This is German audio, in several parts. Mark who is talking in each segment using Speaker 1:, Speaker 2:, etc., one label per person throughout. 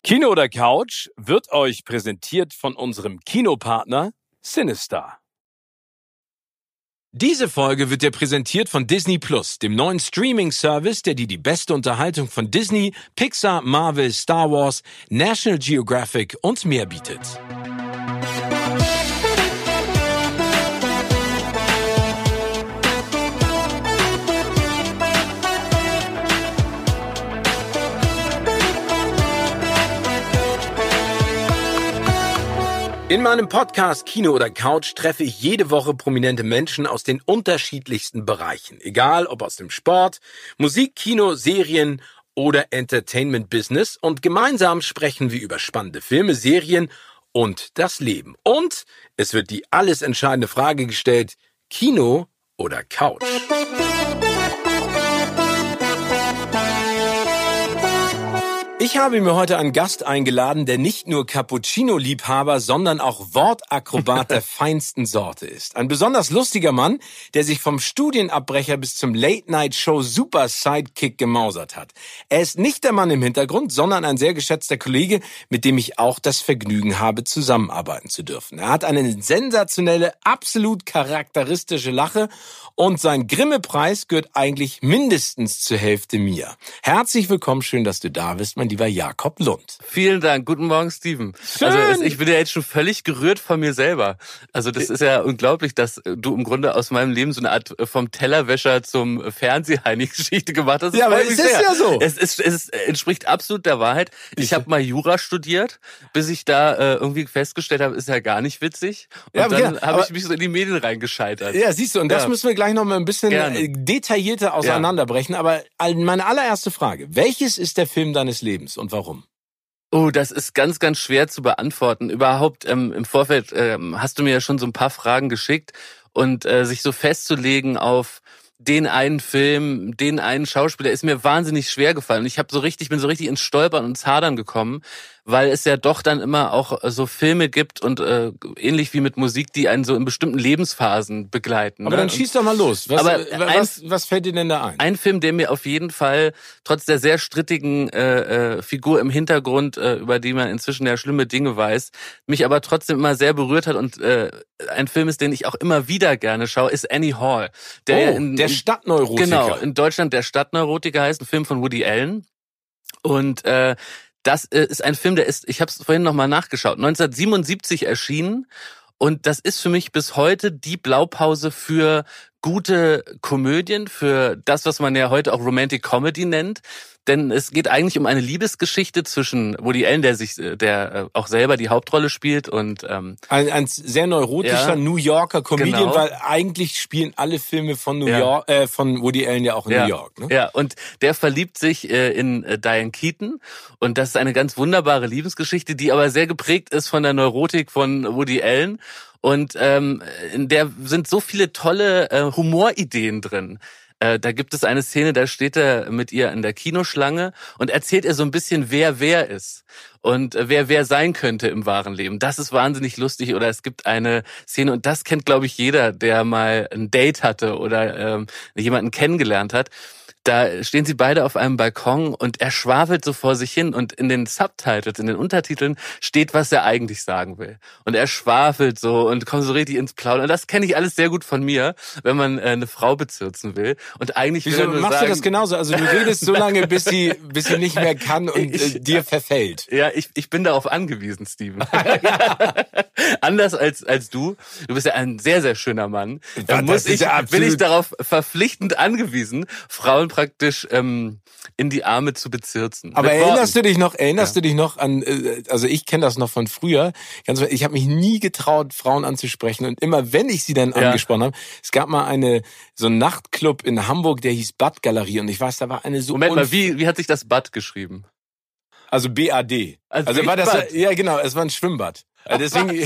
Speaker 1: Kino oder Couch wird euch präsentiert von unserem Kinopartner Cinestar. Diese Folge wird dir präsentiert von Disney+, dem neuen Streaming-Service, der dir die beste Unterhaltung von Disney, Pixar, Marvel, Star Wars, National Geographic und mehr bietet. In meinem Podcast Kino oder Couch treffe ich jede Woche prominente Menschen aus den unterschiedlichsten Bereichen. Egal ob aus dem Sport, Musik, Kino, Serien oder Entertainment-Business. Und gemeinsam sprechen wir über spannende Filme, Serien und das Leben. Und es wird die alles entscheidende Frage gestellt: Kino oder Couch? Ich habe mir heute einen Gast eingeladen, der nicht nur Cappuccino-Liebhaber, sondern auch Wortakrobat der feinsten Sorte ist. Ein besonders lustiger Mann, der sich vom Studienabbrecher bis zum Late-Night-Show-Super-Sidekick gemausert hat. Er ist nicht der Mann im Hintergrund, sondern ein sehr geschätzter Kollege, mit dem ich auch das Vergnügen habe, zusammenarbeiten zu dürfen. Er hat eine sensationelle, absolut charakteristische Lache und sein Grimme-Preis gehört eigentlich mindestens zur Hälfte mir. Herzlich willkommen, schön, dass du da bist, mein lieber Jakob Lund.
Speaker 2: Vielen Dank. Guten Morgen, Steven.
Speaker 1: Schön.
Speaker 2: Also ich bin ja jetzt schon völlig gerührt von mir selber. Also das ist ja unglaublich, dass du im Grunde aus meinem Leben so eine Art vom Tellerwäscher zum Fernsehheini-Geschichte gemacht hast.
Speaker 1: Ja, aber es ist ja so.
Speaker 2: Es entspricht absolut der Wahrheit. Ich habe mal Jura studiert, bis ich da irgendwie festgestellt habe, ist ja gar nicht witzig. Und
Speaker 1: ja,
Speaker 2: dann habe ich mich so in die Medien reingescheitert.
Speaker 1: Ja, siehst du, und das müssen wir gleich noch mal ein bisschen detaillierter auseinanderbrechen. Aber meine allererste Frage: Welches ist der Film deines Lebens und warum?
Speaker 2: Oh, das ist ganz, ganz schwer zu beantworten. Überhaupt im Vorfeld hast du mir ja schon so ein paar Fragen geschickt und sich so festzulegen auf den einen Film, den einen Schauspieler, ist mir wahnsinnig schwer gefallen. Ich bin so richtig ins Stolpern und ins Hadern gekommen, weil es ja doch dann immer auch so Filme gibt und ähnlich wie mit Musik, die einen so in bestimmten Lebensphasen begleiten.
Speaker 1: Aber dann schieß doch mal los. Was fällt dir denn da ein?
Speaker 2: Ein Film, der mir auf jeden Fall trotz der sehr strittigen Figur im Hintergrund, über die man inzwischen ja schlimme Dinge weiß, mich aber trotzdem immer sehr berührt hat und ein Film ist, den ich auch immer wieder gerne schaue, ist Annie Hall.
Speaker 1: Der Stadtneurotiker.
Speaker 2: Genau, in Deutschland der Stadtneurotiker heißt, ein Film von Woody Allen. Und das ist ein Film, ich habe es vorhin nochmal nachgeschaut, 1977 erschienen. Und das ist für mich bis heute die Blaupause für gute Komödien, für das, was man ja heute auch Romantic Comedy nennt. Denn es geht eigentlich um eine Liebesgeschichte zwischen Woody Allen, der auch selber die Hauptrolle spielt, und
Speaker 1: ein sehr neurotischer New Yorker Comedian, genau. Weil eigentlich spielen alle Filme von von Woody Allen ja auch in New York. Ne?
Speaker 2: Ja, und der verliebt sich in Diane Keaton, und das ist eine ganz wunderbare Liebesgeschichte, die aber sehr geprägt ist von der Neurotik von Woody Allen. Und in der sind so viele tolle Humorideen drin. Da gibt es eine Szene, da steht er mit ihr in der Kinoschlange und erzählt ihr so ein bisschen, wer ist und wer sein könnte im wahren Leben. Das ist wahnsinnig lustig. Oder es gibt eine Szene, und das kennt, glaube ich, jeder, der mal ein Date hatte oder jemanden kennengelernt hat. Da stehen sie beide auf einem Balkon und er schwafelt so vor sich hin, und in den Subtitles, in den Untertiteln steht, was er eigentlich sagen will. Und er schwafelt so und kommt so richtig ins Plaudern. Und das kenne ich alles sehr gut von mir, wenn man eine Frau bezirzen will. Und eigentlich
Speaker 1: Wieso machst du das genauso? Also du redest so lange, bis sie nicht mehr kann und dir verfällt.
Speaker 2: Ja, ich bin darauf angewiesen, Steven. Anders als du. Du bist ja ein sehr, sehr schöner Mann. Bin ich darauf verpflichtend angewiesen, Frauen praktisch in die Arme zu bezirzen.
Speaker 1: Aber erinnerst du dich noch an, also ich kenne das noch von früher, ich habe mich nie getraut, Frauen anzusprechen, und immer wenn ich sie dann angesprochen habe, es gab mal so einen Nachtclub in Hamburg, der hieß Bad Galerie, und ich weiß, da war eine so...
Speaker 2: Moment mal, wie hat sich das Bad geschrieben?
Speaker 1: Also B-A-D. Also war das, Bad? Ja genau, es war ein Schwimmbad. Deswegen...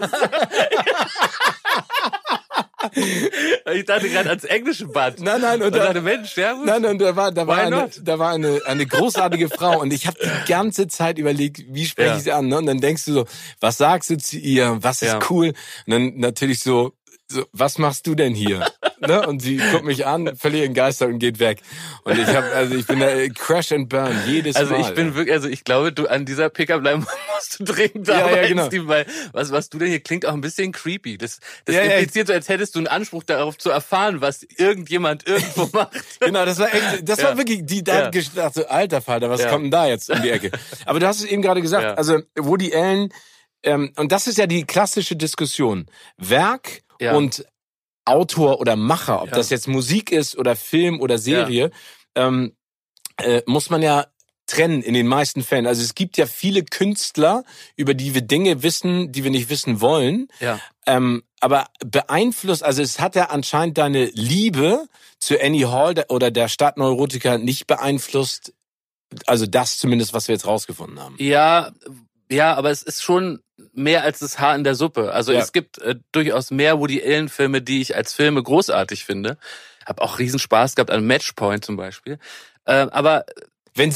Speaker 2: Ich dachte gerade ans englische Bad.
Speaker 1: Nein. Und
Speaker 2: dachte, Mensch, ja gut.
Speaker 1: Nein, da war eine großartige Frau, und ich habe die ganze Zeit überlegt, wie spreche ich sie an, ne? Und dann denkst du so, was sagst du zu ihr, was ist cool? Und dann natürlich so, was machst du denn hier? ne? Und sie guckt mich an, völlig entgeistert und geht weg. Und ich bin da Crash and Burn jedes Mal.
Speaker 2: Also ich bin wirklich, ich glaube, du an dieser Pickup-Line musst du dringend arbeiten, genau. Steve, weil was du denn hier klingt auch ein bisschen creepy. Das impliziert so, als hättest du einen Anspruch darauf zu erfahren, was irgendjemand irgendwo macht.
Speaker 1: Genau, das war wirklich, da hat gedacht, so, alter Vater, was kommt denn da jetzt um die Ecke? Aber du hast es eben gerade gesagt, also Woody Allen, und das ist ja die klassische Diskussion. Werk und Autor oder Macher, ob das jetzt Musik ist oder Film oder Serie, muss man ja trennen in den meisten Fällen. Also es gibt ja viele Künstler, über die wir Dinge wissen, die wir nicht wissen wollen.
Speaker 2: Ja.
Speaker 1: Aber beeinflusst, also es hat ja anscheinend deine Liebe zu Annie Hall oder der Stadtneurotiker nicht beeinflusst, also das zumindest, was wir jetzt rausgefunden haben.
Speaker 2: Ja, aber es ist schon mehr als das Haar in der Suppe. Also es gibt durchaus mehr Woody Allen-Filme, die ich als Filme großartig finde. Hab auch riesen Spaß gehabt an Matchpoint zum Beispiel. Aber
Speaker 1: was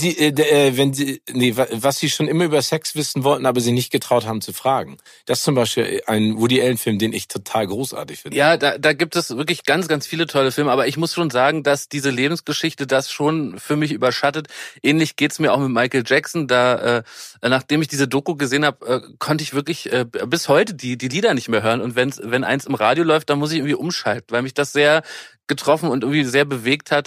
Speaker 1: sie schon immer über Sex wissen wollten, aber sie nicht getraut haben zu fragen. Das ist zum Beispiel ein Woody Allen-Film, den ich total großartig finde.
Speaker 2: Ja, da gibt es wirklich ganz, ganz viele tolle Filme, aber ich muss schon sagen, dass diese Lebensgeschichte das schon für mich überschattet. Ähnlich geht's mir auch mit Michael Jackson. Nachdem ich diese Doku gesehen habe, konnte ich wirklich bis heute die Lieder nicht mehr hören. Und wenn eins im Radio läuft, dann muss ich irgendwie umschalten, weil mich das sehr getroffen und irgendwie sehr bewegt hat.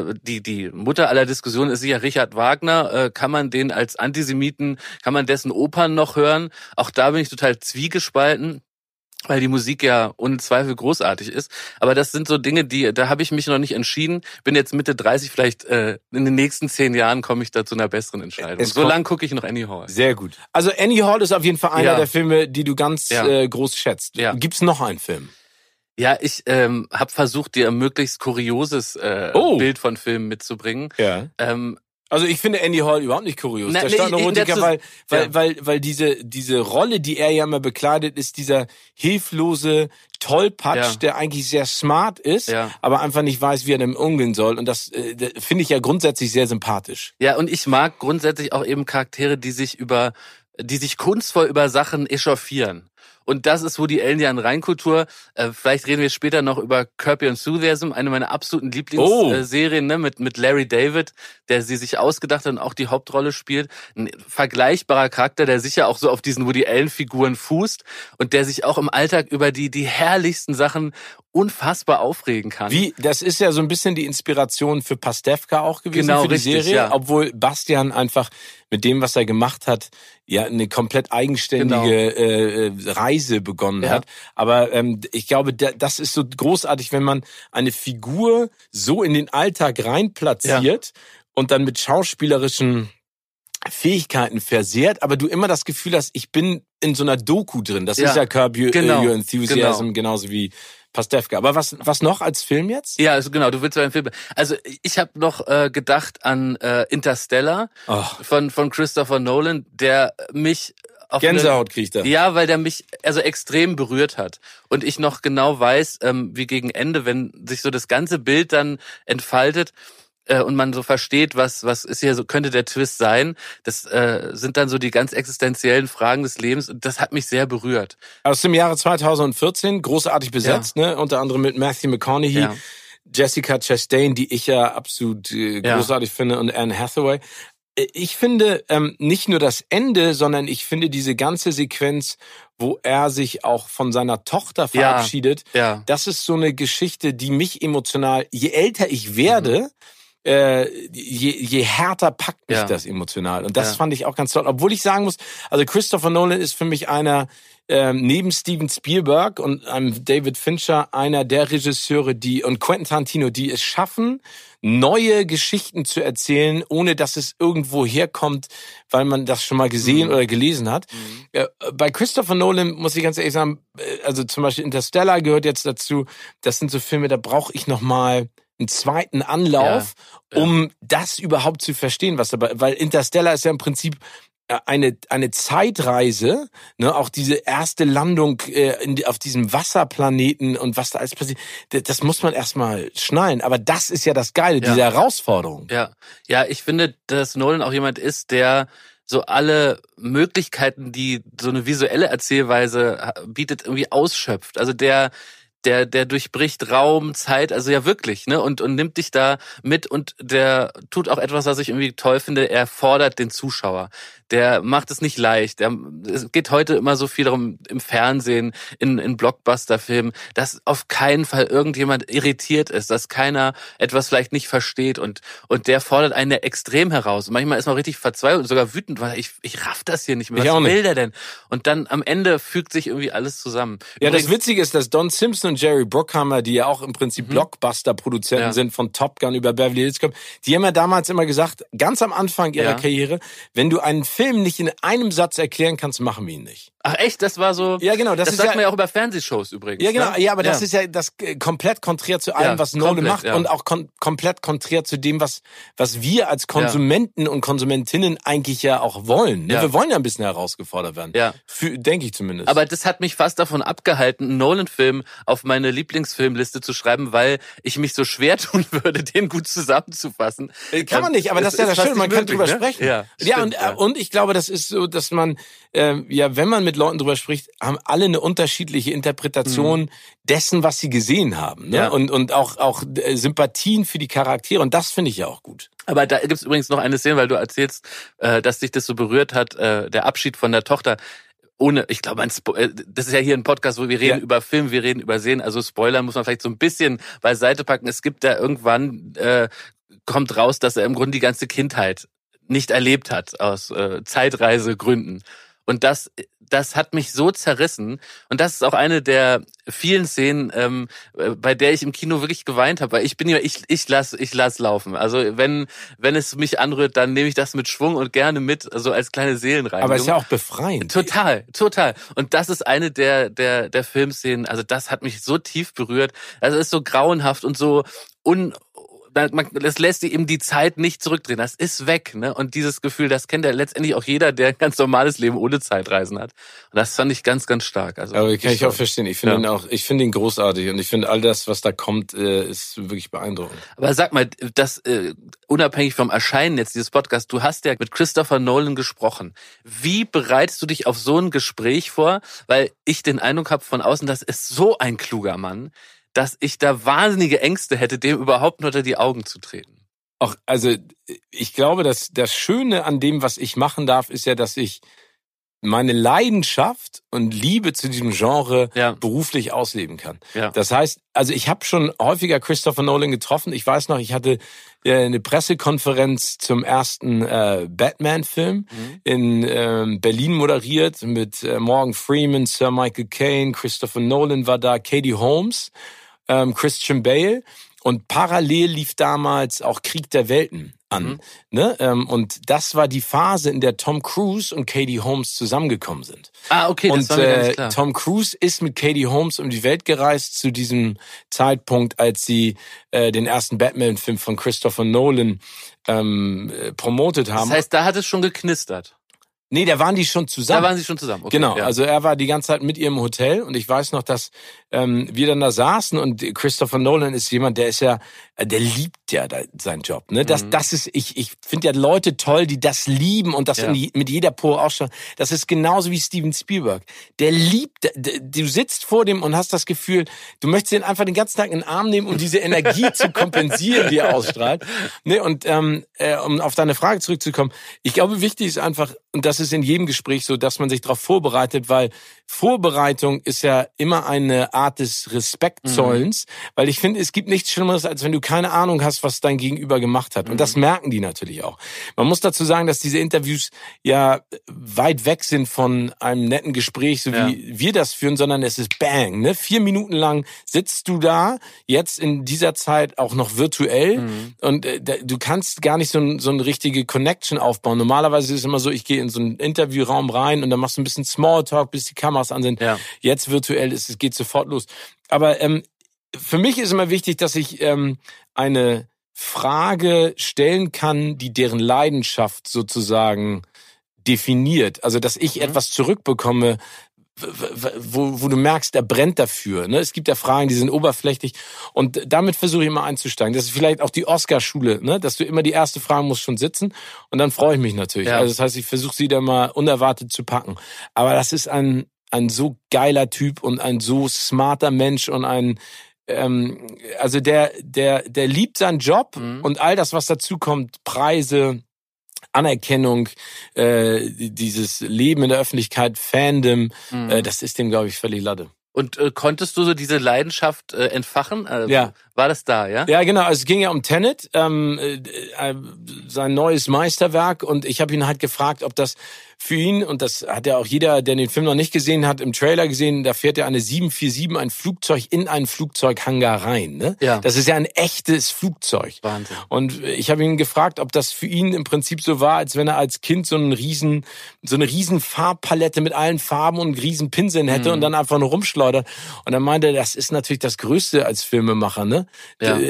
Speaker 2: Die Mutter aller Diskussionen ist sicher Richard Wagner. Kann man den als Antisemiten, kann man dessen Opern noch hören? Auch da bin ich total zwiegespalten, weil die Musik ja ohne Zweifel großartig ist. Aber das sind so Dinge, da habe ich mich noch nicht entschieden. Bin jetzt Mitte 30, vielleicht in den nächsten 10 Jahren komme ich da zu einer besseren Entscheidung. So lange gucke ich noch Annie Hall.
Speaker 1: Sehr gut. Also Annie Hall ist auf jeden Fall einer der Filme, die du ganz groß schätzt. Ja. Gibt's noch einen Film?
Speaker 2: Ja, ich habe versucht, dir ein möglichst kurioses Bild von Filmen mitzubringen.
Speaker 1: Ja. Also ich finde Andy Hall überhaupt nicht kurios. Der Stadtneurotiker, weil diese Rolle, die er ja immer bekleidet, ist dieser hilflose Tollpatsch, der eigentlich sehr smart ist, aber einfach nicht weiß, wie er damit umgehen soll. Und das finde ich ja grundsätzlich sehr sympathisch.
Speaker 2: Ja, und ich mag grundsätzlich auch eben Charaktere, die sich kunstvoll über Sachen echauffieren. Und das ist Woody Allen ja in Reinkultur. Vielleicht reden wir später noch über Curb Your Enthusiasm, eine meiner absoluten Lieblingsserien, mit Larry David, der sie sich ausgedacht hat und auch die Hauptrolle spielt. Ein vergleichbarer Charakter, der sicher auch so auf diesen Woody Allen-Figuren fußt und der sich auch im Alltag über die herrlichsten Sachen unfassbar aufregen kann.
Speaker 1: Das ist ja so ein bisschen die Inspiration für Pastewka auch gewesen, für die Serie, obwohl Bastian einfach mit dem, was er gemacht hat, ja eine komplett eigenständige Reise begonnen hat. Aber ich glaube, das ist so großartig, wenn man eine Figur so in den Alltag reinplatziert und dann mit schauspielerischen Fähigkeiten versehrt, aber du immer das Gefühl hast, ich bin in so einer Doku drin. Das ist ja Curb Your Enthusiasm, genauso wie Pastewka. Aber was noch als Film jetzt?
Speaker 2: Ja, also genau, du willst einen Film. Also ich habe noch gedacht an Interstellar von Christopher Nolan, der mich auf
Speaker 1: Gänsehaut kriegt er.
Speaker 2: Ja, weil der mich extrem berührt hat. Und ich noch genau weiß, wie gegen Ende, wenn sich so das ganze Bild dann entfaltet, und man so versteht, was ist hier so, könnte der Twist sein. Das sind dann so die ganz existenziellen Fragen des Lebens und das hat mich sehr berührt.
Speaker 1: Aus dem Jahre 2014, großartig besetzt, ne? Unter anderem mit Matthew McConaughey, Jessica Chastain, die ich ja absolut großartig finde, und Anne Hathaway. Ich finde nicht nur das Ende, sondern ich finde diese ganze Sequenz, wo er sich auch von seiner Tochter verabschiedet, das ist so eine Geschichte, die mich emotional, je älter ich werde, je härter packt mich das emotional. Und das fand ich auch ganz toll. Obwohl ich sagen muss, also Christopher Nolan ist für mich einer, neben Steven Spielberg und David Fincher, einer der Regisseure, und Quentin Tarantino, die es schaffen, neue Geschichten zu erzählen, ohne dass es irgendwo herkommt, weil man das schon mal gesehen oder gelesen hat. Bei Christopher Nolan muss ich ganz ehrlich sagen, also zum Beispiel Interstellar gehört jetzt dazu. Das sind so Filme, da brauche ich noch mal einen zweiten Anlauf, um das überhaupt zu verstehen, was dabei, weil Interstellar ist ja im Prinzip eine Zeitreise, ne, auch diese erste Landung auf diesem Wasserplaneten und was da alles passiert, das muss man erstmal schnallen, aber das ist ja das Geile, diese Herausforderung.
Speaker 2: Ja, ich finde, dass Nolan auch jemand ist, der so alle Möglichkeiten, die so eine visuelle Erzählweise bietet, irgendwie ausschöpft. Also der der durchbricht Raum, Zeit, also ja wirklich, ne, und nimmt dich da mit, und der tut auch etwas, was ich irgendwie toll finde, er fordert den Zuschauer. Der macht es nicht leicht. Es geht heute immer so viel darum, im Fernsehen, in Blockbuster-Filmen, dass auf keinen Fall irgendjemand irritiert ist, dass keiner etwas vielleicht nicht versteht, und der fordert einen ja extrem heraus. Und manchmal ist man richtig verzweifelt und sogar wütend, weil ich raff das hier nicht mehr. Was will der denn? Und dann am Ende fügt sich irgendwie alles zusammen.
Speaker 1: Ja, das Witzige ist, dass Don Simpson und Jerry Bruckheimer, die ja auch im Prinzip Blockbuster-Produzenten sind, von Top Gun über Beverly Hills Cop, die haben ja damals immer gesagt, ganz am Anfang ihrer Karriere, wenn du einen Film nicht in einem Satz erklären kannst, machen wir ihn nicht.
Speaker 2: Ach echt, das war so.
Speaker 1: Ja, genau. Das
Speaker 2: sagt man ja auch über Fernsehshows übrigens.
Speaker 1: Ja, genau.
Speaker 2: Ne?
Speaker 1: Ja, aber das ist ja das komplett konträr zu allem, was Nolan macht, und auch komplett konträr zu dem, was wir als Konsumenten und Konsumentinnen eigentlich ja auch wollen. Ne? Wir wollen ja ein bisschen herausgefordert werden. Ja. Denke ich zumindest.
Speaker 2: Aber das hat mich fast davon abgehalten, einen Nolan-Film auf meine Lieblingsfilmliste zu schreiben, weil ich mich so schwer tun würde, den gut zusammenzufassen.
Speaker 1: Kann man nicht, aber das ist ja das Schöne, man kann drüber sprechen.
Speaker 2: Ja,
Speaker 1: stimmt, und ich glaube, das ist so, dass man, wenn man mit Leuten drüber spricht, haben alle eine unterschiedliche Interpretation dessen, was sie gesehen haben. Ne? Ja. Und auch Sympathien für die Charaktere. Und das finde ich ja auch gut.
Speaker 2: Aber da gibt's übrigens noch eine Szene, weil du erzählst, dass dich das so berührt hat, der Abschied von der Tochter. Ich glaube, das ist ja hier ein Podcast, wo wir reden über Film, wir reden über Sehen. Also Spoiler muss man vielleicht so ein bisschen beiseite packen. Es gibt da irgendwann, kommt raus, dass er im Grunde die ganze Kindheit nicht erlebt hat, aus Zeitreisegründen. Und das hat mich so zerrissen. Und das ist auch eine der vielen Szenen, bei der ich im Kino wirklich geweint habe. Weil ich lass laufen. Also wenn es mich anrührt, dann nehme ich das mit Schwung und gerne mit, so also als kleine Seelenreinigung.
Speaker 1: Aber es ist ja auch befreiend.
Speaker 2: Total. Und das ist eine der Filmszenen. Also das hat mich so tief berührt. Also es ist so grauenhaft und so das lässt sich eben die Zeit nicht zurückdrehen. Das ist weg, ne? Und dieses Gefühl, das kennt ja letztendlich auch jeder, der ein ganz normales Leben ohne Zeitreisen hat. Und das fand ich ganz, ganz stark. Also
Speaker 1: aber kann ich auch verstehen. Ich finde ihn großartig, und ich finde all das, was da kommt, ist wirklich beeindruckend.
Speaker 2: Aber sag mal, das unabhängig vom Erscheinen jetzt dieses Podcasts, du hast ja mit Christopher Nolan gesprochen. Wie bereitest du dich auf so ein Gespräch vor? Weil ich den Eindruck habe von außen, das ist so ein kluger Mann, dass ich da wahnsinnige Ängste hätte, dem überhaupt nur unter die Augen zu treten.
Speaker 1: Auch, also ich glaube, dass das Schöne an dem, was ich machen darf, ist ja, dass ich meine Leidenschaft und Liebe zu diesem Genre beruflich ausleben kann. Ja. Das heißt, also ich habe schon häufiger Christopher Nolan getroffen. Ich weiß noch, ich hatte eine Pressekonferenz zum ersten Batman-Film in Berlin moderiert mit Morgan Freeman, Sir Michael Caine, Christopher Nolan war da, Katie Holmes, Christian Bale, und parallel lief damals auch Krieg der Welten an. Ne? Und das war die Phase, in der Tom Cruise und Katie Holmes zusammengekommen sind.
Speaker 2: Ah, okay, das war mir ganz klar.
Speaker 1: Tom Cruise ist mit Katie Holmes um die Welt gereist zu diesem Zeitpunkt, als sie den ersten Batman-Film von Christopher Nolan promotet haben.
Speaker 2: Das heißt, da hat es schon geknistert.
Speaker 1: Nee, da waren die schon zusammen.
Speaker 2: Da waren sie schon zusammen, okay.
Speaker 1: Genau, also er war die ganze Zeit mit ihr im Hotel, und ich weiß noch, dass wir dann da saßen, und Christopher Nolan ist jemand, der liebt ja seinen Job. Ne? Das ist, ich finde ja Leute toll, die das lieben und das mit jeder Pore ausschauen. Das ist genauso wie Steven Spielberg. Der liebt, du sitzt vor dem und hast das Gefühl, du möchtest ihn einfach den ganzen Tag in den Arm nehmen, um diese Energie zu kompensieren, die er ausstrahlt. Ne? Und um auf deine Frage zurückzukommen, ich glaube, wichtig ist einfach, und das ist in jedem Gespräch so, dass man sich darauf vorbereitet, weil Vorbereitung ist ja immer eine Art des Respektzollens, weil ich finde, es gibt nichts Schlimmeres, als wenn du keine Ahnung hast, was dein Gegenüber gemacht hat. Und das merken die natürlich auch. Man muss dazu sagen, dass diese Interviews ja weit weg sind von einem netten Gespräch, so wie wir das führen, sondern es ist Bang, ne? 4 Minuten lang sitzt du da, jetzt in dieser Zeit auch noch virtuell, und du kannst gar nicht so eine richtige Connection aufbauen. Normalerweise ist es immer so, ich gehe in so einen Interviewraum rein und dann machst du ein bisschen Smalltalk, bis die Kameras an sind. Ja. Jetzt virtuell es geht sofort los. Aber für mich ist immer wichtig, dass ich eine Frage stellen kann, die deren Leidenschaft sozusagen definiert. Also, dass ich etwas zurückbekomme, wo du merkst, er brennt dafür. Ne? Es gibt ja Fragen, die sind oberflächlich, und damit versuche ich immer einzusteigen. Das ist vielleicht auch die Oscar-Schule, ne? Dass du immer die erste Frage musst schon sitzen, und dann freue ich mich natürlich. Ja. Also das heißt, ich versuche sie da mal unerwartet zu packen. Aber das ist ein ein so geiler Typ und ein so smarter Mensch und also der liebt seinen Job und all das, was dazu kommt, Preise, Anerkennung, dieses Leben in der Öffentlichkeit, Fandom, das ist dem, glaube ich, völlig Latte.
Speaker 2: Und konntest du so diese Leidenschaft entfachen?
Speaker 1: Ja.
Speaker 2: War das da, ja?
Speaker 1: Ja, genau. Also es ging ja um Tenet, sein neues Meisterwerk. Und ich habe ihn halt gefragt, ob das für ihn, und das hat ja auch jeder, der den Film noch nicht gesehen hat, im Trailer gesehen, da fährt ja eine 747, ein Flugzeug in einen Flugzeughangar rein. Ne?
Speaker 2: Ja.
Speaker 1: Das ist ja ein echtes Flugzeug.
Speaker 2: Wahnsinn.
Speaker 1: Und ich habe ihn gefragt, ob das für ihn im Prinzip so war, als wenn er als Kind so eine riesen Farbpalette mit allen Farben und riesen Pinseln hätte und dann einfach nur rumschleudert. Und er meinte, das ist natürlich das Größte als Filmemacher, ne?
Speaker 2: Ja.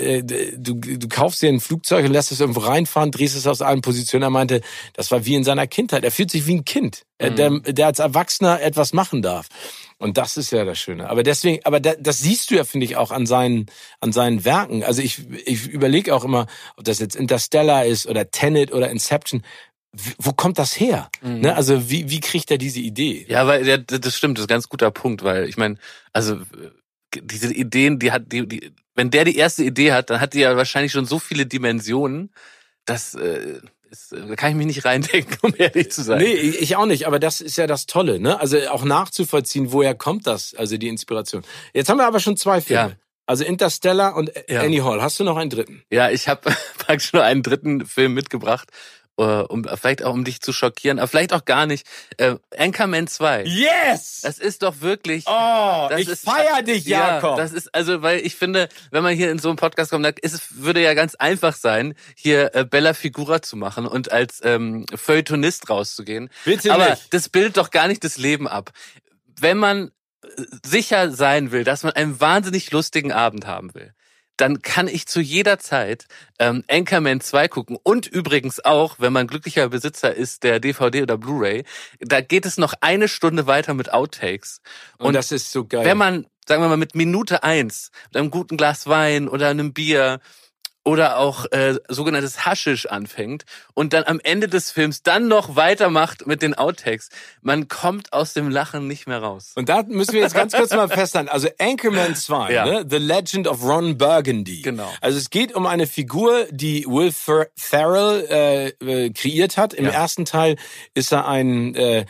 Speaker 1: Du kaufst dir ein Flugzeug und lässt es irgendwo reinfahren, drehst es aus allen Positionen. Er meinte, das war wie in seiner Kindheit. Er fühlt sich wie ein Kind, der als Erwachsener etwas machen darf. Und das ist ja das Schöne. Aber deswegen, das siehst du ja, finde ich, auch an seinen Werken. Also ich überlege auch immer, ob das jetzt Interstellar ist oder Tenet oder Inception. Wo kommt das her? Ne? Also wie kriegt er diese Idee?
Speaker 2: Ja, weil das stimmt, das ist ein ganz guter Punkt, weil ich meine, also diese Ideen, die wenn der die erste Idee hat, dann hat die ja wahrscheinlich schon so viele Dimensionen, dass da kann ich mich nicht reindenken, um ehrlich zu sein.
Speaker 1: Nee, ich auch nicht, aber das ist ja das Tolle, ne? Also auch nachzuvollziehen, woher kommt das, also die Inspiration. Jetzt haben wir aber schon 2 Filme. Ja. Also Interstellar und Annie Hall. Hast du noch einen dritten?
Speaker 2: Ja, ich habe praktisch nur einen dritten Film mitgebracht. Vielleicht auch, um dich zu schockieren, aber vielleicht auch gar nicht. Anchorman 2.
Speaker 1: Yes!
Speaker 2: Das ist doch wirklich...
Speaker 1: ich feier dich, Jakob!
Speaker 2: Ja, das ist, also, weil ich finde, wenn man hier in so einen Podcast kommt, würde ja ganz einfach sein, hier Bella Figura zu machen und als Feuilletonist rauszugehen.
Speaker 1: Bitte
Speaker 2: aber
Speaker 1: nicht.
Speaker 2: Das bildet doch gar nicht das Leben ab. Wenn man sicher sein will, dass man einen wahnsinnig lustigen Abend haben will, dann kann ich zu jeder Zeit Anchorman 2 gucken. Und übrigens auch, wenn man glücklicher Besitzer ist der DVD oder Blu-ray, da geht es noch 1 Stunde weiter mit Outtakes.
Speaker 1: Und das ist so geil.
Speaker 2: Wenn man, sagen wir mal, mit Minute 1, mit einem guten Glas Wein oder einem Bier oder auch sogenanntes Haschisch anfängt und dann am Ende des Films dann noch weitermacht mit den Outtakes, man kommt aus dem Lachen nicht mehr raus.
Speaker 1: Und da müssen wir jetzt ganz kurz mal festhalten. Also Anchorman 2, ne? The Legend of Ron Burgundy.
Speaker 2: Genau.
Speaker 1: Also es geht um eine Figur, die Will Ferrell kreiert hat. Im ersten Teil ist er ein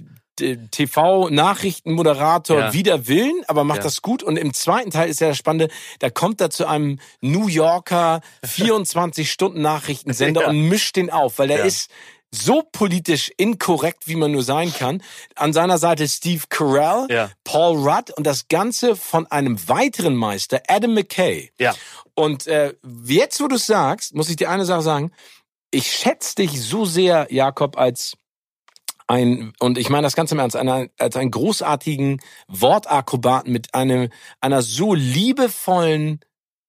Speaker 1: TV-Nachrichtenmoderator wider Willen, aber macht das gut. Und im zweiten Teil ist ja das Spannende, da kommt er zu einem New Yorker 24-Stunden-Nachrichtensender und mischt den auf, weil der ist so politisch inkorrekt, wie man nur sein kann. An seiner Seite Steve Carell, Paul Rudd und das Ganze von einem weiteren Meister, Adam McKay. Ja. Und jetzt, wo du es sagst, muss ich dir eine Sache sagen. Ich schätze dich so sehr, Jakob, und ich meine das ganz im Ernst, als einen großartigen Wortakrobaten mit einer so liebevollen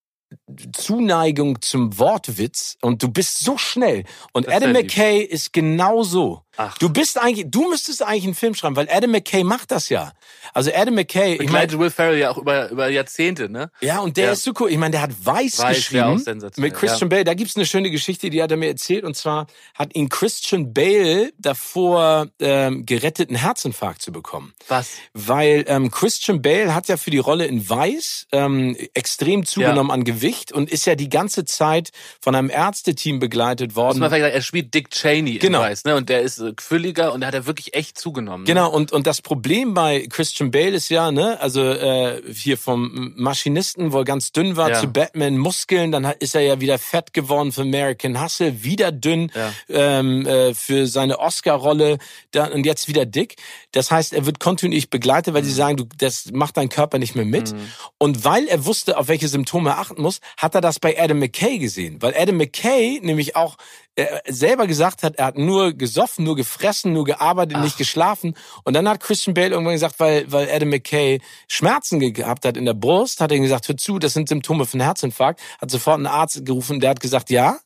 Speaker 1: Zuneigung zum Wortwitz und du bist so schnell. Und Adam McKay ist genauso. Ach. Du müsstest eigentlich einen Film schreiben, weil Adam McKay macht das ja. Also Adam McKay...
Speaker 2: Begleitet Will Ferrell ja auch über Jahrzehnte, ne?
Speaker 1: Ja, und der ist so cool. Ich meine, der hat Weiß geschrieben mit Christian Bale. Da gibt's eine schöne Geschichte, die hat er mir erzählt. Und zwar hat ihn Christian Bale davor gerettet, einen Herzinfarkt zu bekommen.
Speaker 2: Was?
Speaker 1: Weil Christian Bale hat ja für die Rolle in Weiß extrem zugenommen an Gewicht und ist ja die ganze Zeit von einem Ärzteteam begleitet worden.
Speaker 2: Muss man vielleicht sagen, er spielt Dick Cheney in Weiß, ne? Und der ist fülliger und da hat er wirklich echt zugenommen. Ne?
Speaker 1: Genau, und das Problem bei Christian Bale ist ja, ne, also hier vom Maschinisten, wo er ganz dünn war, zu Batman Muskeln, dann ist er ja wieder fett geworden für American Hustle, wieder dünn für seine Oscar-Rolle und jetzt wieder dick. Das heißt, er wird kontinuierlich begleitet, weil sie sagen, das macht dein Körper nicht mehr mit. Und weil er wusste, auf welche Symptome er achten muss, hat er das bei Adam McKay gesehen. Weil Adam McKay nämlich auch selber gesagt hat, er hat nur gesoffen, nur gefressen, nur gearbeitet, nicht geschlafen. Und dann hat Christian Bale irgendwann gesagt, weil Adam McKay Schmerzen gehabt hat in der Brust, hat er gesagt, hör zu, das sind Symptome von Herzinfarkt. Hat sofort einen Arzt gerufen, der hat gesagt,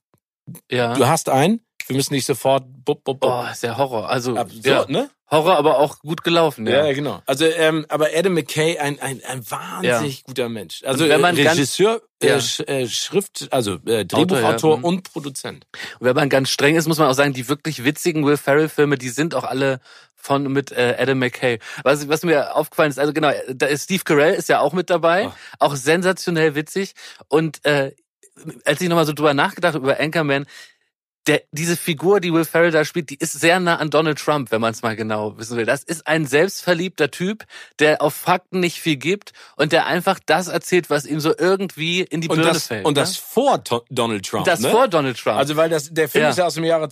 Speaker 1: du hast einen. Wir müssen nicht sofort...
Speaker 2: Oh, ist ja Horror. Also,
Speaker 1: absurd, ne?
Speaker 2: Horror, aber auch gut gelaufen,
Speaker 1: ja. Ja, genau. Also, aber Adam McKay, ein wahnsinnig guter Mensch. Also,
Speaker 2: wenn man
Speaker 1: Regisseur, Drehbuchautor und Produzent.
Speaker 2: Und wenn man ganz streng ist, muss man auch sagen, die wirklich witzigen Will Ferrell-Filme, die sind auch alle mit Adam McKay. Was mir aufgefallen ist, also genau, da ist Steve Carell ist ja auch mit dabei, auch sensationell witzig. Und als ich nochmal so drüber nachgedacht habe über Anchorman, diese Figur, die Will Ferrell da spielt, die ist sehr nah an Donald Trump, wenn man es mal genau wissen will. Das ist ein selbstverliebter Typ, der auf Fakten nicht viel gibt und der einfach das erzählt, was ihm so irgendwie in die Birne fällt.
Speaker 1: Und das vor Donald Trump.
Speaker 2: Das vor Donald Trump.
Speaker 1: Also weil der Film ist ja aus dem Jahre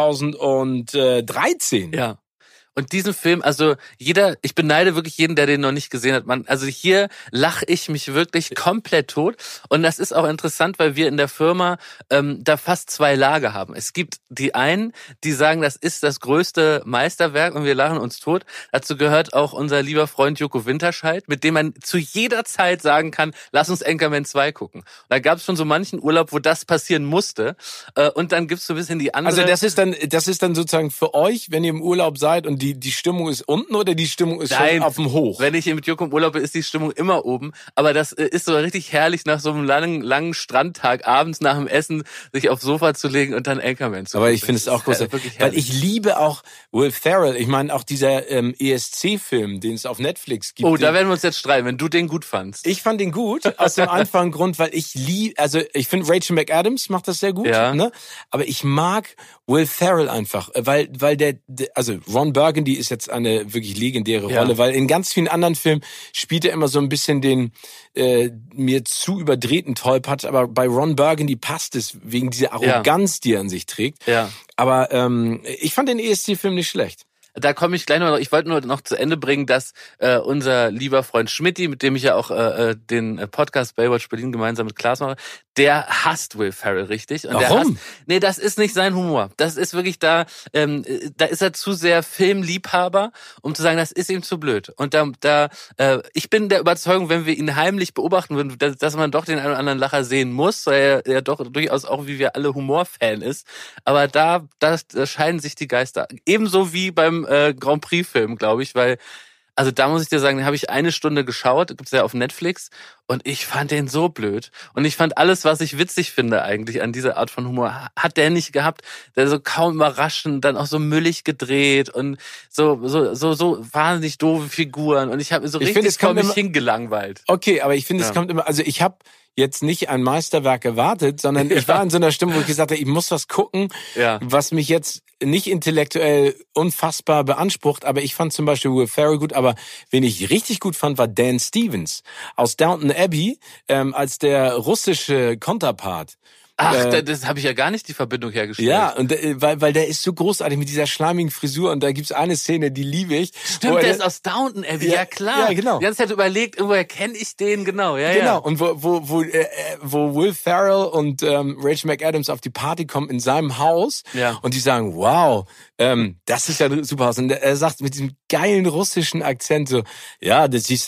Speaker 1: 2013.
Speaker 2: Ja. Und diesen Film, also ich beneide wirklich jeden, der den noch nicht gesehen hat. Also hier lache ich mich wirklich komplett tot. Und das ist auch interessant, weil wir in der Firma da fast zwei Lager haben. Es gibt die einen, die sagen, das ist das größte Meisterwerk und wir lachen uns tot. Dazu gehört auch unser lieber Freund Joko Winterscheid, mit dem man zu jeder Zeit sagen kann, lass uns Anchorman 2 gucken. Und da gab es schon so manchen Urlaub, wo das passieren musste. Und dann gibt's so ein bisschen die andere.
Speaker 1: Also das ist dann sozusagen für euch, wenn ihr im Urlaub seid und die Stimmung ist unten oder die Stimmung ist schon auf dem Hoch?
Speaker 2: Wenn ich mit Joko im Urlaub bin, ist die Stimmung immer oben. Aber das ist so richtig herrlich, nach so einem langen Strandtag abends nach dem Essen sich aufs Sofa zu legen und dann Anchorman zu gucken.
Speaker 1: Aber ich finde es auch großartig, weil ich liebe auch Will Ferrell. Ich meine auch dieser ESC-Film, den es auf Netflix gibt.
Speaker 2: Oh, da werden wir uns jetzt streiten, wenn du den gut fandst.
Speaker 1: Ich fand den gut, aus dem einfachen Grund, weil ich finde Rachel McAdams macht das sehr gut, ne? Aber ich mag Will Ferrell einfach, weil also Ron Burgundy ist jetzt eine wirklich legendäre Rolle, weil in ganz vielen anderen Filmen spielt er immer so ein bisschen den mir zu überdrehten Tollpatsch, aber bei Ron Burgundy passt es wegen dieser Arroganz, die er an sich trägt. Ja. Aber ich fand den ESC-Film nicht schlecht.
Speaker 2: Da komme ich gleich noch. Ich wollte nur noch zu Ende bringen, dass unser lieber Freund Schmidti, mit dem ich ja auch den Podcast Baywatch Berlin gemeinsam mit Klaas mache, der hasst Will Ferrell richtig. Und
Speaker 1: warum?
Speaker 2: Das ist nicht sein Humor. Das ist wirklich da ist er zu sehr Filmliebhaber, um zu sagen, das ist ihm zu blöd. Und ich bin der Überzeugung, wenn wir ihn heimlich beobachten würden, dass man doch den einen oder anderen Lacher sehen muss, weil er doch durchaus auch, wie wir alle, Humorfan ist. Aber da scheiden sich die Geister. Ebenso wie beim Grand Prix-Film, glaube ich, weil, also da muss ich dir sagen, den habe ich 1 Stunde geschaut, gibt's ja auf Netflix, und ich fand den so blöd. Und ich fand alles, was ich witzig finde eigentlich an dieser Art von Humor, hat der nicht gehabt. Der so kaum überraschend, dann auch so müllig gedreht und so wahnsinnig doofe Figuren. Und ich habe so richtig vor mich hingelangweilt.
Speaker 1: Okay, aber ich finde, es kommt immer, also ich habe jetzt nicht ein Meisterwerk erwartet, sondern ich war in so einer Stimmung, wo ich gesagt habe, ich muss was gucken, was mich jetzt nicht intellektuell unfassbar beansprucht, aber ich fand zum Beispiel Will Ferrell gut, aber wen ich richtig gut fand, war Dan Stevens aus Downton Abbey, als der russische Konterpart.
Speaker 2: Ach, das habe ich ja gar nicht die Verbindung hergestellt.
Speaker 1: Ja, und weil der ist so großartig mit dieser schleimigen Frisur und da gibt's eine Szene, die liebe ich.
Speaker 2: Stimmt, der ist aus Downton Abbey, ja klar. Ja, genau. Die ganze Zeit überlegt, irgendwoher kenne ich den, genau. Ja,
Speaker 1: genau, und wo Will Ferrell und Rachel McAdams auf die Party kommen in seinem Haus und die sagen, wow, das ist ja ein super Haus. Und er sagt mit diesem geilen russischen Akzent so, ja, das ist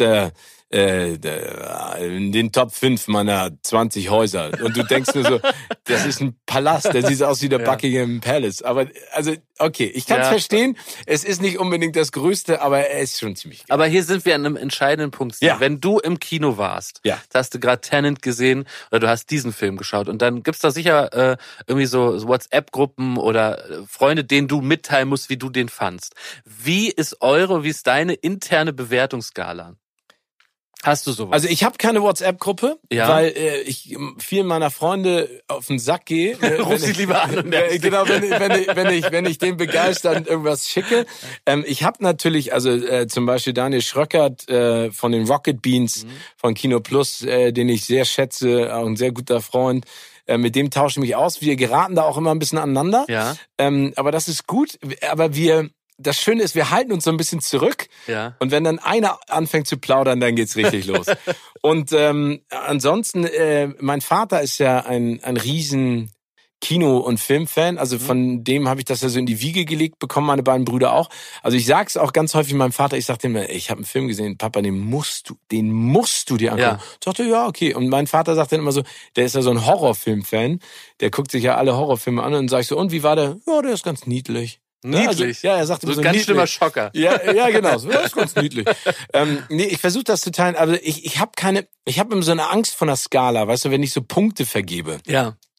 Speaker 1: in den Top 5 meiner 20 Häuser. Und du denkst nur so, das ist ein Palast, der sieht aus wie der Buckingham Palace. Aber, also, okay, ich kann es verstehen. Es ist nicht unbedingt das Größte, aber er ist schon ziemlich geil.
Speaker 2: Aber hier sind wir an einem entscheidenden Punkt. Ja. Wenn du im Kino warst, hast du gerade Tenet gesehen oder du hast diesen Film geschaut und dann gibt's da sicher irgendwie so WhatsApp-Gruppen oder Freunde, denen du mitteilen musst, wie du den fandst. Wie ist deine interne Bewertungsskala? Hast du sowas?
Speaker 1: Also ich habe keine WhatsApp-Gruppe, weil ich vielen meiner Freunde auf den Sack gehe.
Speaker 2: Ruf sie lieber an. Und
Speaker 1: genau, wenn ich den begeistert irgendwas schicke. Ich habe natürlich, zum Beispiel Daniel Schröckert von den Rocket Beans von Kino Plus, den ich sehr schätze, auch ein sehr guter Freund. Mit dem tausche ich mich aus. Wir geraten da auch immer ein bisschen aneinander. Ja. Aber das ist gut. Aber das Schöne ist, wir halten uns so ein bisschen zurück. Ja. Und wenn dann einer anfängt zu plaudern, dann geht's richtig los. Und ansonsten, mein Vater ist ja ein riesen Kino- und Filmfan. Also von dem habe ich das ja so in die Wiege gelegt bekommen, meine beiden Brüder auch. Also ich sag's auch ganz häufig meinem Vater, ich sag dem immer, ich habe einen Film gesehen, Papa, den musst du dir angucken. Ja. Ich dachte, ja, okay. Und mein Vater sagt dann immer so, der ist ja so ein Horrorfilm-Fan, der guckt sich ja alle Horrorfilme an und sag ich so, und wie war der? Ja, der ist ganz niedlich.
Speaker 2: Niedlich?
Speaker 1: Ja, er sagte
Speaker 2: so ein ganz schlimmer Schocker.
Speaker 1: Ja, genau. Das ist ganz niedlich. Ich versuche das zu teilen, aber ich habe immer so eine Angst vor einer Skala, weißt du, wenn ich so Punkte vergebe.
Speaker 2: Ja.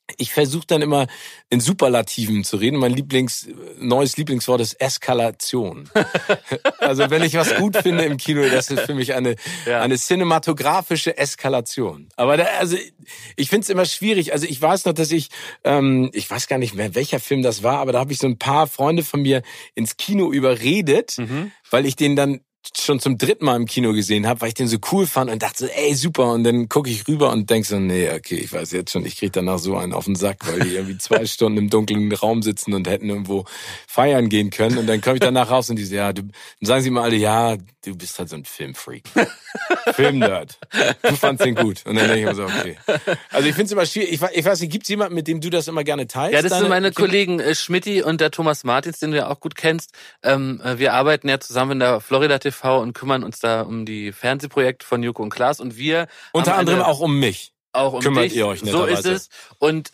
Speaker 1: Ich versuche dann immer in Superlativen zu reden. Mein neues Lieblingswort ist Eskalation. Also wenn ich was gut finde im Kino, das ist für mich eine cinematografische Eskalation. Aber ich finde es immer schwierig. Also ich weiß noch, dass ich weiß gar nicht mehr, welcher Film das war, aber da habe ich so ein paar Freunde von mir ins Kino überredet, weil ich den dann schon zum 3. Mal im Kino gesehen habe, weil ich den so cool fand und dachte so, ey, super. Und dann gucke ich rüber und denk so, nee, okay, ich weiß jetzt schon, ich krieg danach so einen auf den Sack, weil die irgendwie 2 Stunden im dunklen Raum sitzen und hätten irgendwo feiern gehen können. Und dann komme ich danach raus und die so, dann sagen sie immer alle, ja, du bist halt so ein Filmfreak. Filmnerd. Du fandst den gut. Und dann denke ich immer so, okay. Also ich finde es immer schwierig. Ich weiß nicht, gibt's jemanden, mit dem du das immer gerne teilst?
Speaker 2: Ja, das sind meine Kollegen Schmidti und der Thomas Martins, den du ja auch gut kennst. Wir arbeiten ja zusammen in der Florida TV und kümmern uns da um die Fernsehprojekte von Joko und Klaas und wir
Speaker 1: unter anderem auch um mich.
Speaker 2: Auch um
Speaker 1: kümmert
Speaker 2: dich.
Speaker 1: Ihr euch netterweise.
Speaker 2: So ist es. Und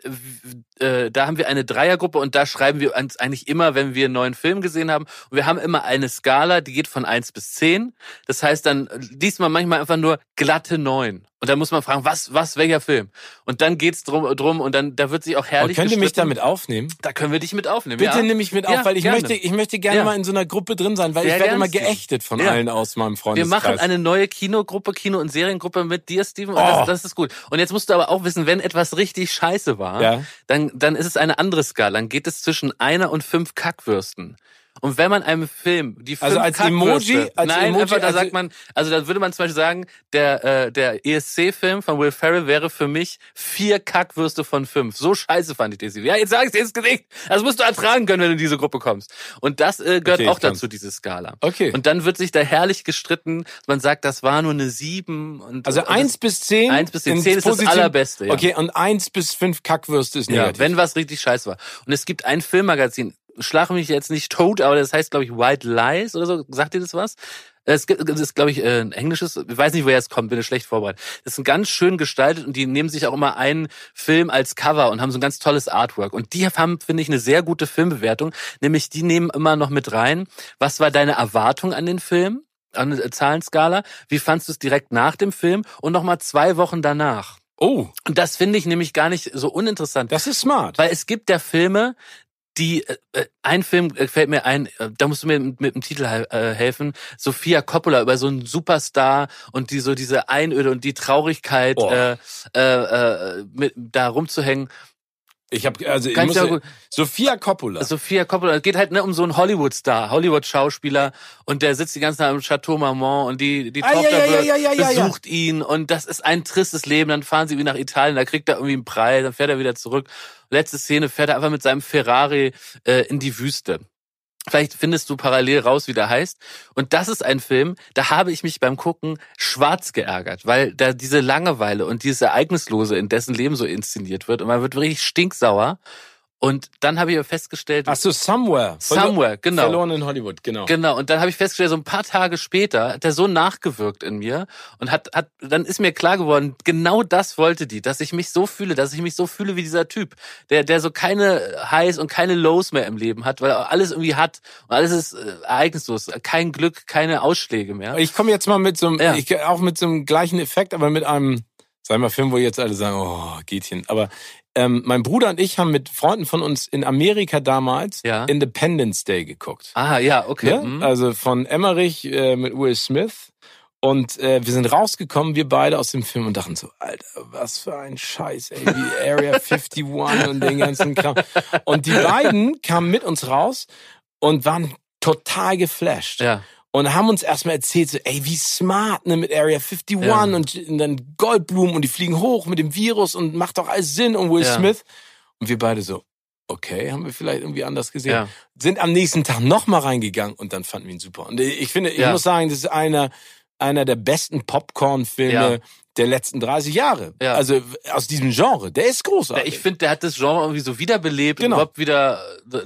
Speaker 2: da haben wir eine Dreiergruppe und da schreiben wir uns eigentlich immer, wenn wir einen neuen Film gesehen haben. Und wir haben immer eine Skala, die geht von 1 bis 10. Das heißt, dann liest man manchmal einfach nur glatte 9. Und dann muss man fragen, welcher Film? Und dann geht's drum und dann, da wird sich auch herrlich
Speaker 1: gestritten. Könnt ihr mich damit aufnehmen?
Speaker 2: Da können wir dich mit aufnehmen.
Speaker 1: Bitte nimm mich mit auf, weil ich möchte gerne mal in so einer Gruppe drin sein, weil ich werde immer geächtet von allen aus meinem Freundeskreis.
Speaker 2: Wir machen eine neue Kinogruppe, Kino- und Seriengruppe mit dir, Steven. Und das ist gut. Und jetzt musst du aber auch wissen, wenn etwas richtig scheiße war, dann ist es eine andere Skala. Dann geht es zwischen 1 und 5 Kackwürsten. Und wenn man einem Film die 5
Speaker 1: also als Emoji,
Speaker 2: sagt man, also da würde man zum Beispiel sagen, der ESC-Film von Will Ferrell wäre für mich 4 Kackwürste von 5. So scheiße fand ich den. Ja, jetzt sag ich dir ins Gesicht. Das musst du ertragen können, wenn du in diese Gruppe kommst. Und das gehört auch dazu, diese Skala.
Speaker 1: Okay.
Speaker 2: Und dann wird sich da herrlich gestritten. Man sagt, das war nur eine 7.
Speaker 1: Also 1 bis 10?
Speaker 2: 1 bis 10. 10 ist das Allerbeste. Ja.
Speaker 1: Okay, und 1 bis 5 Kackwürste ist negativ.
Speaker 2: Ja, wenn was richtig scheiße war. Und es gibt ein Filmmagazin, schlag mich jetzt nicht tot, aber das heißt, glaube ich, White Lies oder so. Sagt ihr das was? Das ist, glaube ich, ein englisches, ich weiß nicht, woher es kommt, bin schlecht vorbereitet. Das ist ganz schön gestaltet und die nehmen sich auch immer einen Film als Cover und haben so ein ganz tolles Artwork. Und die haben, finde ich, eine sehr gute Filmbewertung. Nämlich, die nehmen immer noch mit rein, was war deine Erwartung an den Film? An der Zahlenskala? Wie fandst du es direkt nach dem Film? Und nochmal 2 Wochen danach.
Speaker 1: Oh.
Speaker 2: Und das finde ich nämlich gar nicht so uninteressant.
Speaker 1: Das ist smart.
Speaker 2: Weil es gibt ja Filme, ein Film fällt mir ein, da musst du mir mit dem Titel helfen, Sofia Coppola über so einen Superstar und diese Einöde und die Traurigkeit da rumzuhängen.
Speaker 1: Sofia Coppola.
Speaker 2: Sofia Coppola, es geht halt um so einen Hollywood-Star, Hollywood-Schauspieler und der sitzt die ganze Zeit im Chateau Marmont und die Tochter besucht ihn und das ist ein tristes Leben, dann fahren sie wie nach Italien, da kriegt er irgendwie einen Preis, dann fährt er wieder zurück. Letzte Szene fährt er einfach mit seinem Ferrari in die Wüste. Vielleicht findest du parallel raus, wie der heißt. Und das ist ein Film, da habe ich mich beim Gucken schwarz geärgert, weil da diese Langeweile und dieses Ereignislose in dessen Leben so inszeniert wird und man wird richtig stinksauer. Und dann habe ich festgestellt...
Speaker 1: Ach so, Somewhere,
Speaker 2: genau.
Speaker 1: Verloren in Hollywood, genau.
Speaker 2: Genau, und dann habe ich festgestellt, so ein paar Tage später hat der so nachgewirkt in mir und dann ist mir klar geworden, genau das wollte die, dass ich mich so fühle wie dieser Typ, der so keine Highs und keine Lows mehr im Leben hat, weil er alles irgendwie hat und alles ist ereignislos, kein Glück, keine Ausschläge mehr.
Speaker 1: Ich komme jetzt mal mit so einem, auch mit so einem gleichen Effekt, aber mit einem, sagen wir Film, wo jetzt alle sagen, oh, Gehtchen, aber mein Bruder und ich haben mit Freunden von uns in Amerika damals Independence Day geguckt.
Speaker 2: Ah, ja, okay.
Speaker 1: Ja? Also von Emmerich mit Will Smith. Und wir sind rausgekommen, wir beide aus dem Film und dachten so, Alter, was für ein Scheiß, ey, wie Area 51 und den ganzen Kram. Und die beiden kamen mit uns raus und waren total geflasht.
Speaker 2: Ja.
Speaker 1: Und haben uns erstmal erzählt, so, ey, wie smart, ne, mit Area 51 und dann Goldblumen und die fliegen hoch mit dem Virus und macht doch alles Sinn und Will Smith. Und wir beide so, okay, haben wir vielleicht irgendwie anders gesehen. Ja. Sind am nächsten Tag nochmal reingegangen und dann fanden wir ihn super. Und ich finde, ich muss sagen, das ist einer der besten Popcorn-Filme der letzten 30 Jahre. Ja. Also aus diesem Genre. Der ist großartig.
Speaker 2: Ich finde, der hat das Genre irgendwie so wiederbelebt und überhaupt wieder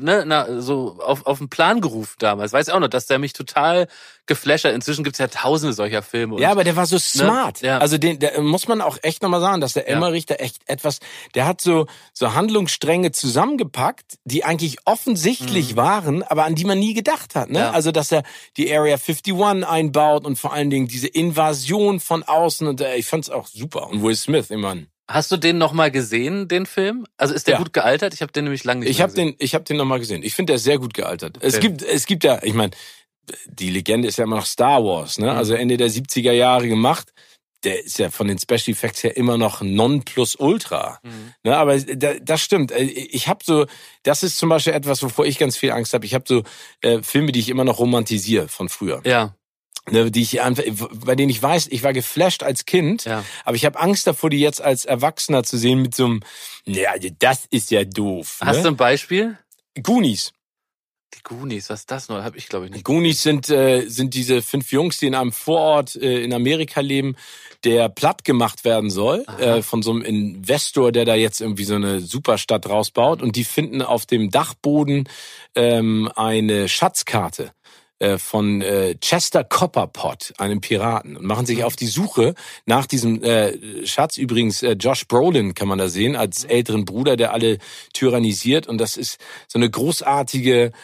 Speaker 2: so auf den Plan gerufen damals. Weiß ich auch noch, dass der mich total geflasht hat. Inzwischen gibt's ja tausende solcher Filme.
Speaker 1: Ja, aber der war so smart. Ne? Ja. Also der muss man auch echt nochmal sagen, dass der Emmerich da echt der hat so Handlungsstränge zusammengepackt, die eigentlich offensichtlich waren, aber an die man nie gedacht hat. Ne? Ja. Also, dass er die Area 51 einbaut und vor allen Dingen diese Invasion von außen und ich fand's auch super. Und Will Smith, ich meine,
Speaker 2: Hast du den nochmal gesehen, den Film? Also ist der gut gealtert? Ich habe den nämlich lange nicht gesehen.
Speaker 1: Ich habe den nochmal gesehen. Ich finde, der ist sehr gut gealtert.
Speaker 2: Okay.
Speaker 1: Es gibt ja, ich meine, die Legende ist ja immer noch Star Wars, ne? Also Ende der 70er Jahre gemacht. Der ist ja von den Special Effects her immer noch Nonplusultra. Ne? Aber das stimmt. Ich habe so, das ist zum Beispiel etwas, wovor ich ganz viel Angst habe. Ich habe so Filme, die ich immer noch romantisiere von früher.
Speaker 2: Ja.
Speaker 1: Ne, bei denen ich weiß, ich war geflasht als Kind, aber ich habe Angst davor, die jetzt als Erwachsener zu sehen mit so einem, ja, das ist ja doof.
Speaker 2: Hast du ein Beispiel?
Speaker 1: Goonies.
Speaker 2: Die Goonies, was ist das noch? Hab ich, glaube ich, nicht.
Speaker 1: Goonies sind diese 5 Jungs, die in einem Vorort in Amerika leben, der platt gemacht werden soll von so einem Investor, der da jetzt irgendwie so eine Superstadt rausbaut, und die finden auf dem Dachboden eine Schatzkarte von Chester Copperpot, einem Piraten, und machen sich auf die Suche nach diesem Schatz. Übrigens, Josh Brolin kann man da sehen, als älteren Bruder, der alle tyrannisiert. Und das ist so eine großartige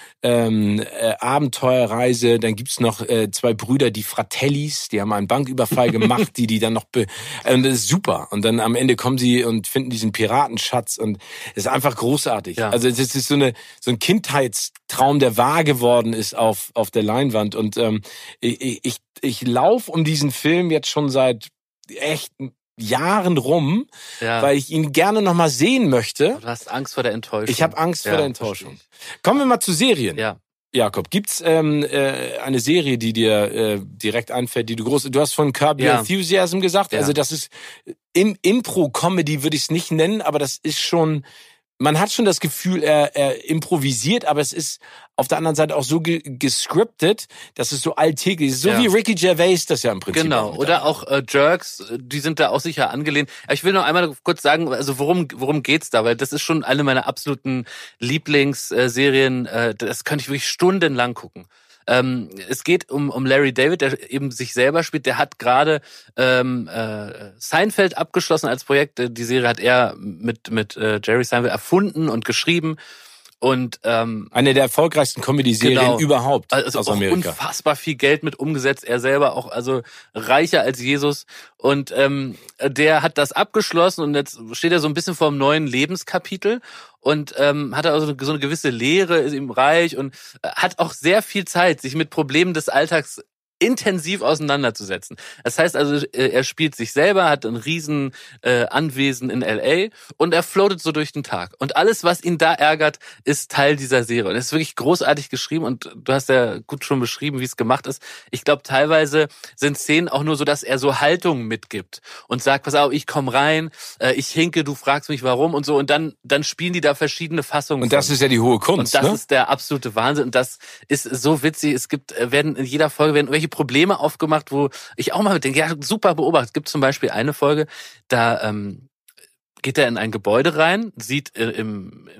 Speaker 1: Abenteuerreise. Dann gibt's noch 2 Brüder, die Fratellis, die haben einen Banküberfall gemacht, die dann noch... und das ist super. Und dann am Ende kommen sie und finden diesen Piratenschatz, und es ist einfach großartig. Ja. Also es ist so ein Kindheitstraum, der wahr geworden ist auf der Leinwand. Und ich laufe um diesen Film jetzt schon seit echt Jahren rum, weil ich ihn gerne noch mal sehen möchte.
Speaker 2: Du hast Angst vor der Enttäuschung.
Speaker 1: Ich habe Angst vor der Enttäuschung. Kommen wir mal zu Serien.
Speaker 2: Ja.
Speaker 1: Jakob, gibt's eine Serie, die dir direkt einfällt, die du hast von Curb Your Enthusiasm gesagt. Also das ist Impro-Comedy, würde ich es nicht nennen, aber das ist schon... Man hat schon das Gefühl, er improvisiert, aber es ist auf der anderen Seite auch so gescriptet, dass es so alltäglich ist. So wie Ricky Gervais das ja im Prinzip.
Speaker 2: Genau, oder auch Jerks, die sind da auch sicher angelehnt. Ich will noch einmal kurz sagen, also worum geht's da? Weil das ist schon eine meiner absoluten Lieblingsserien. Das könnte ich wirklich stundenlang gucken. Es geht um Larry David, der eben sich selber spielt. Der hat gerade Seinfeld abgeschlossen als Projekt. Die Serie hat er mit Jerry Seinfeld erfunden und geschrieben. Und
Speaker 1: eine der erfolgreichsten Comedy-Serien überhaupt aus Amerika.
Speaker 2: Unfassbar viel Geld mit umgesetzt. Er selber auch, also reicher als Jesus. Und der hat das abgeschlossen, und jetzt steht er so ein bisschen vor einem neuen Lebenskapitel und hat also so eine gewisse Lehre, ist ihm reich und hat auch sehr viel Zeit, sich mit Problemen des Alltags intensiv auseinanderzusetzen. Das heißt also, er spielt sich selber, hat ein riesen Anwesen in L.A. und er floatet so durch den Tag. Und alles, was ihn da ärgert, ist Teil dieser Serie. Und es ist wirklich großartig geschrieben, und du hast ja gut schon beschrieben, wie es gemacht ist. Ich glaube, teilweise sind Szenen auch nur so, dass er so Haltungen mitgibt und sagt, pass auf, ich komm rein, ich hinke, du fragst mich warum und so. Und dann spielen die da verschiedene Fassungen.
Speaker 1: Und das ist ja die hohe Kunst.
Speaker 2: Und das ist der absolute Wahnsinn. Und das ist so witzig. Es werden in jeder Folge irgendwelche Probleme aufgemacht, wo ich auch mal denke, ja, super beobachtet. Es gibt zum Beispiel eine Folge, da geht er in ein Gebäude rein, sieht im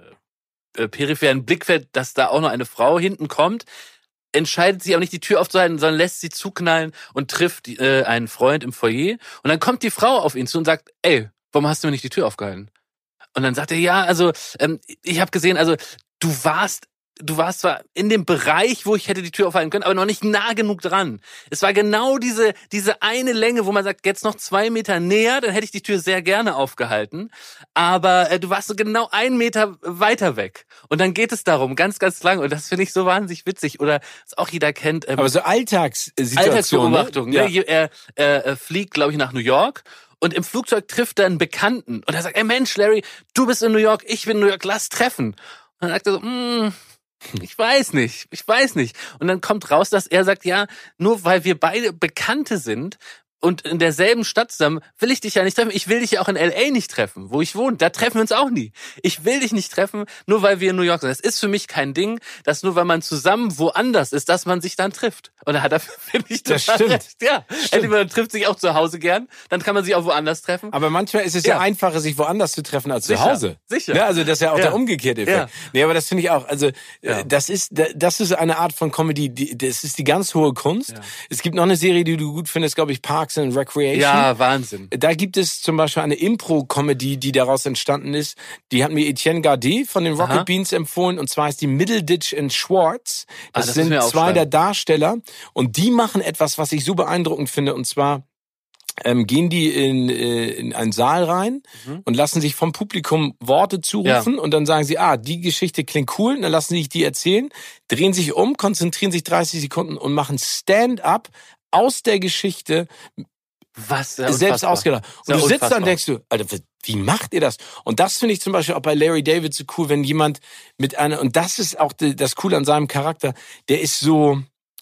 Speaker 2: peripheren Blickfeld, dass da auch noch eine Frau hinten kommt, entscheidet sich aber nicht, die Tür aufzuhalten, sondern lässt sie zuknallen und trifft einen Freund im Foyer. Und dann kommt die Frau auf ihn zu und sagt, ey, warum hast du mir nicht die Tür aufgehalten? Und dann sagt er, ja, also ich habe gesehen, also du warst zwar in dem Bereich, wo ich hätte die Tür aufhalten können, aber noch nicht nah genug dran. Es war genau diese eine Länge, wo man sagt, jetzt noch 2 Meter näher, dann hätte ich die Tür sehr gerne aufgehalten. Aber du warst so genau 1 Meter weiter weg. Und dann geht es darum, ganz, ganz lang. Und das finde ich so wahnsinnig witzig. Oder was auch jeder kennt.
Speaker 1: Aber so Alltagssituationen.
Speaker 2: Alltagsbeobachtung.
Speaker 1: Ne?
Speaker 2: Ja. Er fliegt, glaube ich, nach New York. Und im Flugzeug trifft er einen Bekannten. Und er sagt, ey Mensch, Larry, du bist in New York, ich bin in New York, lass treffen. Und dann sagt er so, ich weiß nicht. Und dann kommt raus, dass er sagt, ja, nur weil wir beide Bekannte sind und in derselben Stadt zusammen, will ich dich ja nicht treffen. Ich will dich ja auch in L.A. nicht treffen, wo ich wohne. Da treffen wir uns auch nie. Ich will dich nicht treffen, nur weil wir in New York sind. Das ist für mich kein Ding, dass nur weil man zusammen woanders ist, dass man sich dann trifft. Und da hat er, finde ich,
Speaker 1: das stimmt.
Speaker 2: Recht. Ja, entweder man trifft sich auch zu Hause gern, dann kann man sich auch woanders treffen.
Speaker 1: Aber manchmal ist es ja einfacher, sich woanders zu treffen als zu Hause.
Speaker 2: Sicher.
Speaker 1: Ja, also das ist ja auch der umgekehrte Effekt.
Speaker 2: Ja.
Speaker 1: Nee, aber das finde ich auch. Also das ist eine Art von Comedy, das ist die ganz hohe Kunst. Ja. Es gibt noch eine Serie, die du gut findest, glaube ich, Parks and Recreation.
Speaker 2: Ja, Wahnsinn.
Speaker 1: Da gibt es zum Beispiel eine Impro-Comedy, die daraus entstanden ist. Die hat mir Etienne Gardet von den Rocket Beans empfohlen. Und zwar ist die Middleditch and Schwartz. Das sind 2 der Darsteller. Und die machen etwas, was ich so beeindruckend finde. Und zwar gehen die in einen Saal rein und lassen sich vom Publikum Worte zurufen und dann sagen sie, die Geschichte klingt cool, und dann lassen sie sich die erzählen, drehen sich um, konzentrieren sich 30 Sekunden und machen Stand-up aus der Geschichte.
Speaker 2: Was?
Speaker 1: Selbst ausgedacht. Und du sitzt da und denkst du, Alter, wie macht ihr das? Und das finde ich zum Beispiel auch bei Larry David so cool, wenn jemand und das ist auch das Coole an seinem Charakter, der ist so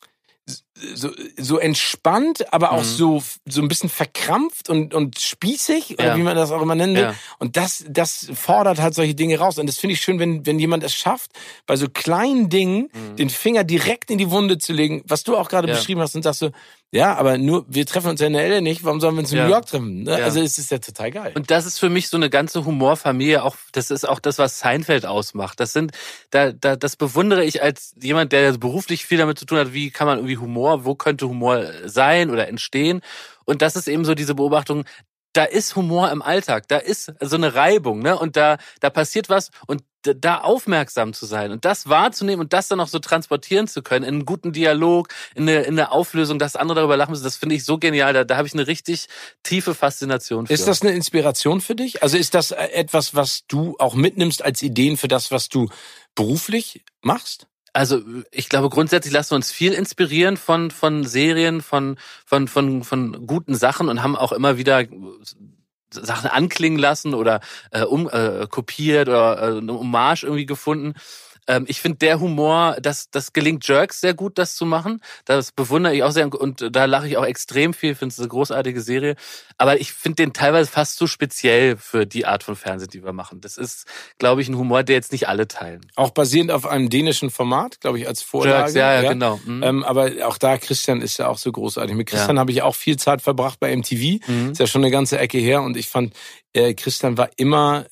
Speaker 1: entspannt, aber auch so ein bisschen verkrampft und spießig, oder wie man das auch immer nennen will. Ja. Und das fordert halt solche Dinge raus. Und das finde ich schön, wenn jemand es schafft, bei so kleinen Dingen den Finger direkt in die Wunde zu legen, was du auch gerade beschrieben hast, und sagst so, ja, aber nur, wir treffen uns ja in der LA nicht, warum sollen wir uns in New York treffen? Ne? Ja. Also es ist ja total geil.
Speaker 2: Und das ist für mich so eine ganze Humorfamilie, auch das ist auch das, was Seinfeld ausmacht. Das bewundere ich als jemand, der beruflich viel damit zu tun hat, wie kann man irgendwie wo könnte Humor sein oder entstehen? Und das ist eben so diese Beobachtung, da ist Humor im Alltag, da ist so eine Reibung, ne? Und da passiert was, und da aufmerksam zu sein und das wahrzunehmen und das dann auch so transportieren zu können in einen guten Dialog, in eine Auflösung, dass andere darüber lachen müssen, das finde ich so genial. Da habe ich eine richtig tiefe Faszination für.
Speaker 1: Ist das eine Inspiration für dich? Also ist das etwas, was du auch mitnimmst als Ideen für das, was du beruflich machst?
Speaker 2: Also ich glaube, grundsätzlich lassen wir uns viel inspirieren von Serien, von guten Sachen, und haben auch immer wieder Sachen anklingen lassen oder kopiert oder eine Hommage irgendwie gefunden. Ich finde, der Humor, das gelingt Jerks sehr gut, das zu machen. Das bewundere ich auch sehr, und da lache ich auch extrem viel. Ich finde es eine großartige Serie. Aber ich finde den teilweise fast zu speziell für die Art von Fernsehen, die wir machen. Das ist, glaube ich, ein Humor, der jetzt nicht alle teilen. Auch
Speaker 1: basierend auf einem dänischen Format, glaube ich, als Vorlage.
Speaker 2: Jerks, ja, genau.
Speaker 1: Aber auch da, Christian ist ja auch so großartig. Mit Christian habe ich auch viel Zeit verbracht bei MTV. Ist ja schon eine ganze Ecke her, und ich fand, Christian war immer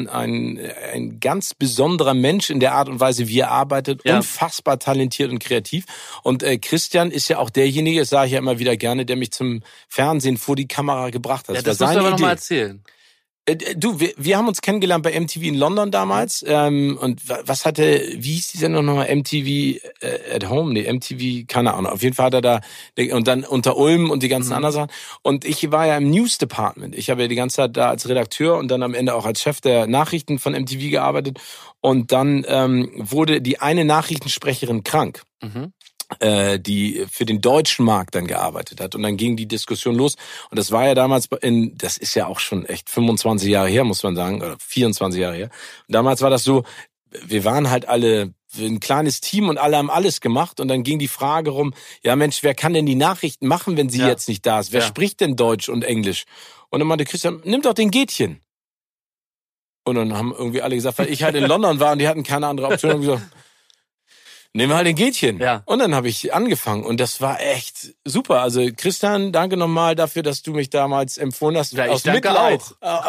Speaker 1: ein ganz besonderer Mensch in der Art und Weise, wie er arbeitet, unfassbar talentiert und kreativ. Und Christian ist ja auch derjenige, das sage ich ja immer wieder gerne, der mich zum Fernsehen vor die Kamera gebracht hat.
Speaker 2: Ja, das musst du aber nochmal erzählen.
Speaker 1: Du, wir haben uns kennengelernt bei MTV in London damals. Und wie hieß die Sendung nochmal? MTV at Home? Nee, MTV, keine Ahnung. Auf jeden Fall hat er da, und dann unter Ulm und die ganzen anderen Sachen. Und ich war ja im News Department. Ich habe ja die ganze Zeit da als Redakteur und dann am Ende auch als Chef der Nachrichten von MTV gearbeitet. Und dann wurde die eine Nachrichtensprecherin krank. Die für den deutschen Markt dann gearbeitet hat. Und dann ging die Diskussion los. Und das war ja damals, das ist ja auch schon echt 25 Jahre her, muss man sagen, oder 24 Jahre her. Und damals war das so, wir waren halt alle ein kleines Team und alle haben alles gemacht. Und dann ging die Frage rum, ja Mensch, wer kann denn die Nachrichten machen, wenn sie jetzt nicht da ist? Wer spricht denn Deutsch und Englisch? Und dann meinte Christian, nimm doch den Gätchen. Und dann haben irgendwie alle gesagt, weil ich halt in London war und die hatten keine andere Option, und gesagt, nehmen wir halt den Gätchen.
Speaker 2: Ja.
Speaker 1: Und dann habe ich angefangen und das war echt super. Also Christian, danke nochmal dafür, dass du mich damals empfohlen hast.
Speaker 2: Ja, aus Mitleid.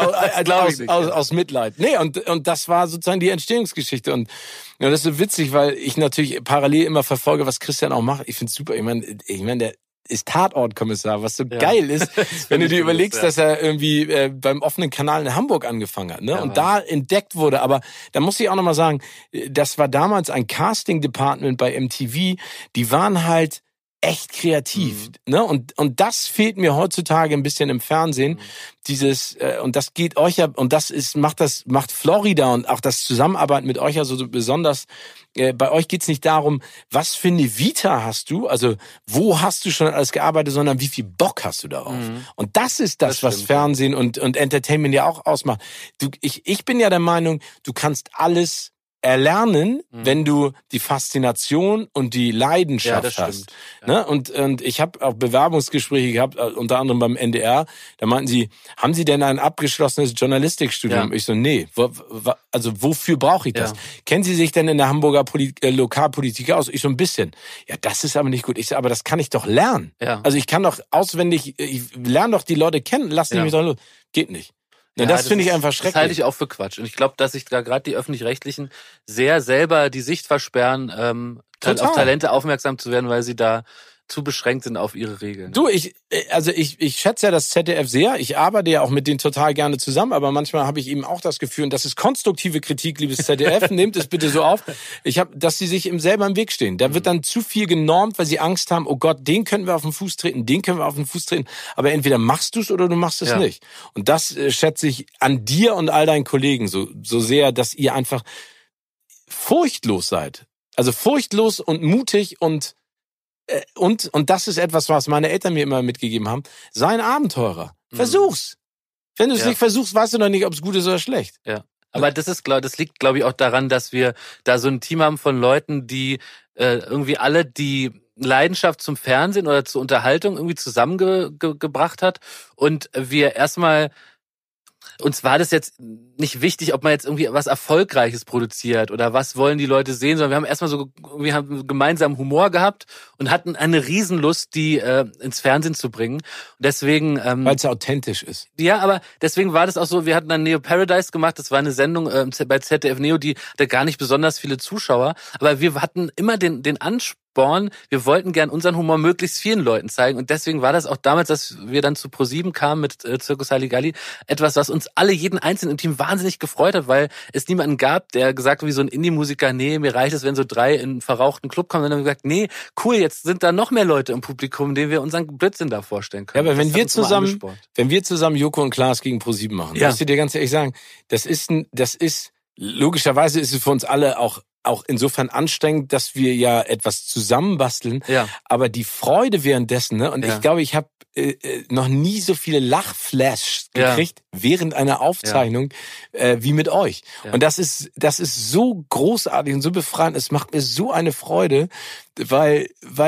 Speaker 1: Aus Mitleid. Nee, und das war sozusagen die Entstehungsgeschichte. Und ja, das ist so witzig, weil ich natürlich parallel immer verfolge, was Christian auch macht. Ich find's super. Ich meine, der ist Tatortkommissar, was so geil ist, wenn du dir überlegst, dass er irgendwie beim offenen Kanal in Hamburg angefangen hat, ne? Ja, und da entdeckt wurde. Aber da muss ich auch nochmal sagen, das war damals ein Casting-Department bei MTV, die waren halt echt kreativ, ne? Und das fehlt mir heutzutage ein bisschen im Fernsehen. Dieses und das geht euch ja, und macht Florida und auch das Zusammenarbeiten mit euch ja so besonders. Bei euch geht's nicht darum, was für eine Vita hast du, also wo hast du schon alles gearbeitet, sondern wie viel Bock hast du darauf. Und das ist das was Fernsehen und Entertainment ja auch ausmacht. Ich bin ja der Meinung, du kannst alles erlernen, wenn du die Faszination und die Leidenschaft hast. Ja. Ne? Und ich habe auch Bewerbungsgespräche gehabt, unter anderem beim NDR. Da meinten sie, haben Sie denn ein abgeschlossenes Journalistikstudium? Ja. Ich so, nee. Also wofür brauche ich das? Kennen Sie sich denn in der Hamburger Lokalpolitik aus? Ich so, ein bisschen. Ja, das ist aber nicht gut. Ich so, aber das kann ich doch lernen. Ja. Also ich kann doch auswendig, ich lerne doch die Leute kennen, lass die mich doch los. Geht nicht. Ja, das finde ich einfach schrecklich.
Speaker 2: Das halte ich auch für Quatsch. Und ich glaube, dass sich da gerade die Öffentlich-Rechtlichen sehr selber die Sicht versperren, auf Talente aufmerksam zu werden, weil sie da zu beschränkt sind auf ihre Regeln.
Speaker 1: Du, ich schätze ja das ZDF sehr. Ich arbeite ja auch mit denen total gerne zusammen, aber manchmal habe ich eben auch das Gefühl, und das ist konstruktive Kritik, liebes ZDF, nehmt es bitte so auf, dass sie sich selber im Weg stehen. Da wird dann zu viel genormt, weil sie Angst haben, oh Gott, den können wir auf den Fuß treten, den können wir auf den Fuß treten. Aber entweder machst du es oder du machst es nicht. Und das schätze ich an dir und all deinen Kollegen so sehr, dass ihr einfach furchtlos seid. Also furchtlos und mutig und das ist etwas, was meine Eltern mir immer mitgegeben haben. Sei ein Abenteurer. Versuch's. Wenn du es nicht versuchst, weißt du noch nicht, ob es gut ist oder schlecht.
Speaker 2: Ja. Aber das liegt, glaube ich, auch daran, dass wir da so ein Team haben von Leuten, die irgendwie alle die Leidenschaft zum Fernsehen oder zur Unterhaltung irgendwie zusammengebracht hat. Und wir erstmal, uns war das jetzt nicht wichtig, ob man jetzt irgendwie was Erfolgreiches produziert oder was wollen die Leute sehen, sondern wir haben erstmal wir haben gemeinsam Humor gehabt und hatten eine Riesenlust, die ins Fernsehen zu bringen. Und deswegen,
Speaker 1: weil es authentisch ist.
Speaker 2: Ja, aber deswegen war das auch so, wir hatten dann Neo Paradise gemacht, das war eine Sendung bei ZDF Neo, die hatte gar nicht besonders viele Zuschauer, aber wir hatten immer den Anspruch, wir wollten gern unseren Humor möglichst vielen Leuten zeigen und deswegen war das auch damals, dass wir dann zu ProSieben kamen mit Circus Halligalli, etwas, was uns alle, jeden Einzelnen im Team wahnsinnig gefreut hat, weil es niemanden gab, der gesagt hat, wie so ein Indie-Musiker, nee, mir reicht es, wenn so 3 in einen verrauchten Club kommen, und dann haben wir gesagt, nee, cool, jetzt sind da noch mehr Leute im Publikum, denen wir unseren Blödsinn da vorstellen können.
Speaker 1: Ja, aber wenn wir zusammen Joko und Klaas gegen ProSieben machen, muss ich dir ganz ehrlich sagen, das ist logischerweise ist es für uns alle auch insofern anstrengend, dass wir ja etwas zusammenbasteln. Ja. Aber die Freude währenddessen, ne? Und ich glaube, ich habe noch nie so viele Lachflashs gekriegt während einer Aufzeichnung wie mit euch. Ja. Und das ist so großartig und so befreiend. Es macht mir so eine Freude, weil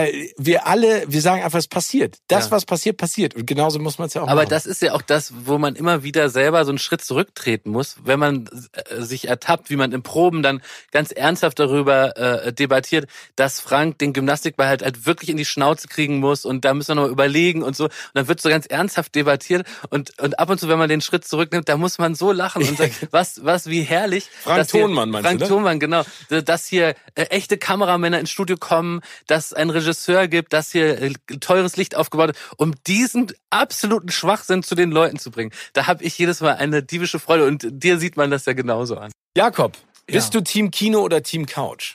Speaker 1: wir sagen einfach, es passiert. Was passiert. Und genauso muss man es ja auch machen.
Speaker 2: Aber das ist ja auch das, wo man immer wieder selber so einen Schritt zurücktreten muss, wenn man sich ertappt, wie man in Proben dann ganz ernsthaft darüber debattiert, dass Frank den Gymnastikball halt wirklich in die Schnauze kriegen muss und da müssen wir noch mal überlegen und so. Und dann wird so ganz ernsthaft debattiert und ab und zu, wenn man den Schritt zurücknimmt, da muss man so lachen und sagen, was wie herrlich.
Speaker 1: Frank Thonmann meinst du, ne?
Speaker 2: Frank Thonmann, genau. Dass hier echte Kameramänner ins Studio kommen, dass es einen Regisseur gibt, dass hier teures Licht aufgebaut wird, um diesen absoluten Schwachsinn zu den Leuten zu bringen. Da habe ich jedes Mal eine diebische Freude und dir sieht man das ja genauso an.
Speaker 1: Jakob, bist du Team Kino oder Team Couch?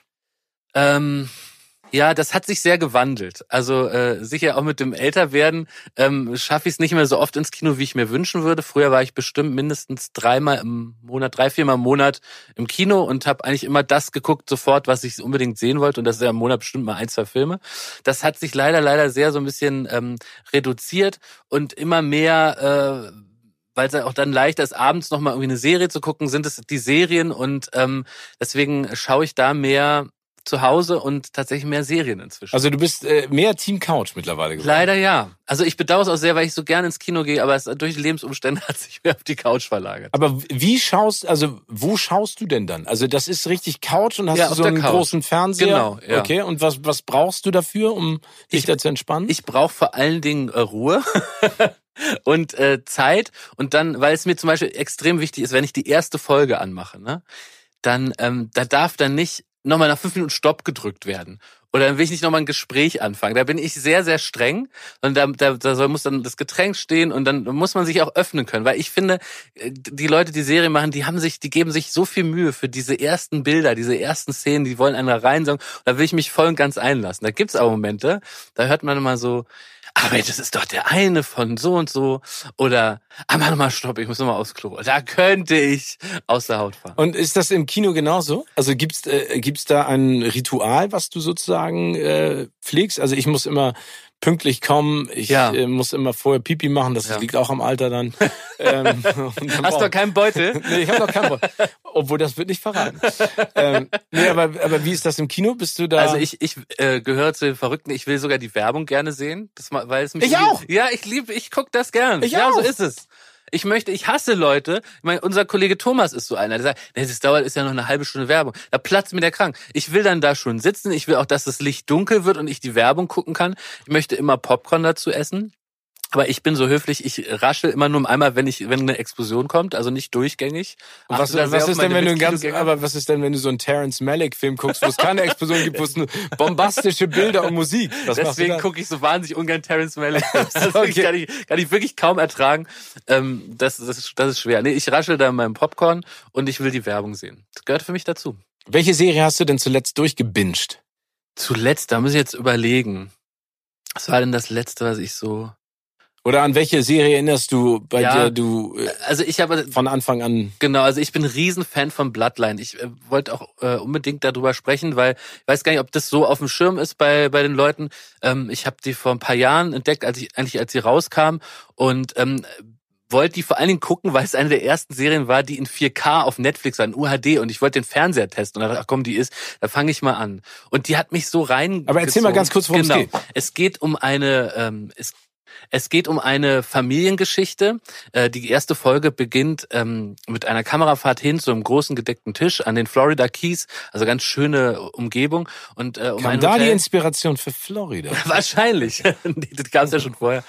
Speaker 2: Ja, das hat sich sehr gewandelt. Also sicher auch mit dem Älterwerden schaffe ich es nicht mehr so oft ins Kino, wie ich mir wünschen würde. Früher war ich bestimmt mindestens 3, 4 Mal im Monat im Kino und habe eigentlich immer das geguckt sofort, was ich unbedingt sehen wollte. Und das ist ja im Monat bestimmt mal 1, 2 Filme. Das hat sich leider sehr so ein bisschen reduziert und immer mehr weil es auch dann leichter ist, abends nochmal irgendwie eine Serie zu gucken, sind es die Serien und deswegen schaue ich da mehr zu Hause und tatsächlich mehr Serien inzwischen.
Speaker 1: Also du bist mehr Team Couch mittlerweile geworden.
Speaker 2: Leider ja. Also ich bedauere es auch sehr, weil ich so gerne ins Kino gehe, aber durch die Lebensumstände hat sich mehr auf die Couch verlagert.
Speaker 1: Aber wo schaust du denn dann? Also das ist richtig Couch und hast du so einen großen Fernseher?
Speaker 2: Genau, ja.
Speaker 1: Okay, und was brauchst du dafür, um dich da zu entspannen?
Speaker 2: Ich brauche vor allen Dingen Ruhe. Und Zeit und dann, weil es mir zum Beispiel extrem wichtig ist, wenn ich die erste Folge anmache, ne, dann da darf dann nicht nochmal nach 5 Minuten Stopp gedrückt werden. Oder dann will ich nicht nochmal ein Gespräch anfangen. Da bin ich sehr, sehr streng. Und da muss dann das Getränk stehen und dann muss man sich auch öffnen können. Weil ich finde, die Leute, die Serie machen, die geben sich so viel Mühe für diese ersten Bilder, diese ersten Szenen, die wollen einen da reinsaugen. Da will ich mich voll und ganz einlassen. Da gibt's auch Momente, da hört man immer so, aber das ist doch der eine von so und so. Oder, mach nochmal Stopp, ich muss nochmal aufs Klo. Da könnte ich aus der Haut fahren.
Speaker 1: Und ist das im Kino genauso? Also gibt's da ein Ritual, was du sozusagen pflegst? Also ich muss immer pünktlich kommen, ich muss immer vorher Pipi machen, das liegt auch am Alter dann.
Speaker 2: Hast du keinen Beutel?
Speaker 1: Nee, ich habe noch keinen Beutel. Obwohl, das wird nicht verraten. Nee, aber wie ist das im Kino? Bist du da?
Speaker 2: Also ich gehöre zu den Verrückten, ich will sogar die Werbung gerne sehen. Weil es mich
Speaker 1: ich auch!
Speaker 2: Ja, ich guck das gern.
Speaker 1: Ich
Speaker 2: auch.
Speaker 1: So
Speaker 2: ist es. Ich hasse Leute. Ich meine, unser Kollege Thomas ist so einer, der sagt, ist ja noch eine halbe Stunde Werbung. Da platzt mir der Krank. Ich will dann da schon sitzen. Ich will auch, dass das Licht dunkel wird und ich die Werbung gucken kann. Ich möchte immer Popcorn dazu essen. Aber ich bin so höflich, ich raschel immer nur einmal, wenn eine Explosion kommt, also nicht durchgängig.
Speaker 1: Und was ist denn, wenn du so einen Terrence Malick-Film guckst, wo es keine Explosion gibt, wo es nur bombastische Bilder und Musik?
Speaker 2: Deswegen gucke ich so wahnsinnig ungern Terrence Malick. Das
Speaker 1: Okay.
Speaker 2: kann ich wirklich kaum ertragen. Das ist schwer. Nee, ich raschel da in meinem Popcorn und ich will die Werbung sehen. Das gehört für mich dazu.
Speaker 1: Welche Serie hast du denn zuletzt durchgebinged?
Speaker 2: Zuletzt, da muss ich jetzt überlegen. Was war denn das Letzte, was ich so...
Speaker 1: Oder an welche Serie erinnerst du, bei der du
Speaker 2: also ich habe
Speaker 1: von Anfang an...
Speaker 2: Genau, also ich bin ein Riesenfan von Bloodline. Ich wollte auch unbedingt darüber sprechen, weil ich weiß gar nicht, ob das so auf dem Schirm ist bei den Leuten. Ich habe die vor ein paar Jahren entdeckt, als sie rauskam und wollte die vor allen Dingen gucken, weil es eine der ersten Serien war, die in 4K auf Netflix war, in UHD, und ich wollte den Fernseher testen und dachte, ach komm, da fange ich mal an. Und die hat mich so rein.
Speaker 1: Aber erzähl mal ganz kurz, worum es geht.
Speaker 2: Es geht um es geht um eine Familiengeschichte. Die erste Folge beginnt mit einer Kamerafahrt hin zu einem großen gedeckten Tisch an den Florida Keys, also ganz schöne Umgebung. Und
Speaker 1: kam da die Inspiration für Florida?
Speaker 2: Wahrscheinlich. Das gab es ja schon vorher.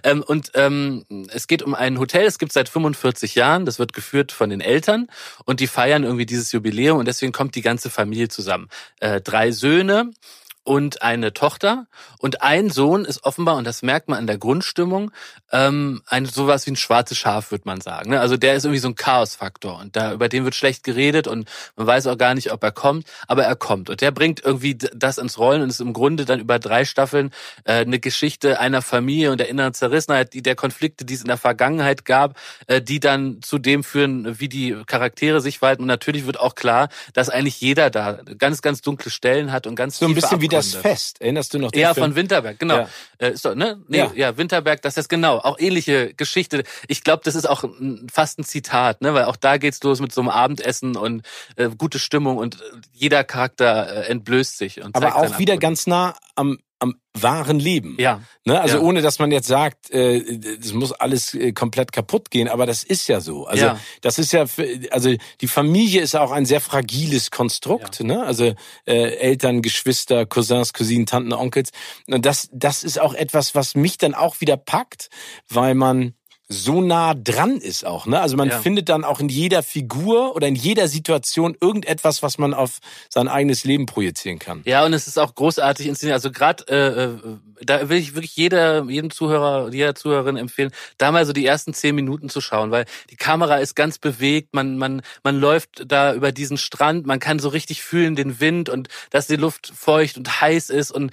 Speaker 2: Es geht um ein Hotel, es gibt seit 45 Jahren, das wird geführt von den Eltern und die feiern irgendwie dieses Jubiläum und deswegen kommt die ganze Familie zusammen. 3 Söhne und eine Tochter, und ein Sohn ist offenbar, und das merkt man an der Grundstimmung, sowas wie ein schwarzes Schaf, würde man sagen. Ne? Also der ist irgendwie so ein Chaosfaktor und über den wird schlecht geredet und man weiß auch gar nicht, ob er kommt, aber er kommt und der bringt irgendwie das ins Rollen und ist im Grunde dann über 3 Staffeln eine Geschichte einer Familie und der inneren Zerrissenheit, der Konflikte, die es in der Vergangenheit gab, die dann zu dem führen, wie die Charaktere sich verhalten, und natürlich wird auch klar, dass eigentlich jeder da ganz, ganz dunkle Stellen hat und ganz
Speaker 1: so ein bisschen
Speaker 2: Abgründe.
Speaker 1: Wie das Fest, erinnerst du noch?
Speaker 2: Ja, von Winterberg, genau.
Speaker 1: Ja.
Speaker 2: Ist doch, ne? Nee, ja, Winterberg, das ist genau, auch ähnliche Geschichte. Ich glaube, das ist auch fast ein Zitat, ne? Weil auch da geht's los mit so einem Abendessen und gute Stimmung und jeder Charakter entblößt sich. Und
Speaker 1: aber auch wieder ganz nah am wahren Leben.
Speaker 2: Ja.
Speaker 1: Ne? Also ohne, dass man jetzt sagt, das muss alles komplett kaputt gehen, aber das ist ja so. Also das ist ja, also die Familie ist auch ein sehr fragiles Konstrukt. Ne? Also Eltern, Geschwister, Cousins, Cousinen, Tanten, Onkels. Und das ist auch etwas, was mich dann auch wieder packt, weil man so nah dran ist auch, ne? Also man findet dann auch in jeder Figur oder in jeder Situation irgendetwas, was man auf sein eigenes Leben projizieren kann.
Speaker 2: Ja, und es ist auch großartig inszeniert. Also gerade da will ich wirklich jedem Zuhörer, jeder Zuhörerin empfehlen, da mal so die ersten 10 Minuten zu schauen, weil die Kamera ist ganz bewegt, man läuft da über diesen Strand, man kann so richtig fühlen den Wind und dass die Luft feucht und heiß ist und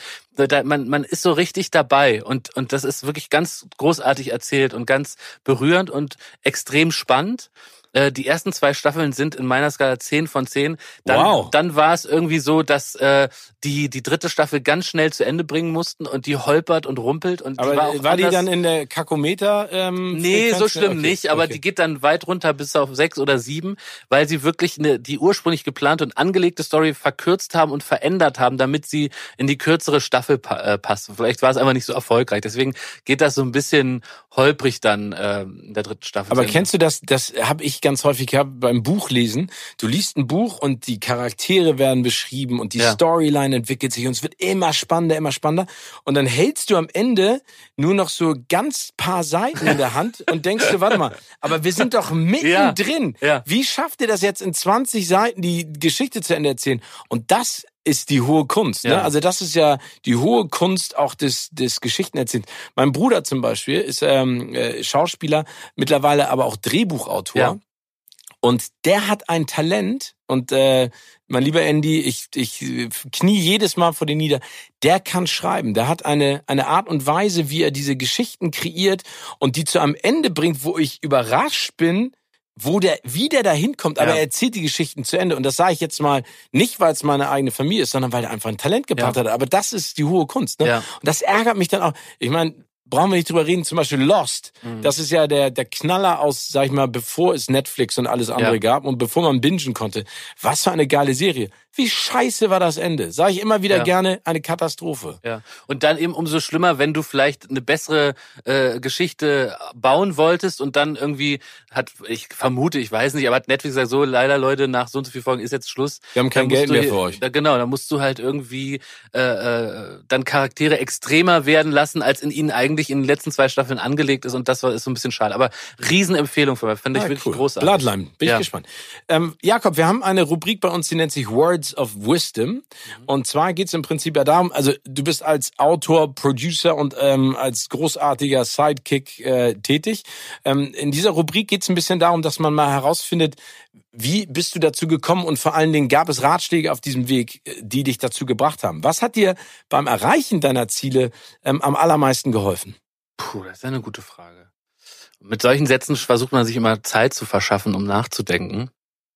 Speaker 2: man ist so richtig dabei und das ist wirklich ganz großartig erzählt und ganz berührend und extrem spannend. Die ersten 2 Staffeln sind in meiner Skala 10 von 10. Dann war es irgendwie so, dass die 3. Staffel ganz schnell zu Ende bringen mussten und die holpert und rumpelt. Und
Speaker 1: aber
Speaker 2: die war auch
Speaker 1: war die dann in der Kakometer?
Speaker 2: Nee, so schlimm nicht, aber die geht dann weit runter bis auf 6 oder 7, weil sie wirklich die ursprünglich geplante und angelegte Story verkürzt haben und verändert haben, damit sie in die kürzere Staffel passt. Vielleicht war es einfach nicht so erfolgreich. Deswegen geht das so ein bisschen holprig dann in der 3. Staffel.
Speaker 1: Aber kennst du das habe ich ganz häufig gehabt beim Buchlesen. Du liest ein Buch und die Charaktere werden beschrieben und die Storyline entwickelt sich und es wird immer spannender, immer spannender. Und dann hältst du am Ende nur noch so ganz paar Seiten in der Hand und denkst du, warte mal, aber wir sind doch mittendrin.
Speaker 2: Ja.
Speaker 1: Wie schafft ihr das jetzt in 20 Seiten, die Geschichte zu Ende erzählen? Und das ist die hohe Kunst. Ne? Also das ist ja die hohe Kunst auch des Geschichtenerzählens. Mein Bruder zum Beispiel ist Schauspieler, mittlerweile aber auch Drehbuchautor. Ja. Und der hat ein Talent und mein lieber Andy, ich knie jedes Mal vor dir nieder. Der kann schreiben. Der hat eine Art und Weise, wie er diese Geschichten kreiert und die zu einem Ende bringt, wo ich überrascht bin, wie der da hinkommt, aber er erzählt die Geschichten zu Ende. Und das sage ich jetzt mal nicht, weil es meine eigene Familie ist, sondern weil er einfach ein Talent gebracht hat. Aber das ist die hohe Kunst. Ne? Ja. Und das ärgert mich dann auch. Ich meine, brauchen wir nicht drüber reden, zum Beispiel Lost. Das ist ja der Knaller aus, sag ich mal, bevor es Netflix und alles andere gab und bevor man bingen konnte. Was für eine geile Serie. Wie scheiße war das Ende? Sage ich immer wieder gerne, eine Katastrophe.
Speaker 2: Ja. Und dann eben umso schlimmer, wenn du vielleicht eine bessere Geschichte bauen wolltest und dann irgendwie ich weiß nicht, aber hat Netflix gesagt, so leider Leute, nach so und so viel Folgen ist jetzt Schluss.
Speaker 1: Wir haben kein Geld mehr für euch.
Speaker 2: Genau, dann musst du halt irgendwie dann Charaktere extremer werden lassen, als in ihnen eigentlich eigentlich in den letzten 2 Staffeln angelegt ist und das ist so ein bisschen schade. Aber Riesenempfehlung für mich, finde ich wirklich großartig.
Speaker 1: Bloodline, bin ich gespannt. Jakob, wir haben eine Rubrik bei uns, die nennt sich Words of Wisdom. Und zwar geht's im Prinzip ja darum, also du bist als Autor, Producer und als großartiger Sidekick tätig. In dieser Rubrik geht's ein bisschen darum, dass man mal herausfindet, wie bist du dazu gekommen und vor allen Dingen gab es Ratschläge auf diesem Weg, die dich dazu gebracht haben. Was hat dir beim Erreichen deiner Ziele am allermeisten geholfen?
Speaker 2: Puh, das ist eine gute Frage. Mit solchen Sätzen versucht man sich immer Zeit zu verschaffen, um nachzudenken.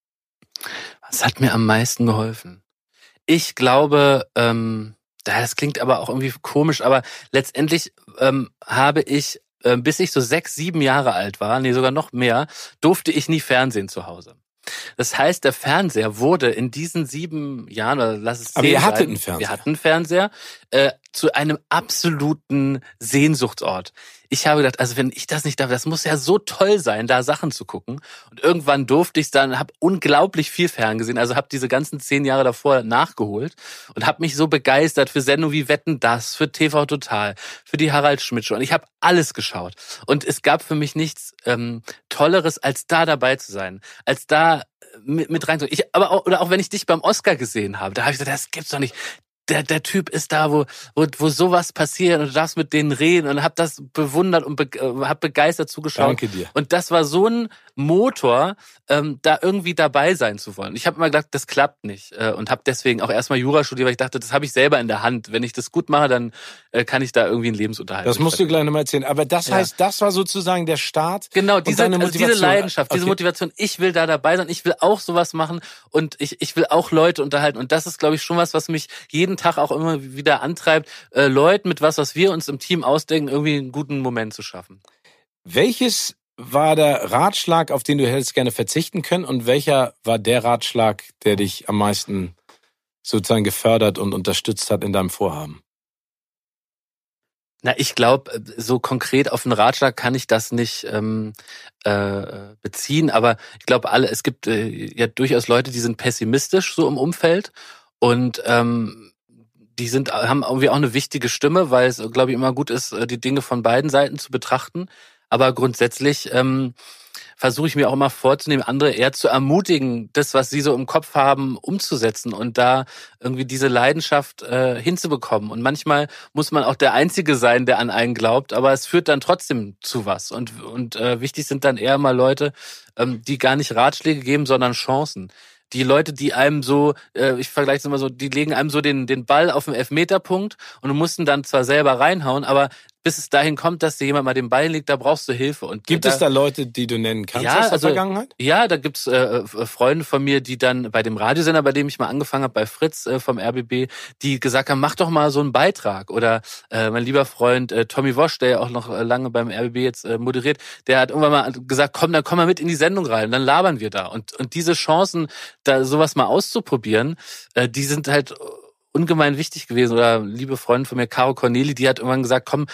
Speaker 2: Was hat mir am meisten geholfen? Ich glaube, das klingt aber auch irgendwie komisch, aber letztendlich habe ich, bis ich so 6, 7 Jahre alt war, nee, sogar noch mehr, durfte ich nie Fernsehen zu Hause. Das heißt, der Fernseher wurde in diesen 7 Jahren, oder lass es 10
Speaker 1: Aber ihr hattet
Speaker 2: sein,
Speaker 1: einen Fernseher.
Speaker 2: wir hatten einen Fernseher, zu einem absoluten Sehnsuchtsort. Ich habe gedacht, also wenn ich das nicht darf, das muss ja so toll sein, da Sachen zu gucken. Und irgendwann durfte ich es dann, habe unglaublich viel ferngesehen, also habe diese ganzen 10 Jahre davor nachgeholt und habe mich so begeistert für Sendungen wie Wetten, das, für TV Total, für die Harald Schmidt Show. Und ich habe alles geschaut. Und es gab für mich nichts Tolleres, als da dabei zu sein, als da mit rein. Aber auch wenn ich dich beim Oscar gesehen habe, da habe ich gesagt, das gibt's doch nicht. Der Typ ist da, wo sowas passiert und du darfst mit denen reden und hab das bewundert und hab begeistert zugeschaut.
Speaker 1: Danke dir.
Speaker 2: Und das war so ein Motor, da irgendwie dabei sein zu wollen. Ich habe immer gedacht, das klappt nicht und habe deswegen auch erstmal Jura studiert, weil ich dachte, das habe ich selber in der Hand. Wenn ich das gut mache, dann kann ich da irgendwie einen Lebensunterhalt.
Speaker 1: Das musst du gleich nochmal erzählen. Aber das heißt, das war sozusagen der Start.
Speaker 2: Genau, diese Leidenschaft,
Speaker 1: okay.
Speaker 2: diese Motivation. Ich will da dabei sein, ich will auch sowas machen und ich will auch Leute unterhalten. Und das ist, glaube ich, schon was mich jeden Tag auch immer wieder antreibt, Leuten mit was wir uns im Team ausdenken, irgendwie einen guten Moment zu schaffen.
Speaker 1: Welches war der Ratschlag, auf den du hättest gerne verzichten können und welcher war der Ratschlag, der dich am meisten sozusagen gefördert und unterstützt hat in deinem Vorhaben?
Speaker 2: Na, ich glaube, so konkret auf einen Ratschlag kann ich das nicht beziehen, aber ich glaube, es gibt ja durchaus Leute, die sind pessimistisch so im Umfeld und die haben irgendwie auch eine wichtige Stimme, weil es, glaube ich, immer gut ist, die Dinge von beiden Seiten zu betrachten. Aber grundsätzlich versuche ich mir auch immer vorzunehmen, andere eher zu ermutigen, das, was sie so im Kopf haben, umzusetzen und da irgendwie diese Leidenschaft hinzubekommen. Und manchmal muss man auch der Einzige sein, der an einen glaubt, aber es führt dann trotzdem zu was. Und wichtig sind dann eher mal Leute, die gar nicht Ratschläge geben, sondern Chancen. Die Leute, die einem so, ich vergleiche es immer so, die legen einem so den Ball auf den Elfmeterpunkt und du musst ihn dann zwar selber reinhauen, aber bis es dahin kommt, dass dir jemand mal den Ball legt, da brauchst du Hilfe. Und
Speaker 1: gibt es da Leute, die du nennen kannst aus der Vergangenheit?
Speaker 2: Ja, da gibt's Freunde von mir, die dann bei dem Radiosender, bei dem ich mal angefangen habe, bei Fritz vom RBB, die gesagt haben, mach doch mal so einen Beitrag. Oder mein lieber Freund Tommy Wosch, der ja auch noch lange beim RBB jetzt moderiert, der hat irgendwann mal gesagt, komm, dann komm mal mit in die Sendung rein, und dann labern wir da. Und diese Chancen, da sowas mal auszuprobieren, die sind halt ungemein wichtig gewesen. Oder liebe Freundin von mir, Caro Corneli, die hat irgendwann gesagt, komm,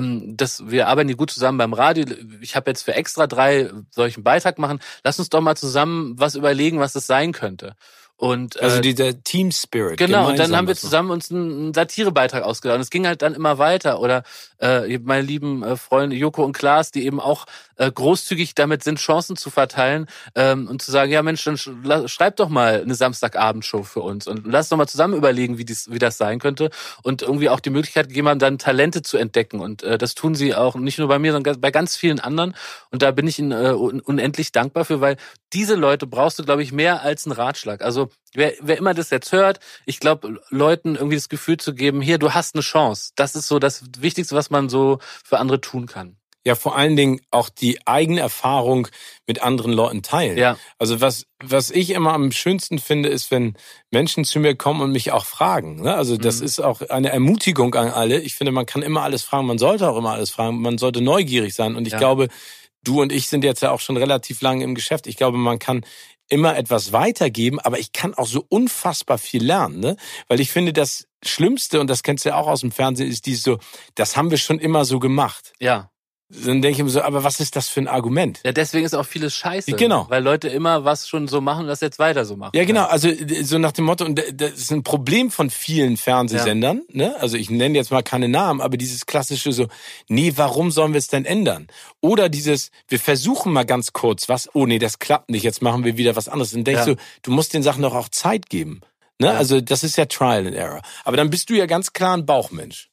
Speaker 2: wir arbeiten hier gut zusammen beim Radio. Ich habe jetzt für Extra 3 solchen Beitrag machen. Lass uns doch mal zusammen was überlegen, was das sein könnte. Und
Speaker 1: also dieser Team Spirit.
Speaker 2: Genau, und dann haben wir zusammen uns einen Satirebeitrag ausgedacht. Und es ging halt dann immer weiter. Oder meine lieben Freunde Joko und Klaas, die eben auch großzügig damit sind, Chancen zu verteilen und zu sagen, ja Mensch, dann schreib doch mal eine Samstagabendshow für uns und lass doch mal zusammen überlegen, wie das sein könnte. Und irgendwie auch die Möglichkeit gegeben haben, dann Talente zu entdecken. Und das tun sie auch nicht nur bei mir, sondern bei ganz vielen anderen. Und da bin ich ihnen unendlich dankbar für, weil diese Leute brauchst du, glaube ich, mehr als einen Ratschlag. Also wer immer das jetzt hört, ich glaube, Leuten irgendwie das Gefühl zu geben, hier, du hast eine Chance. Das ist so das Wichtigste, was man so für andere tun kann.
Speaker 1: Ja, vor allen Dingen auch die eigene Erfahrung mit anderen Leuten teilen.
Speaker 2: Ja.
Speaker 1: Also was ich immer am schönsten finde, ist, wenn Menschen zu mir kommen und mich auch fragen. Ne? Also das ist auch eine Ermutigung an alle. Ich finde, man kann immer alles fragen, man sollte auch immer alles fragen, man sollte neugierig sein. Und ich glaube, du und ich sind jetzt ja auch schon relativ lange im Geschäft. Ich glaube, man kann immer etwas weitergeben, aber ich kann auch so unfassbar viel lernen, ne? Weil ich finde, das Schlimmste, und das kennst du ja auch aus dem Fernsehen, ist dieses so, das haben wir schon immer so gemacht.
Speaker 2: Ja.
Speaker 1: Dann denke ich mir so, aber was ist das für ein Argument?
Speaker 2: Ja, deswegen ist auch vieles scheiße.
Speaker 1: Genau.
Speaker 2: Weil Leute immer was schon so machen und das jetzt weiter so machen.
Speaker 1: Ja, genau. Also so nach dem Motto, und das ist ein Problem von vielen Fernsehsendern, ne? Also ich nenne jetzt mal keine Namen, aber dieses klassische so, nee, warum sollen wir es denn ändern? Oder dieses, wir versuchen mal ganz kurz was, oh nee, das klappt nicht, jetzt machen wir wieder was anderes. Dann denkst du, du musst den Sachen doch auch Zeit geben. Ne? Ja. Also das ist ja Trial and Error. Aber dann bist du ja ganz klar ein Bauchmensch.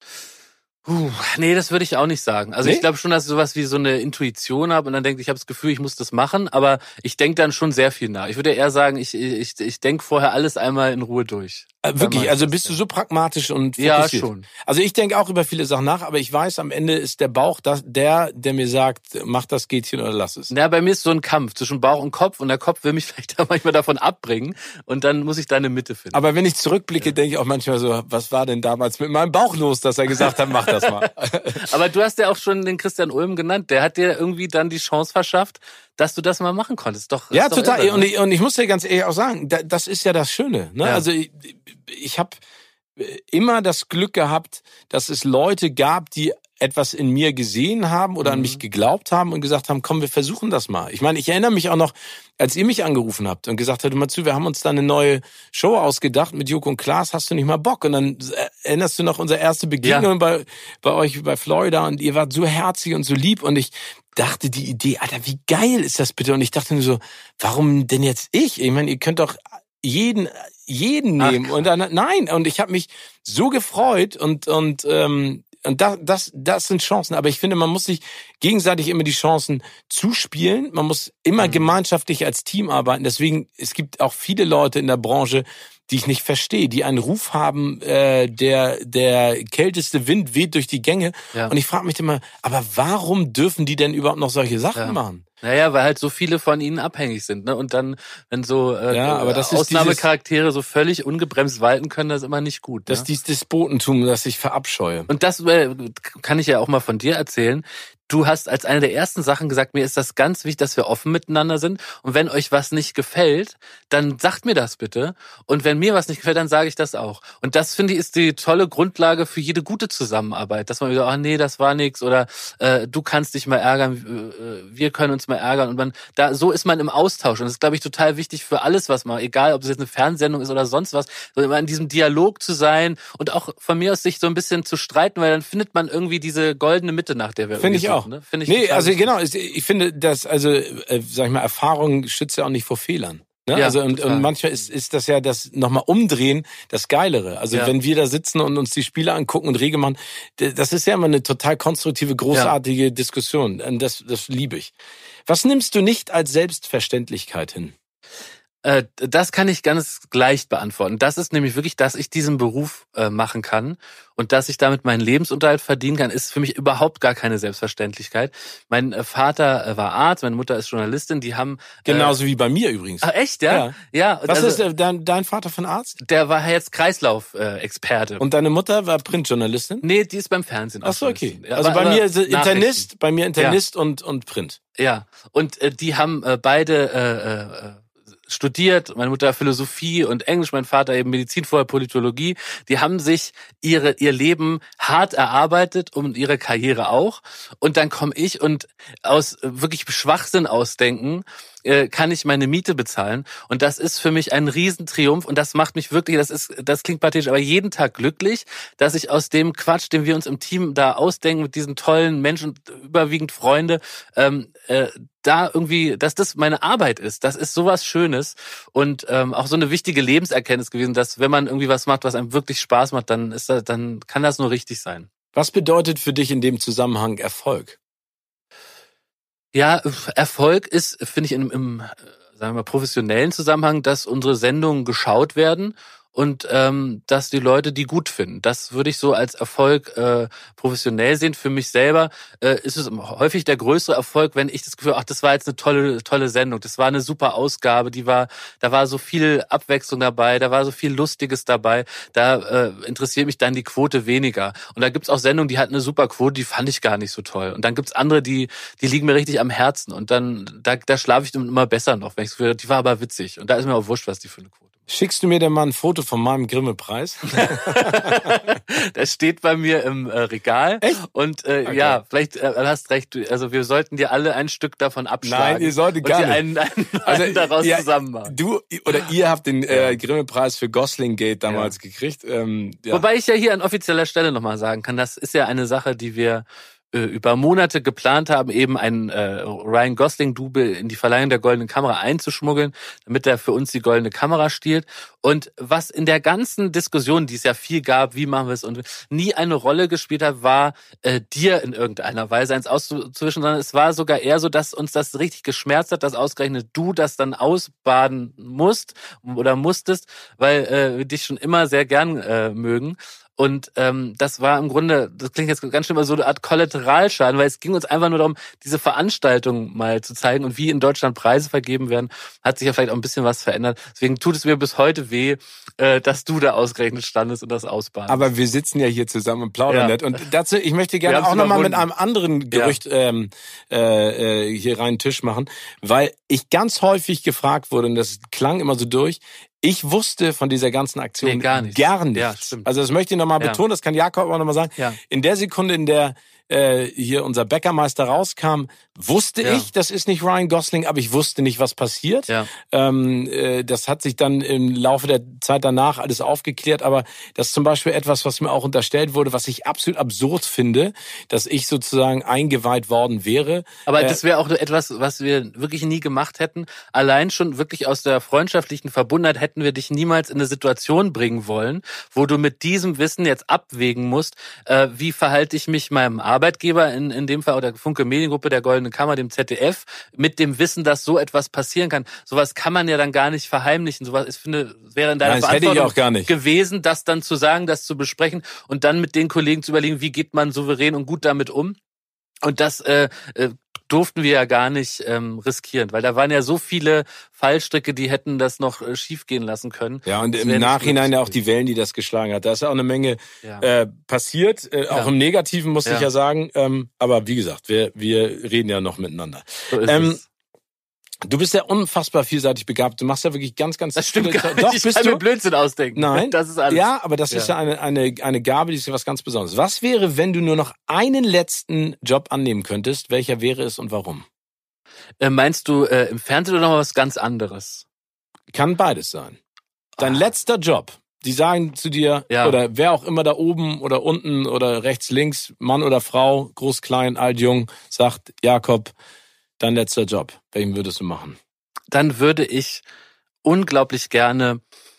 Speaker 2: Nee, das würde ich auch nicht sagen. Also ich glaube schon, dass ich sowas wie so eine Intuition habe und dann denke ich habe das Gefühl, ich muss das machen, aber ich denke dann schon sehr viel nach. Ich würde eher sagen, ich denke vorher alles einmal in Ruhe durch.
Speaker 1: Wirklich, also bist du so pragmatisch und fokussiert? Ja, schon. Also ich denke auch über viele Sachen nach, aber ich weiß, am Ende ist der Bauch der mir sagt, mach das Gätchen oder lass es.
Speaker 2: Ja, bei mir ist so ein Kampf zwischen Bauch und Kopf und der Kopf will mich vielleicht manchmal davon abbringen und dann muss ich da eine Mitte finden.
Speaker 1: Aber wenn ich zurückblicke, denke ich auch manchmal so, was war denn damals mit meinem Bauch los, dass er gesagt hat, mach das mal.
Speaker 2: Aber du hast ja auch schon den Christian Ulm genannt, der hat dir irgendwie dann die Chance verschafft, dass du das mal machen konntest.
Speaker 1: Ja, total. Und ich muss dir ganz ehrlich auch sagen, das ist ja das Schöne. Ne? Ja. Also ich habe immer das Glück gehabt, dass es Leute gab, die etwas in mir gesehen haben oder an mich geglaubt haben und gesagt haben, komm, wir versuchen das mal. Ich meine, ich erinnere mich auch noch, als ihr mich angerufen habt und gesagt habt, mal zu, wir haben uns da eine neue Show ausgedacht mit Joko und Klaas, hast du nicht mal Bock? Und dann erinnerst du noch unsere erste Begegnung bei euch bei Florida und ihr wart so herzig und so lieb und ich dachte, die Idee, Alter, wie geil ist das bitte? Und ich dachte nur so, warum denn jetzt ich? Ich meine, ihr könnt doch jeden nehmen. Und dann, nein, und ich habe mich so gefreut und das sind Chancen. Aber ich finde, man muss sich gegenseitig immer die Chancen zuspielen. Man muss immer gemeinschaftlich als Team arbeiten. Deswegen, es gibt auch viele Leute in der Branche, die ich nicht verstehe, die einen Ruf haben, der kälteste Wind weht durch die Gänge. Ja. Und ich frage mich immer, aber warum dürfen die denn überhaupt noch solche Sachen machen?
Speaker 2: Naja, weil halt so viele von ihnen abhängig sind, ne? Und dann, wenn so aber das Ausnahmecharaktere so völlig ungebremst walten können, das ist immer nicht gut.
Speaker 1: Das ist dieses Despotentum, das ich verabscheue.
Speaker 2: Und das kann ich ja auch mal von dir erzählen. Du hast als eine der ersten Sachen gesagt, mir ist das ganz wichtig, dass wir offen miteinander sind. Und wenn euch was nicht gefällt, dann sagt mir das bitte. Und wenn mir was nicht gefällt, dann sage ich das auch. Und das, finde ich, ist die tolle Grundlage für jede gute Zusammenarbeit. Dass man wieder, ach nee, das war nix oder du kannst dich mal ärgern, wir können uns mal ärgern. Und so ist man im Austausch. Und das ist, glaube ich, total wichtig für alles, was man, egal ob es jetzt eine Fernsehsendung ist oder sonst was, sondern immer in diesem Dialog zu sein und auch von mir aus sich so ein bisschen zu streiten, weil dann findet man irgendwie diese goldene Mitte, nach der wir
Speaker 1: Finde ich auch.
Speaker 2: Ne? Finde ich
Speaker 1: also genau, ich finde, dass, sag ich mal, Erfahrung schützt ja auch nicht vor Fehlern. Ne? Ja, und manchmal ist das ja das nochmal umdrehen, das Geilere. Also wenn wir da sitzen und uns die Spiele angucken und rege machen, das ist ja immer eine total konstruktive, großartige Diskussion. Und das liebe ich. Was nimmst du nicht als Selbstverständlichkeit hin?
Speaker 2: Das kann ich ganz leicht beantworten. Das ist nämlich wirklich, dass ich diesen Beruf machen kann und dass ich damit meinen Lebensunterhalt verdienen kann, ist für mich überhaupt gar keine Selbstverständlichkeit. Mein Vater war Arzt, meine Mutter ist Journalistin, die haben...
Speaker 1: Genauso wie bei mir übrigens.
Speaker 2: Ach, echt, ja? Ja.
Speaker 1: Was ist dein Vater von Arzt?
Speaker 2: Der war jetzt Kreislauf-Experte.
Speaker 1: Und deine Mutter war Printjournalistin?
Speaker 2: Nee, die ist beim Fernsehen.
Speaker 1: Ach so, okay. Ja, also bei mir Internist und Print.
Speaker 2: Ja, und die haben beide... studiert, meine Mutter Philosophie und Englisch, mein Vater eben Medizin, vorher Politologie. Die haben sich ihr Leben hart erarbeitet und ihre Karriere auch. Und dann komme ich und aus wirklich Schwachsinn ausdenken, kann ich meine Miete bezahlen. Und das ist für mich ein Riesentriumph und das macht mich wirklich, das klingt pathetisch, aber jeden Tag glücklich, dass ich aus dem Quatsch, den wir uns im Team da ausdenken, mit diesen tollen Menschen, überwiegend Freunde, da irgendwie, dass das meine Arbeit ist. Das ist sowas Schönes und auch so eine wichtige Lebenserkenntnis gewesen, dass wenn man irgendwie was macht, was einem wirklich Spaß macht, dann kann das nur richtig sein.
Speaker 1: Was bedeutet für dich in dem Zusammenhang Erfolg?
Speaker 2: Ja, Erfolg ist, finde ich, im sagen wir mal, professionellen Zusammenhang, dass unsere Sendungen geschaut werden und dass die Leute die gut finden. Das würde ich so als Erfolg professionell sehen. Für mich selber ist es häufig der größere Erfolg, wenn ich das Gefühl, ach, das war jetzt eine tolle Sendung, das war eine super Ausgabe, da war so viel Abwechslung dabei, da war so viel Lustiges dabei, da interessiert mich dann die Quote weniger. Und da gibt's auch Sendungen, die hatten eine super Quote, die fand ich gar nicht so toll. Und dann gibt's andere, die liegen mir richtig am Herzen und dann da schlafe ich dann immer besser noch, wenn ich das Gefühl habe, die war aber witzig. Und da ist mir auch wurscht, was die für eine Quote.
Speaker 1: Schickst du mir denn mal ein Foto von meinem Grimme-Preis?
Speaker 2: Das steht bei mir im Regal.
Speaker 1: Echt?
Speaker 2: Und
Speaker 1: Okay.
Speaker 2: ja, vielleicht hast recht. Also wir sollten dir alle ein Stück davon abschlagen.
Speaker 1: Nein, ihr solltet gar
Speaker 2: und
Speaker 1: nicht.
Speaker 2: einen daraus zusammen machen.
Speaker 1: Du oder ihr habt den Grimme-Preis für Gosling-Gate damals gekriegt. Ja.
Speaker 2: Wobei ich ja hier an offizieller Stelle nochmal sagen kann, das ist ja eine Sache, die wir über Monate geplant haben, eben einen Ryan Gosling-Double in die Verleihung der Goldenen Kamera einzuschmuggeln, damit er für uns die Goldene Kamera stiehlt. Und was in der ganzen Diskussion, die es ja viel gab, wie machen wir es, und nie eine Rolle gespielt hat, war dir in irgendeiner Weise eins auszuwischen, sondern es war sogar eher so, dass uns das richtig geschmerzt hat, dass ausgerechnet du das dann ausbaden musstest, weil wir dich schon immer sehr gern mögen. Und das war im Grunde, das klingt jetzt ganz schön mal so eine Art Kollateralschaden, weil es ging uns einfach nur darum, diese Veranstaltung mal zu zeigen und wie in Deutschland Preise vergeben werden, hat sich ja vielleicht auch ein bisschen was verändert. Deswegen tut es mir bis heute weh, dass du da ausgerechnet standest und das ausbadest.
Speaker 1: Aber wir sitzen ja hier zusammen und plaudern nett. Und dazu, ich möchte gerne auch nochmal mit einem anderen Gerücht hier rein Tisch machen, weil ich ganz häufig gefragt wurde, und das klang immer so durch, ich wusste von dieser ganzen Aktion gar nichts.
Speaker 2: Ja, stimmt.
Speaker 1: Also das möchte ich nochmal betonen, das kann Jakob auch nochmal sagen.
Speaker 2: Ja.
Speaker 1: In der Sekunde, in der hier unser Bäckermeister rauskam, wusste ich, das ist nicht Ryan Gosling, aber ich wusste nicht, was passiert.
Speaker 2: Ja.
Speaker 1: Das hat sich dann im Laufe der Zeit danach alles aufgeklärt, aber das ist zum Beispiel etwas, was mir auch unterstellt wurde, was ich absolut absurd finde, dass ich sozusagen eingeweiht worden wäre.
Speaker 2: Aber das wäre auch etwas, was wir wirklich nie gemacht hätten. Allein schon wirklich aus der freundschaftlichen Verbundenheit hätten wir dich niemals in eine Situation bringen wollen, wo du mit diesem Wissen jetzt abwägen musst, wie verhalte ich mich meinem Arbeitgeber, in dem Fall, oder Funke Mediengruppe, der Goldenen Kammer, dem ZDF, mit dem Wissen, dass so etwas passieren kann. Sowas kann man ja dann gar nicht verheimlichen. Sowas, ich finde, wäre in deiner Verantwortung gewesen, das dann zu sagen, das zu besprechen und dann mit den Kollegen zu überlegen, wie geht man souverän und gut damit um. Und das durften wir ja gar nicht riskieren, weil da waren ja so viele Fallstricke, die hätten das noch schief gehen lassen können.
Speaker 1: Ja, und im Nachhinein ja auch die Wellen, die das geschlagen hat. Da ist ja auch eine Menge passiert, auch im Negativen, muss ich ja sagen. Aber wie gesagt, wir reden ja noch miteinander.
Speaker 2: So ist es.
Speaker 1: Du bist ja unfassbar vielseitig begabt. Du machst ja wirklich ganz, ganz
Speaker 2: das stimmt
Speaker 1: viele...
Speaker 2: gar nicht.
Speaker 1: Doch,
Speaker 2: ich
Speaker 1: bist
Speaker 2: kann
Speaker 1: du?
Speaker 2: mir Blödsinn ausdenken.
Speaker 1: Nein.
Speaker 2: Das ist alles.
Speaker 1: Ja, aber das ist ja eine Gabe, die ist ja was ganz Besonderes. Was wäre, wenn du nur noch einen letzten Job annehmen könntest? Welcher wäre es und warum?
Speaker 2: Meinst du im Fernsehen oder noch was ganz anderes?
Speaker 1: Kann beides sein. Dein letzter Job. Die sagen zu dir, oder wer auch immer da oben oder unten oder rechts, links, Mann oder Frau, groß, klein, alt, jung, sagt, Jakob, dein letzter Job. Welchen würdest du machen?
Speaker 2: Dann würde ich unglaublich gerne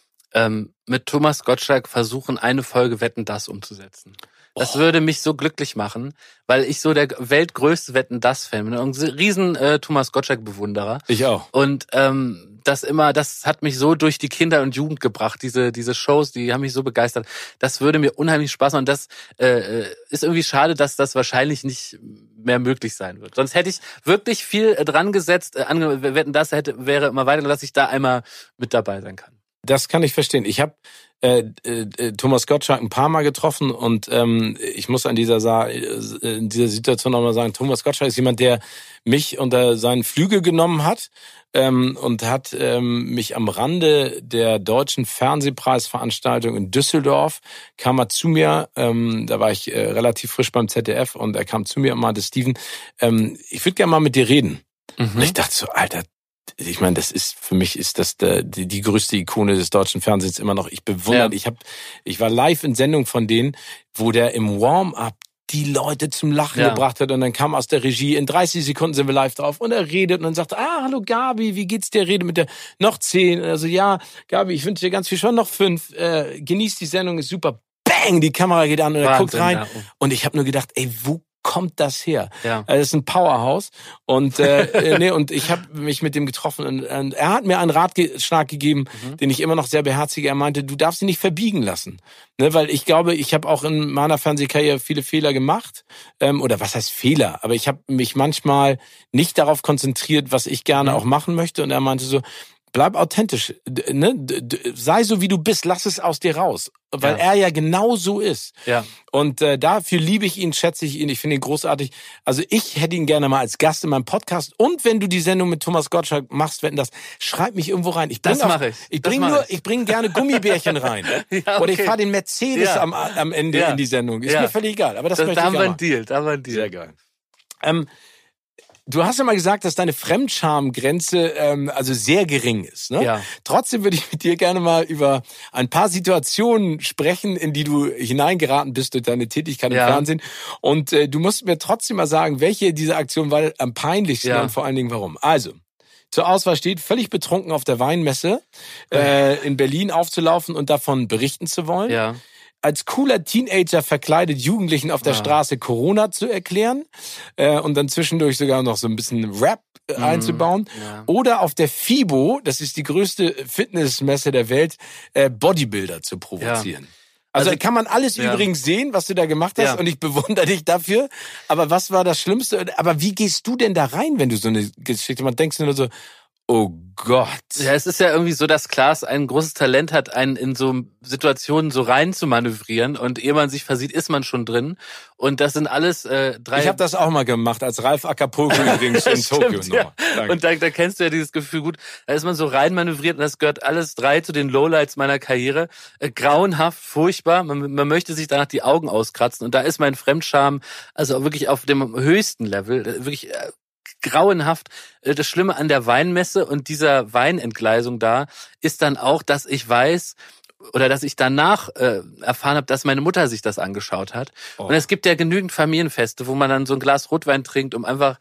Speaker 2: mit Thomas Gottschalk versuchen, eine Folge Wetten, das umzusetzen. Das würde mich so glücklich machen, weil ich so der weltgrößte Wetten, das Fan bin. Ein riesen Thomas Gottschalk-Bewunderer.
Speaker 1: Ich auch.
Speaker 2: Und das hat mich so durch die Kinder und Jugend gebracht. Diese Shows, die haben mich so begeistert. Das würde mir unheimlich Spaß machen. Und das ist irgendwie schade, dass das wahrscheinlich nicht mehr möglich sein wird. Sonst hätte ich wirklich viel dran gesetzt. Wetten, das wäre immer weiter, dass ich da einmal mit dabei sein kann.
Speaker 1: Das kann ich verstehen. Ich habe Thomas Gottschalk ein paar Mal getroffen und ich muss in dieser Situation auch mal sagen, Thomas Gottschalk ist jemand, der mich unter seinen Flügel genommen hat und hat mich am Rande der deutschen Fernsehpreisveranstaltung in Düsseldorf, kam er zu mir, da war ich relativ frisch beim ZDF und er kam zu mir und meinte, Steven, ich würde gerne mal mit dir reden. Und ich dachte so, Alter, ich meine, das ist, für mich ist das die größte Ikone des deutschen Fernsehens immer noch. Ich bewundere, ich war live in Sendung von denen, wo der im Warm-up die Leute zum Lachen gebracht hat und dann kam aus der Regie, in 30 Sekunden sind wir live drauf und er redet und dann sagt, hallo Gabi, wie geht's dir? Rede mit der, noch 10. Also ja, Gabi, ich wünsche dir ganz viel, schon noch 5. Genieß die Sendung, ist super. Bang, die Kamera geht an und er guckt rein. Und ich habe nur gedacht, ey, wo kommt das her?
Speaker 2: Ja.
Speaker 1: Das ist ein Powerhouse und und ich habe mich mit dem getroffen und er hat mir einen Ratschlag gegeben, den ich immer noch sehr beherzige. Er meinte, du darfst sie nicht verbiegen lassen, ne, weil ich glaube, ich habe auch in meiner Fernsehkarriere viele Fehler gemacht oder was heißt Fehler, aber ich habe mich manchmal nicht darauf konzentriert, was ich gerne auch machen möchte und er meinte so, bleib authentisch, ne? Sei so wie du bist, lass es aus dir raus, weil er ja genau so ist.
Speaker 2: Ja.
Speaker 1: Und dafür liebe ich ihn, schätze ich ihn, ich finde ihn großartig. Also ich hätte ihn gerne mal als Gast in meinem Podcast. Und wenn du die Sendung mit Thomas Gottschalk machst, Wetten, das, schreib mich irgendwo rein. Ich bringe gerne Gummibärchen rein. Ja, okay. Oder ich fahre den Mercedes am Ende in die Sendung. Ist mir völlig egal. Aber das möchte ich
Speaker 2: da haben wir einen Deal.
Speaker 1: Sehr geil. Du hast ja mal gesagt, dass deine Fremdschamgrenze also sehr gering ist. Ne?
Speaker 2: Ja.
Speaker 1: Trotzdem würde ich mit dir gerne mal über ein paar Situationen sprechen, in die du hineingeraten bist durch deine Tätigkeit im Fernsehen. Und du musst mir trotzdem mal sagen, welche dieser Aktionen war am peinlichsten und vor allen Dingen warum. Also, zur Auswahl steht, völlig betrunken auf der Weinmesse in Berlin aufzulaufen und davon berichten zu wollen.
Speaker 2: Ja.
Speaker 1: Als cooler Teenager verkleidet Jugendlichen auf der Straße Corona zu erklären und dann zwischendurch sogar noch so ein bisschen Rap einzubauen. Ja. Oder auf der FIBO, das ist die größte Fitnessmesse der Welt, Bodybuilder zu provozieren. Ja. Also kann man alles übrigens sehen, was du da gemacht hast und ich bewundere dich dafür. Aber was war das Schlimmste? Aber wie gehst du denn da rein, wenn du so eine Geschichte machst? Denkst du nur so, oh Gott.
Speaker 2: Ja, es ist ja irgendwie so, dass Klaas ein großes Talent hat, einen in so Situationen so rein zu manövrieren und ehe man sich versieht, ist man schon drin. Und das sind alles 3...
Speaker 1: Ich habe das auch mal gemacht, als Ralf Acapulco übrigens in Tokio.
Speaker 2: Ja. Und da kennst du ja dieses Gefühl gut. Da ist man so rein manövriert und das gehört alles 3 zu den Lowlights meiner Karriere. Grauenhaft, furchtbar. Man möchte sich danach die Augen auskratzen. Und da ist mein Fremdscham also wirklich auf dem höchsten Level. Wirklich... grauenhaft. Das Schlimme an der Weinmesse und dieser Weinentgleisung da ist dann auch, dass ich weiß oder dass ich danach erfahren habe, dass meine Mutter sich das angeschaut hat. Oh. Und es gibt ja genügend Familienfeste, wo man dann so ein Glas Rotwein trinkt, um einfach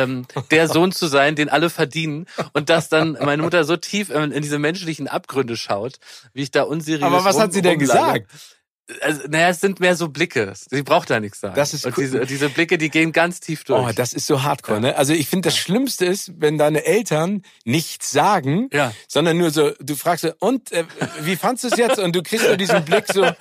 Speaker 2: der Sohn zu sein, den alle verdienen. Und dass dann meine Mutter so tief in diese menschlichen Abgründe schaut, wie ich da unseriös
Speaker 1: Aber was hat sie denn gesagt?
Speaker 2: Also, es sind mehr so Blicke. Sie braucht da nichts sagen.
Speaker 1: Das ist cool.
Speaker 2: Und diese Blicke, die gehen ganz tief durch.
Speaker 1: Oh, das ist so hardcore, ne? Also ich finde, das Schlimmste ist, wenn deine Eltern nichts sagen, sondern nur so, du fragst so, und wie fandst du es jetzt? Und du kriegst nur diesen Blick so,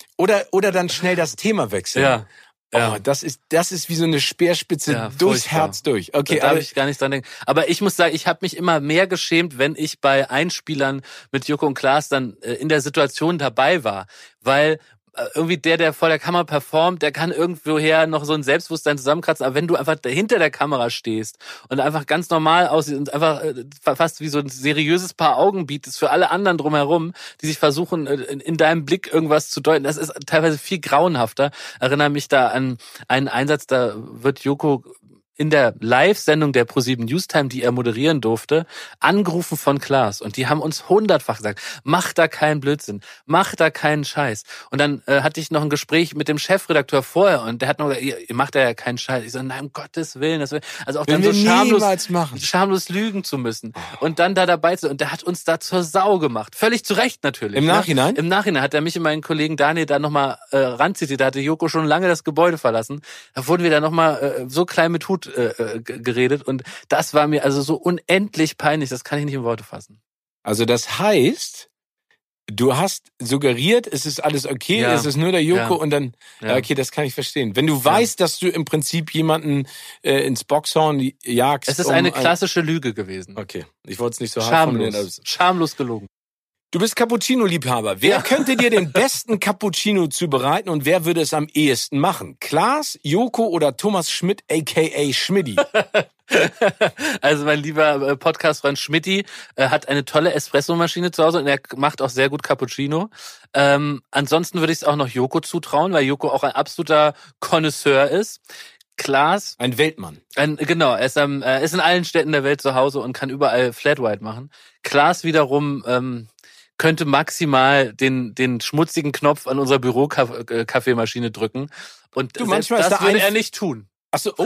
Speaker 1: oder dann schnell das Thema wechseln.
Speaker 2: Ja.
Speaker 1: Oh, das ist wie so eine Speerspitze durchs Herz durch. Okay,
Speaker 2: da darf ich gar nicht dran denken. Aber ich muss sagen, ich habe mich immer mehr geschämt, wenn ich bei Einspielern mit Joko und Klaas dann in der Situation dabei war, weil irgendwie der vor der Kamera performt, der kann irgendwoher noch so ein Selbstbewusstsein zusammenkratzen, aber wenn du einfach hinter der Kamera stehst und einfach ganz normal aussiehst und einfach fast wie so ein seriöses Paar Augen bietest für alle anderen drumherum, die sich versuchen, in deinem Blick irgendwas zu deuten, das ist teilweise viel grauenhafter. Erinnere mich da an einen Einsatz, da wird Joko in der Live-Sendung der ProSieben Newstime, die er moderieren durfte, angerufen von Klaas. Und die haben uns 100-fach gesagt, mach da keinen Blödsinn, mach da keinen Scheiß. Und dann hatte ich noch ein Gespräch mit dem Chefredakteur vorher und der hat noch gesagt, ihr macht da ja keinen Scheiß. Ich so, nein, um Gottes Willen. Also auch dann so schamlos lügen zu müssen. Und dann da dabei zu sein. Und der hat uns da zur Sau gemacht. Völlig zu Recht natürlich.
Speaker 1: Im Nachhinein?
Speaker 2: Im Nachhinein hat er mich und meinen Kollegen Daniel da nochmal ranzitiert. Da hatte Joko schon lange das Gebäude verlassen. Da wurden wir da nochmal so klein mit Hut geredet und das war mir also so unendlich peinlich, das kann ich nicht in Worte fassen.
Speaker 1: Also das heißt, du hast suggeriert, es ist alles okay, es ist nur der Joko und dann, okay, das kann ich verstehen. Wenn du weißt, dass du im Prinzip jemanden ins Boxhorn jagst.
Speaker 2: Es ist eine klassische Lüge gewesen.
Speaker 1: Okay, ich wollte es nicht so hart formulieren.
Speaker 2: Schamlos gelogen.
Speaker 1: Du bist Cappuccino-Liebhaber. Wer könnte dir den besten Cappuccino zubereiten und wer würde es am ehesten machen? Klaas, Joko oder Thomas Schmidt, a.k.a. Schmidti?
Speaker 2: Also mein lieber Podcast-Freund Schmidti hat eine tolle Espressomaschine zu Hause und er macht auch sehr gut Cappuccino. Ansonsten würde ich es auch noch Joko zutrauen, weil Joko auch ein absoluter Connoisseur ist. Klaas.
Speaker 1: Ein Weltmann.
Speaker 2: Genau, er ist in allen Städten der Welt zu Hause und kann überall Flat White machen. Klaas wiederum könnte maximal den schmutzigen Knopf an unserer Büro-Kaffeemaschine drücken. Und
Speaker 1: du, manchmal
Speaker 2: das würde er nicht tun.
Speaker 1: Ach so, oh.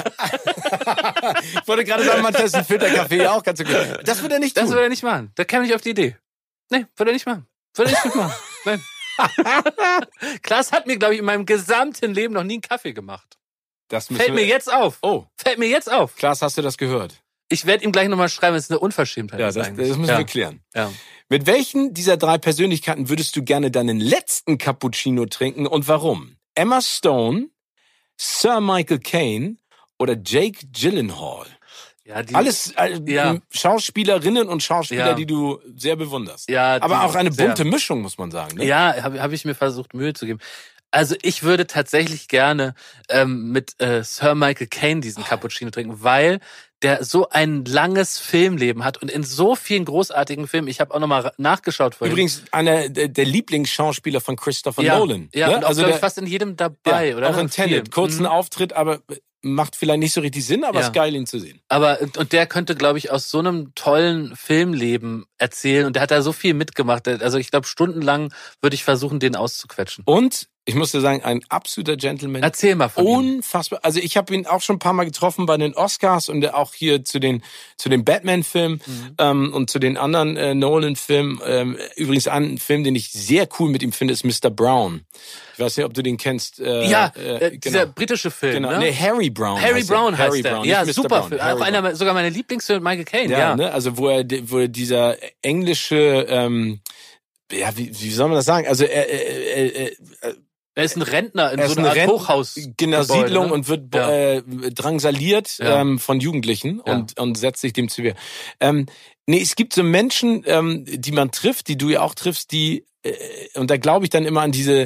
Speaker 1: Ich wollte gerade sagen, manchmal ist ein Filterkaffee ja auch ganz so gut. Das würde er nicht tun.
Speaker 2: Das würde er nicht machen. Da käme ich auf die Idee. Nee, würde er nicht machen. Würde er nicht machen. Nein. Klaas hat mir, glaube ich, in meinem gesamten Leben noch nie einen Kaffee gemacht. Fällt mir jetzt auf.
Speaker 1: Oh.
Speaker 2: Fällt mir jetzt auf.
Speaker 1: Klaas, hast du das gehört?
Speaker 2: Ich werde ihm gleich nochmal schreiben, es ist eine Unverschämtheit.
Speaker 1: Ja, das müssen wir klären.
Speaker 2: Ja.
Speaker 1: Mit welchen dieser 3 Persönlichkeiten würdest du gerne deinen letzten Cappuccino trinken und warum? Emma Stone, Sir Michael Caine oder Jake Gyllenhaal?
Speaker 2: Ja,
Speaker 1: alles Schauspielerinnen und Schauspieler, die du sehr bewunderst.
Speaker 2: Ja,
Speaker 1: aber auch eine bunte Mischung, muss man sagen. Ne?
Speaker 2: Ja, hab ich mir versucht, Mühe zu geben. Also ich würde tatsächlich gerne mit Sir Michael Caine diesen Cappuccino trinken, weil der so ein langes Filmleben hat und in so vielen großartigen Filmen. Ich habe auch nochmal nachgeschaut vorhin.
Speaker 1: Übrigens einer der Lieblingsschauspieler von Christopher Nolan.
Speaker 2: Ja,
Speaker 1: ne?
Speaker 2: und auch,
Speaker 1: also
Speaker 2: glaube ich, fast in jedem dabei, oder?
Speaker 1: Auch in Tenet. Kurzen Auftritt, aber macht vielleicht nicht so richtig Sinn, aber es ist geil, ihn zu sehen.
Speaker 2: Aber und der könnte, glaube ich, aus so einem tollen Filmleben erzählen und der hat da so viel mitgemacht. Also ich glaube, stundenlang würde ich versuchen, den auszuquetschen.
Speaker 1: Und ich muss dir sagen, ein absoluter Gentleman.
Speaker 2: Erzähl mal von ihm.
Speaker 1: Unfassbar. Also ich habe ihn auch schon ein paar Mal getroffen bei den Oscars und auch hier zu den Batman-Filmen und zu den anderen Nolan-Filmen. Übrigens ein Film, den ich sehr cool mit ihm finde, ist Mr. Brown. Ich weiß nicht, ob du den kennst.
Speaker 2: Dieser britische Film.
Speaker 1: Genau.
Speaker 2: Ne?
Speaker 1: Nee, Harry Brown.
Speaker 2: Harry Brown heißt der. Ja, super Film. Auch
Speaker 1: einer,
Speaker 2: sogar meine Lieblingsfilme, Michael Caine.
Speaker 1: Ja, ne? Also wo er dieser englische wie soll man das sagen? Also
Speaker 2: er ist ein Rentner in so einer Art Hochhaus.
Speaker 1: Genau, Siedlung, ne? Und wird drangsaliert von Jugendlichen und setzt sich dem zu Wehr. Es gibt so Menschen, die man trifft, die du ja auch triffst, die und da glaube ich dann immer an diese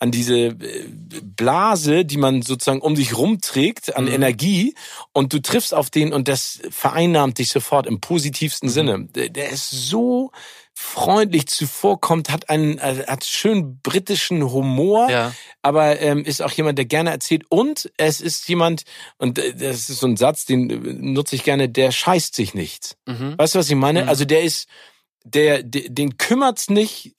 Speaker 1: Blase, die man sozusagen um sich rumträgt, an Energie, und du triffst auf den und das vereinnahmt dich sofort im positivsten Sinne. Der ist so freundlich zuvorkommt, hat schön britischen Humor, aber ist auch jemand, der gerne erzählt, und es ist jemand, und das ist so ein Satz, den nutze ich gerne, der scheißt sich nicht. Weißt du, was ich meine? Also den kümmert's nicht,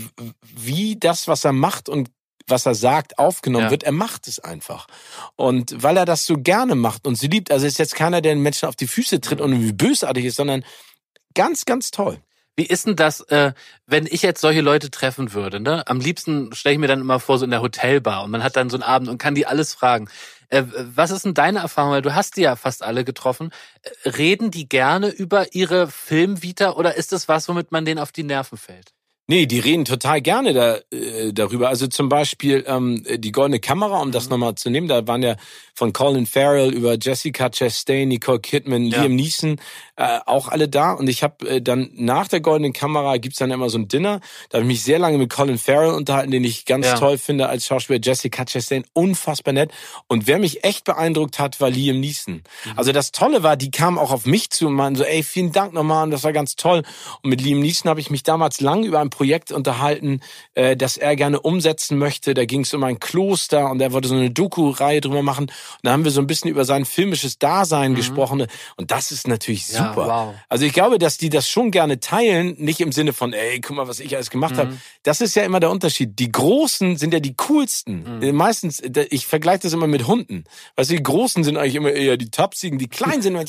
Speaker 1: wie das, was er macht und was er sagt, aufgenommen wird. Er macht es einfach. Und weil er das so gerne macht und sie liebt, also ist jetzt keiner, der den Menschen auf die Füße tritt und irgendwie bösartig ist, sondern ganz, ganz toll.
Speaker 2: Wie ist denn das, wenn ich jetzt solche Leute treffen würde? Ne? Am liebsten stelle ich mir dann immer vor, so in der Hotelbar, und man hat dann so einen Abend und kann die alles fragen. Was ist denn deine Erfahrung? Weil du hast die ja fast alle getroffen. Reden die gerne über ihre Filmvita oder ist das was, womit man denen auf die Nerven fällt?
Speaker 1: Nee, die reden total gerne darüber. Also zum Beispiel die Goldene Kamera, um das nochmal zu nehmen. Da waren ja von Colin Farrell über Jessica Chastain, Nicole Kidman, Liam Neeson auch alle da. Und ich habe dann nach der Goldenen Kamera gibt's dann immer so ein Dinner. Da habe ich mich sehr lange mit Colin Farrell unterhalten, den ich ganz toll finde als Schauspieler. Jessica Chastain, unfassbar nett. Und wer mich echt beeindruckt hat, war Liam Neeson. Also das Tolle war, die kamen auch auf mich zu und meinten so, ey, vielen Dank nochmal, und das war ganz toll. Und mit Liam Neeson habe ich mich damals lang über ein Projekt unterhalten, das er gerne umsetzen möchte. Da ging es um ein Kloster und er wollte so eine Doku-Reihe drüber machen. Und da haben wir so ein bisschen über sein filmisches Dasein gesprochen. Und das ist natürlich super.
Speaker 2: Wow.
Speaker 1: Also ich glaube, dass die das schon gerne teilen, nicht im Sinne von, ey, guck mal, was ich alles gemacht habe. Das ist ja immer der Unterschied. Die Großen sind ja die coolsten. Meistens, ich vergleiche das immer mit Hunden. Weißt du, die Großen sind eigentlich immer eher die Tapsigen, die Kleinen sind immer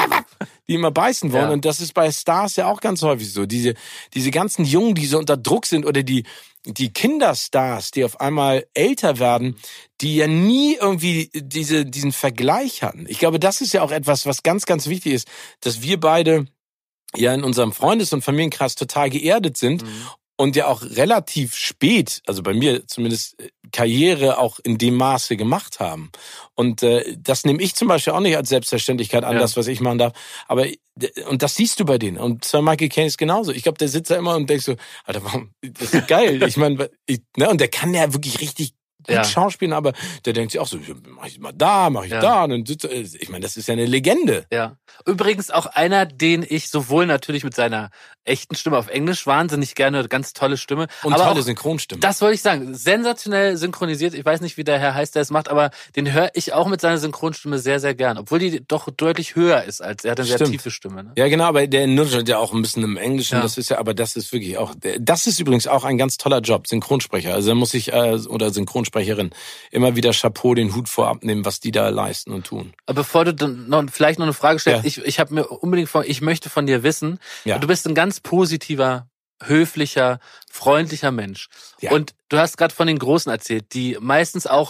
Speaker 1: die immer beißen wollen. Und das ist bei Stars ja auch ganz häufig so. Diese ganzen Jungen, die so unter Druck sind, oder die Kinderstars, die auf einmal älter werden, die ja nie irgendwie diesen Vergleich hatten. Ich glaube, das ist ja auch etwas, was ganz, ganz wichtig ist, dass wir beide ja in unserem Freundes- und Familienkreis total geerdet sind und ja auch relativ spät, also bei mir zumindest, Karriere auch in dem Maße gemacht haben. Und das nehme ich zum Beispiel auch nicht als Selbstverständlichkeit an, das, was ich machen darf. Aber und das siehst du bei denen. Und Sir Michael Caine ist genauso. Ich glaube, der sitzt da immer und denkt so, Alter, warum? Das ist geil. Ich meine, und der kann ja wirklich richtig gut schauspielen, aber der denkt sich auch so, mach ich mal da, mach ich da. Und dann sitzt er, ich meine, das ist ja eine Legende.
Speaker 2: Ja. Übrigens auch einer, den ich sowohl natürlich mit seiner echten Stimme auf Englisch wahnsinnig gerne, ganz tolle Stimme.
Speaker 1: Und
Speaker 2: aber
Speaker 1: tolle
Speaker 2: auch,
Speaker 1: Synchronstimme.
Speaker 2: Das wollte ich sagen. Sensationell synchronisiert. Ich weiß nicht, wie der Herr heißt, der es macht, aber den höre ich auch mit seiner Synchronstimme sehr, sehr gern. Obwohl die doch deutlich höher ist als er hat eine sehr tiefe Stimme. Ne?
Speaker 1: Ja, genau, aber der nuschelt ja auch ein bisschen im Englischen. Ja. Das ist ja, aber das ist wirklich auch, das ist übrigens auch ein ganz toller Job, Synchronsprecher. Also da muss ich, oder Synchronsprecherin, immer wieder Chapeau, den Hut vorab nehmen, was die da leisten und tun.
Speaker 2: Aber bevor du dann vielleicht noch eine Frage stellst, ich habe mir unbedingt ich möchte von dir wissen, du bist ein ganz positiver, höflicher, freundlicher Mensch. Ja. Und du hast gerade von den Großen erzählt, die meistens auch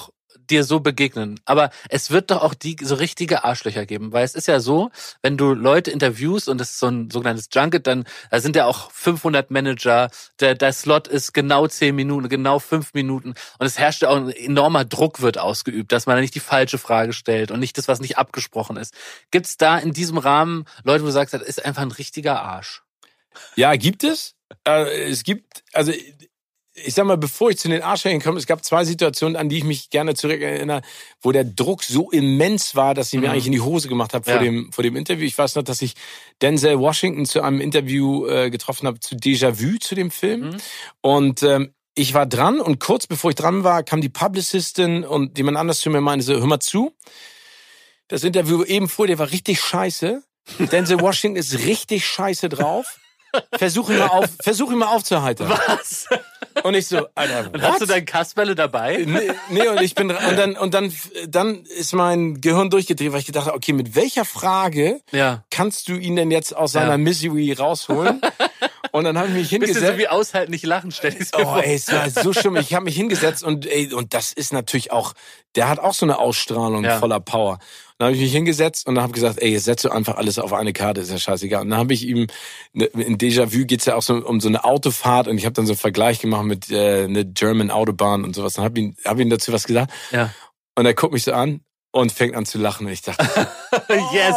Speaker 2: dir so begegnen. Aber es wird doch auch die so richtige Arschlöcher geben, weil es ist ja so, wenn du Leute interviewst und das ist so ein sogenanntes Junket, dann da sind ja auch 500 Manager, der Slot ist genau 10 Minuten, genau 5 Minuten und es herrscht ja auch ein enormer Druck wird ausgeübt, dass man nicht die falsche Frage stellt und nicht das, was nicht abgesprochen ist. Gibt's da in diesem Rahmen Leute, wo du sagst, das ist einfach ein richtiger Arsch?
Speaker 1: Ja, gibt es. Es gibt, also ich sag mal, bevor ich zu den Arschlöchern komme, es gab 2 Situationen, an die ich mich gerne zurückerinnere, wo der Druck so immens war, dass ich mir eigentlich in die Hose gemacht habe vor dem Interview. Ich weiß noch, dass ich Denzel Washington zu einem Interview getroffen habe zu Déjà-vu, zu dem Film. Und ich war dran und kurz bevor ich dran war, kam die Publicistin und jemand anders zu mir und meinte so, hör mal zu, das Interview eben vor dir war richtig scheiße. Denzel Washington ist richtig scheiße drauf. Versuch ihn mal aufzuheitern.
Speaker 2: Was?
Speaker 1: Und ich so, Alter,
Speaker 2: und hast du dein Kasperle dabei?
Speaker 1: Nee, und ich bin und dann ist mein Gehirn durchgedreht, weil ich gedacht habe, okay, mit welcher Frage kannst du ihn denn jetzt aus seiner Misery rausholen? Und dann habe ich mich hingesetzt.
Speaker 2: Bist du so wie aushalten, nicht lachen, stell ich's mir vor.
Speaker 1: Ey, es war so schlimm. Ich habe mich hingesetzt und das ist natürlich auch, der hat auch so eine Ausstrahlung voller Power. Dann habe ich mich hingesetzt und habe gesagt, ey, jetzt setzt du einfach alles auf eine Karte, ist ja scheißegal. Und dann habe ich ihm, in Déjà-vu geht's ja auch so um so eine Autofahrt und ich habe dann so einen Vergleich gemacht mit eine German Autobahn und sowas. Dann habe ihm dazu was gesagt. Ja. Und er guckt mich so an und fängt an zu lachen. Und ich dachte,
Speaker 2: yes!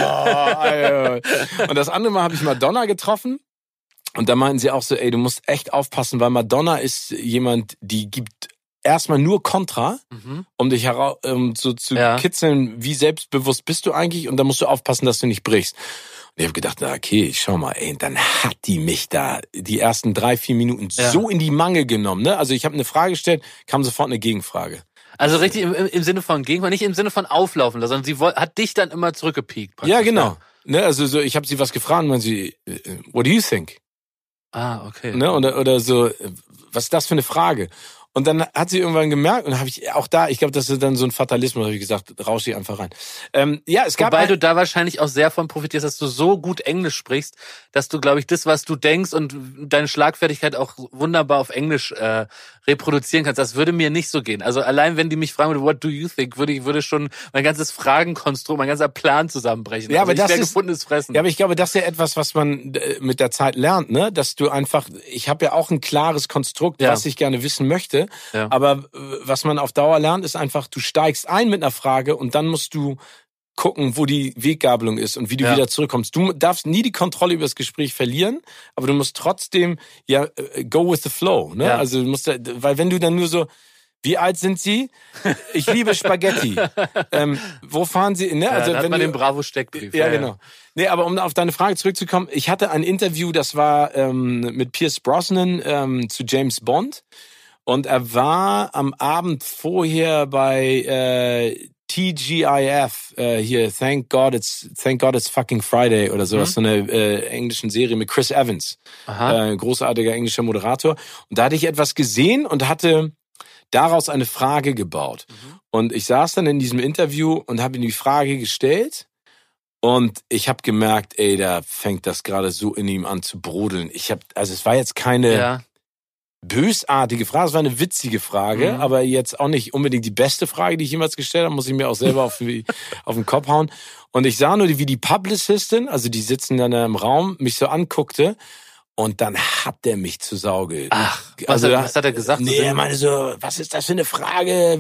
Speaker 1: Und das andere Mal habe ich Madonna getroffen. Und da meinten sie auch so, ey, du musst echt aufpassen, weil Madonna ist jemand, die gibt erstmal nur Kontra, um dich so zu kitzeln, wie selbstbewusst bist du eigentlich und da musst du aufpassen, dass du nicht brichst. Und ich habe gedacht, na okay, schau mal, ey, dann hat die mich da die ersten 3-4 Minuten so in die Mangel genommen. Ne? Also ich habe eine Frage gestellt, kam sofort eine Gegenfrage.
Speaker 2: Also richtig im Sinne von Gegenfrage, nicht im Sinne von auflaufen, sondern sie hat dich dann immer zurückgepiekt.
Speaker 1: Ja, genau. Ne? Also so, ich habe sie was gefragt und meinte sie, what do you think?
Speaker 2: Ah, okay.
Speaker 1: Ne? Oder so, was ist das für eine Frage? Und dann hat sie irgendwann gemerkt, und habe ich auch da, ich glaube, das ist dann so ein Fatalismus, habe ich gesagt, rausch dich einfach rein. Es gab
Speaker 2: Wobei du da wahrscheinlich auch sehr von profitierst, dass du so gut Englisch sprichst, dass du, glaube ich, das, was du denkst und deine Schlagfertigkeit auch wunderbar auf Englisch reproduzieren kannst. Das würde mir nicht so gehen. Also allein, wenn die mich fragen, what do you think, würde schon mein ganzes Fragenkonstrukt, mein ganzer Plan zusammenbrechen.
Speaker 1: Ja,
Speaker 2: also
Speaker 1: aber das ist
Speaker 2: gefundenes Fressen.
Speaker 1: Ja, aber ich glaube, das ist ja etwas, was man mit der Zeit lernt, ne? Dass du einfach, ich habe ja auch ein klares Konstrukt, was ich gerne wissen möchte. Ja. Aber was man auf Dauer lernt, ist einfach, du steigst ein mit einer Frage und dann musst du gucken, wo die Weggabelung ist und wie du wieder zurückkommst. Du darfst nie die Kontrolle über das Gespräch verlieren, aber du musst trotzdem go with the flow, ne? Also du musst, weil wenn du dann nur so, wie alt sind Sie? Ich liebe Spaghetti. Wo fahren Sie? Ne?
Speaker 2: Also da hat man den Bravo-Steckbrief.
Speaker 1: Ja, genau. Nee, aber um auf deine Frage zurückzukommen, ich hatte ein Interview, das war mit Pierce Brosnan zu James Bond. Und er war am Abend vorher bei TGIF, hier Thank God It's Fucking Friday oder sowas, so eine englischen Serie mit Chris Evans. Großartiger englischer Moderator. Und da hatte ich etwas gesehen und hatte daraus eine Frage gebaut. Und ich saß dann in diesem Interview und habe ihm die Frage gestellt. Und ich habe gemerkt, ey, da fängt das gerade so in ihm an zu brodeln. Also es war jetzt keine bösartige Frage, es war eine witzige Frage, aber jetzt auch nicht unbedingt die beste Frage, die ich jemals gestellt habe, muss ich mir auch selber auf den Kopf hauen. Und ich sah nur, wie die Publicistin, also die sitzen dann im Raum, mich so anguckte und dann hat der mich zu Sau geredet.
Speaker 2: Ach, was hat er gesagt?
Speaker 1: Nee, er meinte so, was ist das für eine Frage?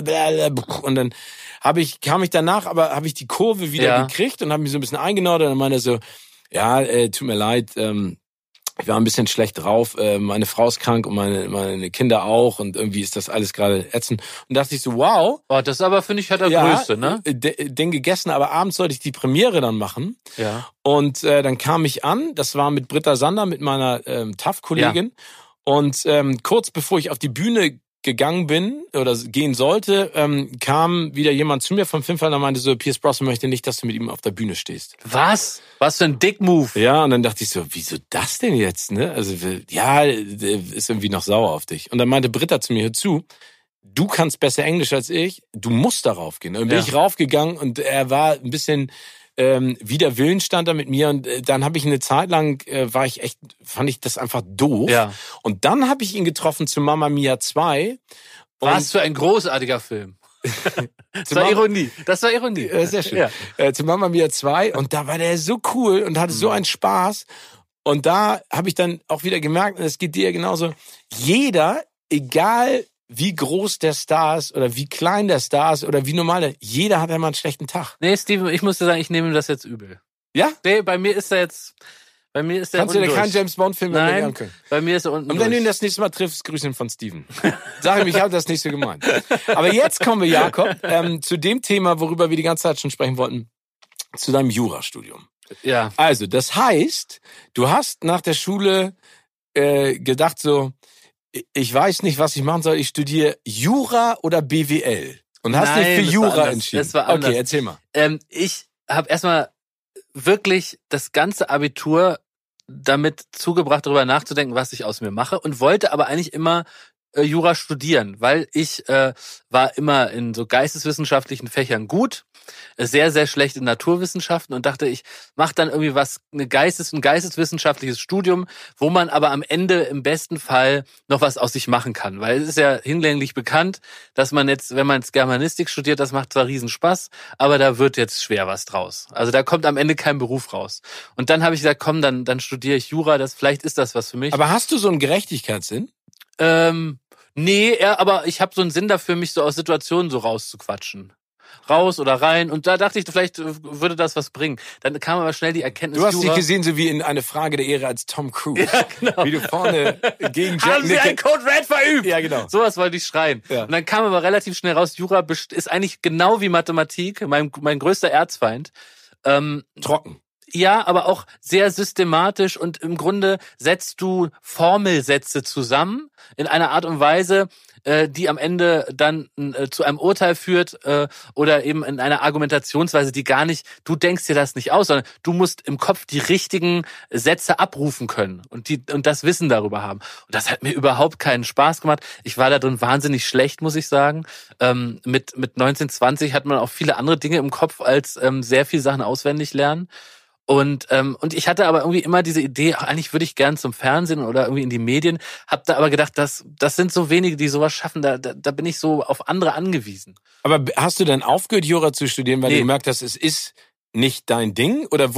Speaker 1: Und dann habe ich die Kurve wieder gekriegt und habe mich so ein bisschen eingenordet und dann meinte er so, tut mir leid, ich war ein bisschen schlecht drauf, meine Frau ist krank und meine Kinder auch und irgendwie ist das alles gerade ätzend. Und dachte ich so, wow.
Speaker 2: Oh, das aber, finde ich, hat er Größe, ne?
Speaker 1: Den gegessen, aber abends sollte ich die Premiere dann machen. Ja. Und dann kam ich an, das war mit Britta Sander, mit meiner TAF-Kollegin. Ja. Und kurz bevor ich auf die Bühne gegangen bin oder gehen sollte, kam wieder jemand zu mir vom Filmfall und meinte so, Pierce Brosnan möchte nicht, dass du mit ihm auf der Bühne stehst.
Speaker 2: Was? Was für ein Dick-Move.
Speaker 1: Ja, und dann dachte ich so, wieso das denn jetzt? Ne? Also der ist irgendwie noch sauer auf dich. Und dann meinte Britta zu mir, hör zu, du kannst besser Englisch als ich, du musst darauf gehen. Und dann bin ich raufgegangen und er war ein bisschen wider Willen stand er mit mir und dann habe ich eine Zeit lang, fand ich das einfach doof. Ja. Und dann habe ich ihn getroffen zu Mamma Mia 2.
Speaker 2: Was für ein großartiger Film. Das war Ironie. Das war Ironie.
Speaker 1: Sehr schön. Ja. Zu Mamma Mia 2 und da war der so cool und hatte so einen Spaß. Und da habe ich dann auch wieder gemerkt, und es geht dir ja genauso, jeder, egal wie groß der Star ist oder wie klein der Star ist oder wie normal, jeder hat einmal einen schlechten Tag.
Speaker 2: Nee, Steven, ich muss dir sagen, ich nehme ihm das jetzt übel.
Speaker 1: Ja?
Speaker 2: Nee, bei mir ist er jetzt... Kannst
Speaker 1: du dir keinen James-Bond-Film mehr angucken?
Speaker 2: Bei mir ist er unten.
Speaker 1: Und wenn du ihn das nächste Mal triffst, grüß ihn von Steven. Sag ihm, ich habe das nicht so gemeint. Aber jetzt kommen wir, Jakob, zu dem Thema, worüber wir die ganze Zeit schon sprechen wollten, zu deinem Jurastudium.
Speaker 2: Ja.
Speaker 1: Also, das heißt, du hast nach der Schule gedacht so, ich weiß nicht, was ich machen soll, ich studiere Jura oder BWL. Und hast dich für Jura entschieden.
Speaker 2: Das war anders.
Speaker 1: Okay, erzähl mal.
Speaker 2: Ich habe erstmal wirklich das ganze Abitur damit zugebracht, darüber nachzudenken, was ich aus mir mache und wollte aber eigentlich immer Jura studieren, weil ich war immer in so geisteswissenschaftlichen Fächern gut, sehr, sehr schlecht in Naturwissenschaften und dachte, ich mache dann irgendwie ein geisteswissenschaftliches Studium, wo man aber am Ende im besten Fall noch was aus sich machen kann, weil es ist ja hinlänglich bekannt, dass man jetzt, wenn man jetzt Germanistik studiert, das macht zwar riesen Spaß, aber da wird jetzt schwer was draus. Also da kommt am Ende kein Beruf raus. Und dann habe ich gesagt, komm, dann studiere ich Jura, vielleicht ist das was für mich.
Speaker 1: Aber hast du so einen Gerechtigkeitssinn?
Speaker 2: Nee, aber ich habe so einen Sinn dafür, mich so aus Situationen so rauszuquatschen. Raus oder rein. Und da dachte ich, vielleicht würde das was bringen. Dann kam aber schnell die Erkenntnis,
Speaker 1: du hast dich gesehen, so wie in Eine Frage der Ehre als Tom Cruise.
Speaker 2: Ja, genau.
Speaker 1: Wie du vorne gegen Jack
Speaker 2: Haben Sie ein Code Red verübt?
Speaker 1: Ja, genau.
Speaker 2: Sowas wollte ich schreien. Ja. Und dann kam aber relativ schnell raus, Jura ist eigentlich genau wie Mathematik, mein größter Erzfeind.
Speaker 1: Trocken.
Speaker 2: Ja, aber auch sehr systematisch und im Grunde setzt du Formelsätze zusammen in einer Art und Weise, die am Ende dann zu einem Urteil führt oder eben in einer Argumentationsweise, die gar nicht, du denkst dir das nicht aus, sondern du musst im Kopf die richtigen Sätze abrufen können und das Wissen darüber haben. Und das hat mir überhaupt keinen Spaß gemacht. Ich war da drin wahnsinnig schlecht, muss ich sagen. Mit 19, 20 hat man auch viele andere Dinge im Kopf als sehr viel Sachen auswendig lernen. Und ich hatte aber irgendwie immer diese Idee, eigentlich würde ich gern zum Fernsehen oder irgendwie in die Medien, hab da aber gedacht, das sind so wenige, die sowas schaffen, da bin ich so auf andere angewiesen.
Speaker 1: Aber hast du dann aufgehört, Jura zu studieren, weil du gemerkt hast, es ist nicht dein Ding? Oder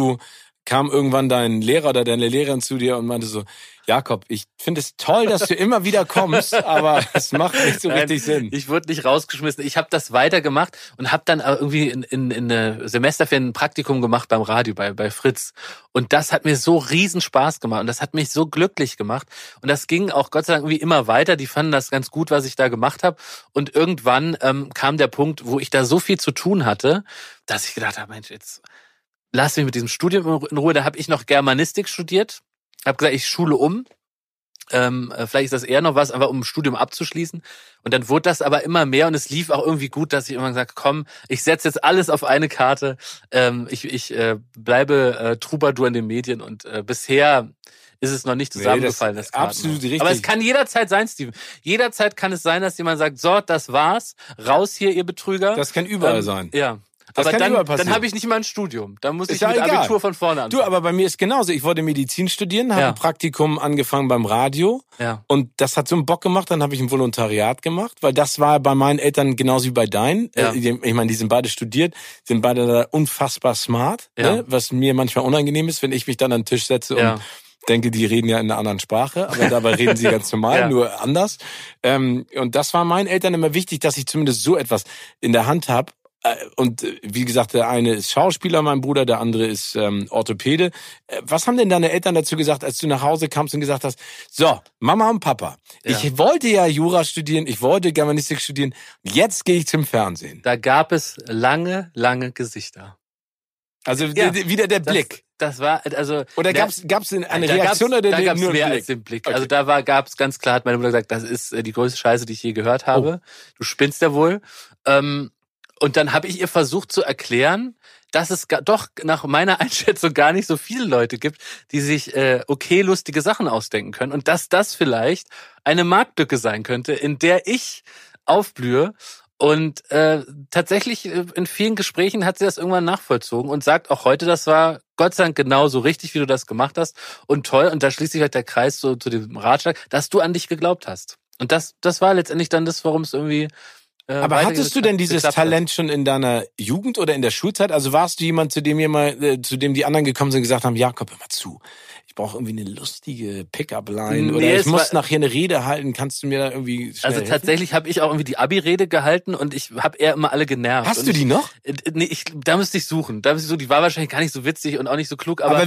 Speaker 1: kam irgendwann dein Lehrer oder deine Lehrerin zu dir und meinte so, Jakob, ich finde es toll, dass du immer wieder kommst, aber es macht nicht so richtig Sinn.
Speaker 2: Ich wurde nicht rausgeschmissen. Ich habe das weitergemacht und habe dann irgendwie in Semesterferien ein Praktikum gemacht beim Radio, bei Fritz. Und das hat mir so riesen Spaß gemacht und das hat mich so glücklich gemacht. Und das ging auch Gott sei Dank irgendwie immer weiter. Die fanden das ganz gut, was ich da gemacht habe. Und irgendwann kam der Punkt, wo ich da so viel zu tun hatte, dass ich gedacht habe, Mensch, jetzt lass mich mit diesem Studium in Ruhe. Da habe ich noch Germanistik studiert. Habe gesagt, ich schule um. Vielleicht ist das eher noch was, aber um ein Studium abzuschließen. Und dann wurde das aber immer mehr und es lief auch irgendwie gut, dass ich immer gesagt habe, komm, ich setze jetzt alles auf eine Karte. Ich bleibe Troubadour in den Medien und bisher ist es noch nicht zusammengefallen, das
Speaker 1: absolut richtig.
Speaker 2: Aber es kann jederzeit sein, Steven. Jederzeit kann es sein, dass jemand sagt, so, das war's, raus hier, ihr Betrüger.
Speaker 1: Das kann überall sein.
Speaker 2: Ja.
Speaker 1: Das
Speaker 2: aber
Speaker 1: dann
Speaker 2: habe ich nicht mal ein Studium. Dann muss ich
Speaker 1: ja
Speaker 2: mit
Speaker 1: egal.
Speaker 2: Abitur von vorne anfangen.
Speaker 1: Du, aber bei mir ist genauso. Ich wollte Medizin studieren, habe ein Praktikum angefangen beim Radio.
Speaker 2: Ja.
Speaker 1: Und das hat so einen Bock gemacht. Dann habe ich ein Volontariat gemacht, weil das war bei meinen Eltern genauso wie bei deinen.
Speaker 2: Ja.
Speaker 1: Ich meine, die sind beide studiert, sind beide da unfassbar smart, ne? Was mir manchmal unangenehm ist, wenn ich mich dann an den Tisch setze und denke, die reden ja in einer anderen Sprache, aber dabei reden sie ganz normal, nur anders. Und das war meinen Eltern immer wichtig, dass ich zumindest so etwas in der Hand habe. Und wie gesagt, der eine ist Schauspieler, mein Bruder, der andere ist Orthopäde. Was haben denn deine Eltern dazu gesagt, als du nach Hause kamst und gesagt hast, so, Mama und Papa, ich wollte ja Jura studieren, ich wollte Germanistik studieren, jetzt gehe ich zum Fernsehen.
Speaker 2: Da gab es lange, lange Gesichter.
Speaker 1: Also wieder der Blick.
Speaker 2: Das war, also...
Speaker 1: Oder gab's eine Reaktion oder
Speaker 2: da gab's
Speaker 1: nur
Speaker 2: mehr
Speaker 1: Blick?
Speaker 2: als den Blick.
Speaker 1: Okay.
Speaker 2: Also da gab's ganz klar, hat meine Mutter gesagt, das ist die größte Scheiße, die ich je gehört habe. Du spinnst ja wohl. Und dann habe ich ihr versucht zu erklären, dass es doch nach meiner Einschätzung gar nicht so viele Leute gibt, die sich lustige Sachen ausdenken können. Und dass das vielleicht eine Marktlücke sein könnte, in der ich aufblühe. Und tatsächlich in vielen Gesprächen hat sie das irgendwann nachvollzogen und sagt auch heute, das war Gott sei Dank genauso richtig, wie du das gemacht hast. Und toll, und da schließt sich halt der Kreis zu dem Ratschlag, dass du an dich geglaubt hast. Und das war letztendlich dann das, warum es irgendwie
Speaker 1: Aber hattest du denn dieses Talent schon in deiner Jugend oder in der Schulzeit? Also warst du jemand, zu dem die anderen gekommen sind und gesagt haben, Jakob, hör mal zu. Ich brauche irgendwie eine lustige Pickup-Line oder ich muss nachher eine Rede halten. Kannst du mir da irgendwie schnell helfen?
Speaker 2: Tatsächlich habe ich auch irgendwie die Abi-Rede gehalten und ich habe eher immer alle genervt.
Speaker 1: Hast du die noch?
Speaker 2: Nee, da müsste ich suchen. Die war wahrscheinlich gar nicht so witzig und auch nicht so klug. Aber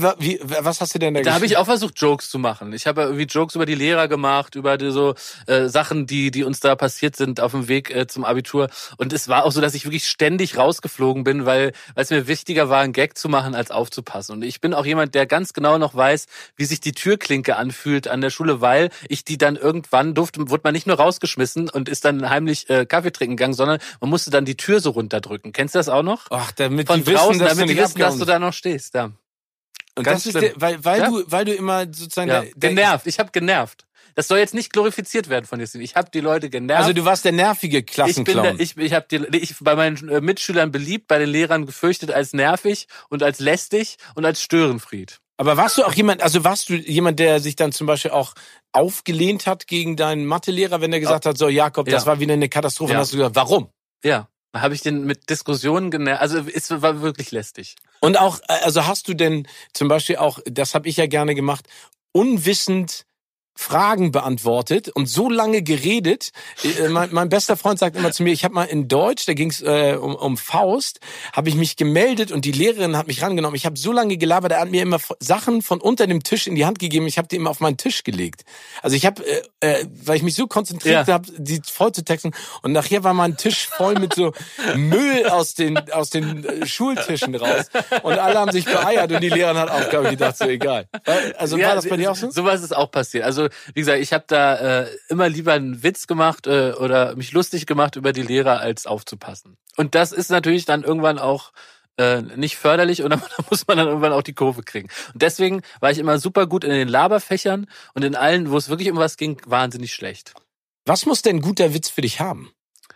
Speaker 1: was hast du denn da
Speaker 2: Da habe ich auch versucht, Jokes zu machen. Ich habe irgendwie Jokes über die Lehrer gemacht, über Sachen, die uns da passiert sind auf dem Weg zum Abitur. Und es war auch so, dass ich wirklich ständig rausgeflogen bin, weil es mir wichtiger war, einen Gag zu machen, als aufzupassen. Und ich bin auch jemand, der ganz genau noch weiß, wie sich die Türklinke anfühlt an der Schule, weil ich die dann irgendwann wurde man nicht nur rausgeschmissen und ist dann heimlich Kaffee trinken gegangen, sondern man musste dann die Tür so runterdrücken. Kennst du das auch noch?
Speaker 1: Ach, damit
Speaker 2: von
Speaker 1: die draußen,
Speaker 2: damit die wissen, dass du da noch stehst. Ja.
Speaker 1: Und ganz das ist weil du immer sozusagen
Speaker 2: genervt. Ich habe genervt. Das soll jetzt nicht glorifiziert werden von dir. Ich habe die Leute genervt.
Speaker 1: Also du warst der nervige Klassenclown.
Speaker 2: Ich habe bei meinen Mitschülern beliebt, bei den Lehrern gefürchtet als nervig und als lästig und als Störenfried.
Speaker 1: Aber warst du jemand, der sich dann zum Beispiel auch aufgelehnt hat gegen deinen Mathelehrer, wenn er gesagt hat, so Jakob, das war wieder eine Katastrophe, und hast du gesagt, warum?
Speaker 2: Ja, da habe ich den mit Diskussionen genervt, also es war wirklich lästig.
Speaker 1: Und auch, also hast du denn zum Beispiel auch, das habe ich ja gerne gemacht, unwissend Fragen beantwortet und so lange geredet. Mein bester Freund sagt immer zu mir, ich habe mal in Deutsch, da ging es um Faust, habe ich mich gemeldet und die Lehrerin hat mich rangenommen. Ich habe so lange gelabert, er hat mir immer Sachen von unter dem Tisch in die Hand gegeben, ich habe die immer auf meinen Tisch gelegt. Also ich habe, weil ich mich so konzentriert habe, die voll zu texten und nachher war mein Tisch voll mit so Müll aus den Schultischen raus und alle haben sich beeiert und die Lehrerin hat auch, glaube ich, gedacht, so egal. Also war das bei dir auch so?
Speaker 2: Sowas ist auch passiert. Also wie gesagt, ich habe da immer lieber einen Witz gemacht oder mich lustig gemacht über die Lehrer, als aufzupassen. Und das ist natürlich dann irgendwann auch nicht förderlich und da muss man dann irgendwann auch die Kurve kriegen. Und deswegen war ich immer super gut in den Laberfächern und in allen, wo es wirklich um was ging, wahnsinnig schlecht.
Speaker 1: Was muss denn ein guter Witz für dich haben?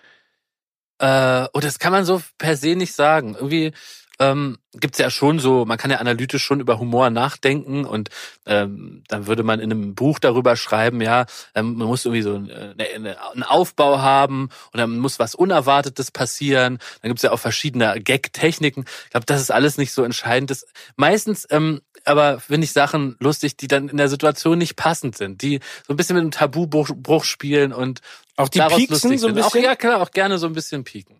Speaker 2: Das kann man so per se nicht sagen. Irgendwie gibt's ja schon so, man kann ja analytisch schon über Humor nachdenken und dann würde man in einem Buch darüber schreiben, ja, man muss irgendwie so einen Aufbau haben und dann muss was Unerwartetes passieren. Dann gibt's ja auch verschiedene Gag-Techniken. Ich glaube, das ist alles nicht so entscheidend. Meistens aber finde ich Sachen lustig, die dann in der Situation nicht passend sind, die so ein bisschen mit einem Tabubruch spielen und
Speaker 1: auch die pieksen so ein bisschen?
Speaker 2: Auch, ja, klar, auch gerne so ein bisschen pieken.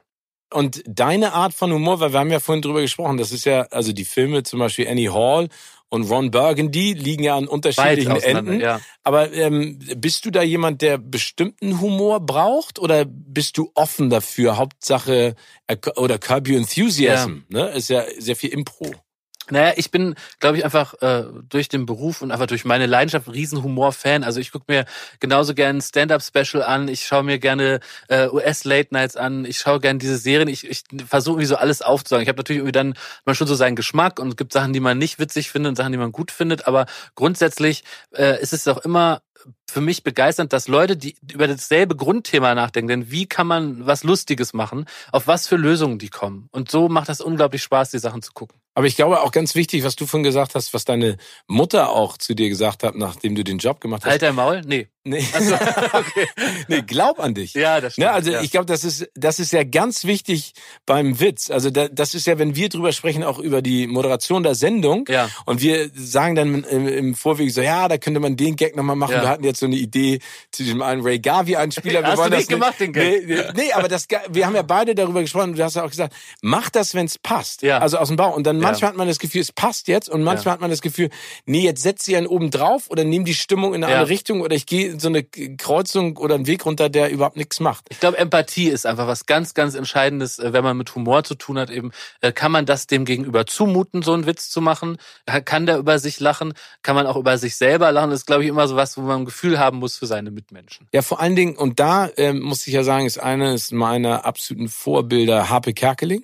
Speaker 1: Und deine Art von Humor, weil wir haben ja vorhin drüber gesprochen, das ist ja, also die Filme, zum Beispiel Annie Hall und Ron Burgundy, liegen ja an unterschiedlichen Enden. Ja. Aber bist du da jemand, der bestimmten Humor braucht oder bist du offen dafür? Hauptsache, oder Curb Your Enthusiasm, ne? Ist ja sehr viel Impro.
Speaker 2: Naja, ich bin, glaube ich, einfach durch den Beruf und einfach durch meine Leidenschaft ein Riesen-Humor-Fan. Also ich gucke mir genauso gerne ein Stand-Up-Special an, ich schaue mir gerne US-Late-Nights an, ich schaue gerne diese Serien, ich versuche irgendwie so alles aufzusagen. Ich habe natürlich irgendwie dann mal schon so seinen Geschmack und es gibt Sachen, die man nicht witzig findet und Sachen, die man gut findet, aber grundsätzlich ist es auch immer für mich begeisternd, dass Leute, die über dasselbe Grundthema nachdenken, denn wie kann man was Lustiges machen, auf was für Lösungen die kommen. Und so macht das unglaublich Spaß, die Sachen zu gucken.
Speaker 1: Aber ich glaube auch ganz wichtig, was du vorhin gesagt hast, was deine Mutter auch zu dir gesagt hat, nachdem du den Job gemacht hast.
Speaker 2: Halt dein Maul? Nee.
Speaker 1: Also, okay. Nee, glaub an dich.
Speaker 2: Ja, das stimmt.
Speaker 1: Ne, also ich glaube, das ist ja ganz wichtig beim Witz. Also das ist ja, wenn wir drüber sprechen, auch über die Moderation der Sendung.
Speaker 2: Ja.
Speaker 1: Und wir sagen dann im Vorweg so, ja, da könnte man den Gag nochmal machen. Ja. Wir hatten jetzt so eine Idee zu diesem einen Ray Garvey-Einspieler.
Speaker 2: Hast du nicht gemacht, den Gag?
Speaker 1: Nee, aber wir haben ja beide darüber gesprochen und du hast ja auch gesagt, mach das, wenn es passt.
Speaker 2: Ja.
Speaker 1: Also aus dem Bauch. Und dann manchmal hat man das Gefühl, es passt jetzt und manchmal hat man das Gefühl, nee, jetzt setz sie einen oben drauf oder nimm die Stimmung in eine andere Richtung oder ich gehe in so eine Kreuzung oder einen Weg runter, der überhaupt nichts macht.
Speaker 2: Ich glaube, Empathie ist einfach was ganz, ganz Entscheidendes, wenn man mit Humor zu tun hat. Eben kann man das dem Gegenüber zumuten, so einen Witz zu machen? Kann der über sich lachen? Kann man auch über sich selber lachen? Das ist, glaube ich, immer so was, wo man ein Gefühl haben muss für seine Mitmenschen.
Speaker 1: Ja, vor allen Dingen, und da muss ich ja sagen, ist eines meiner absoluten Vorbilder Harpe Kerkeling.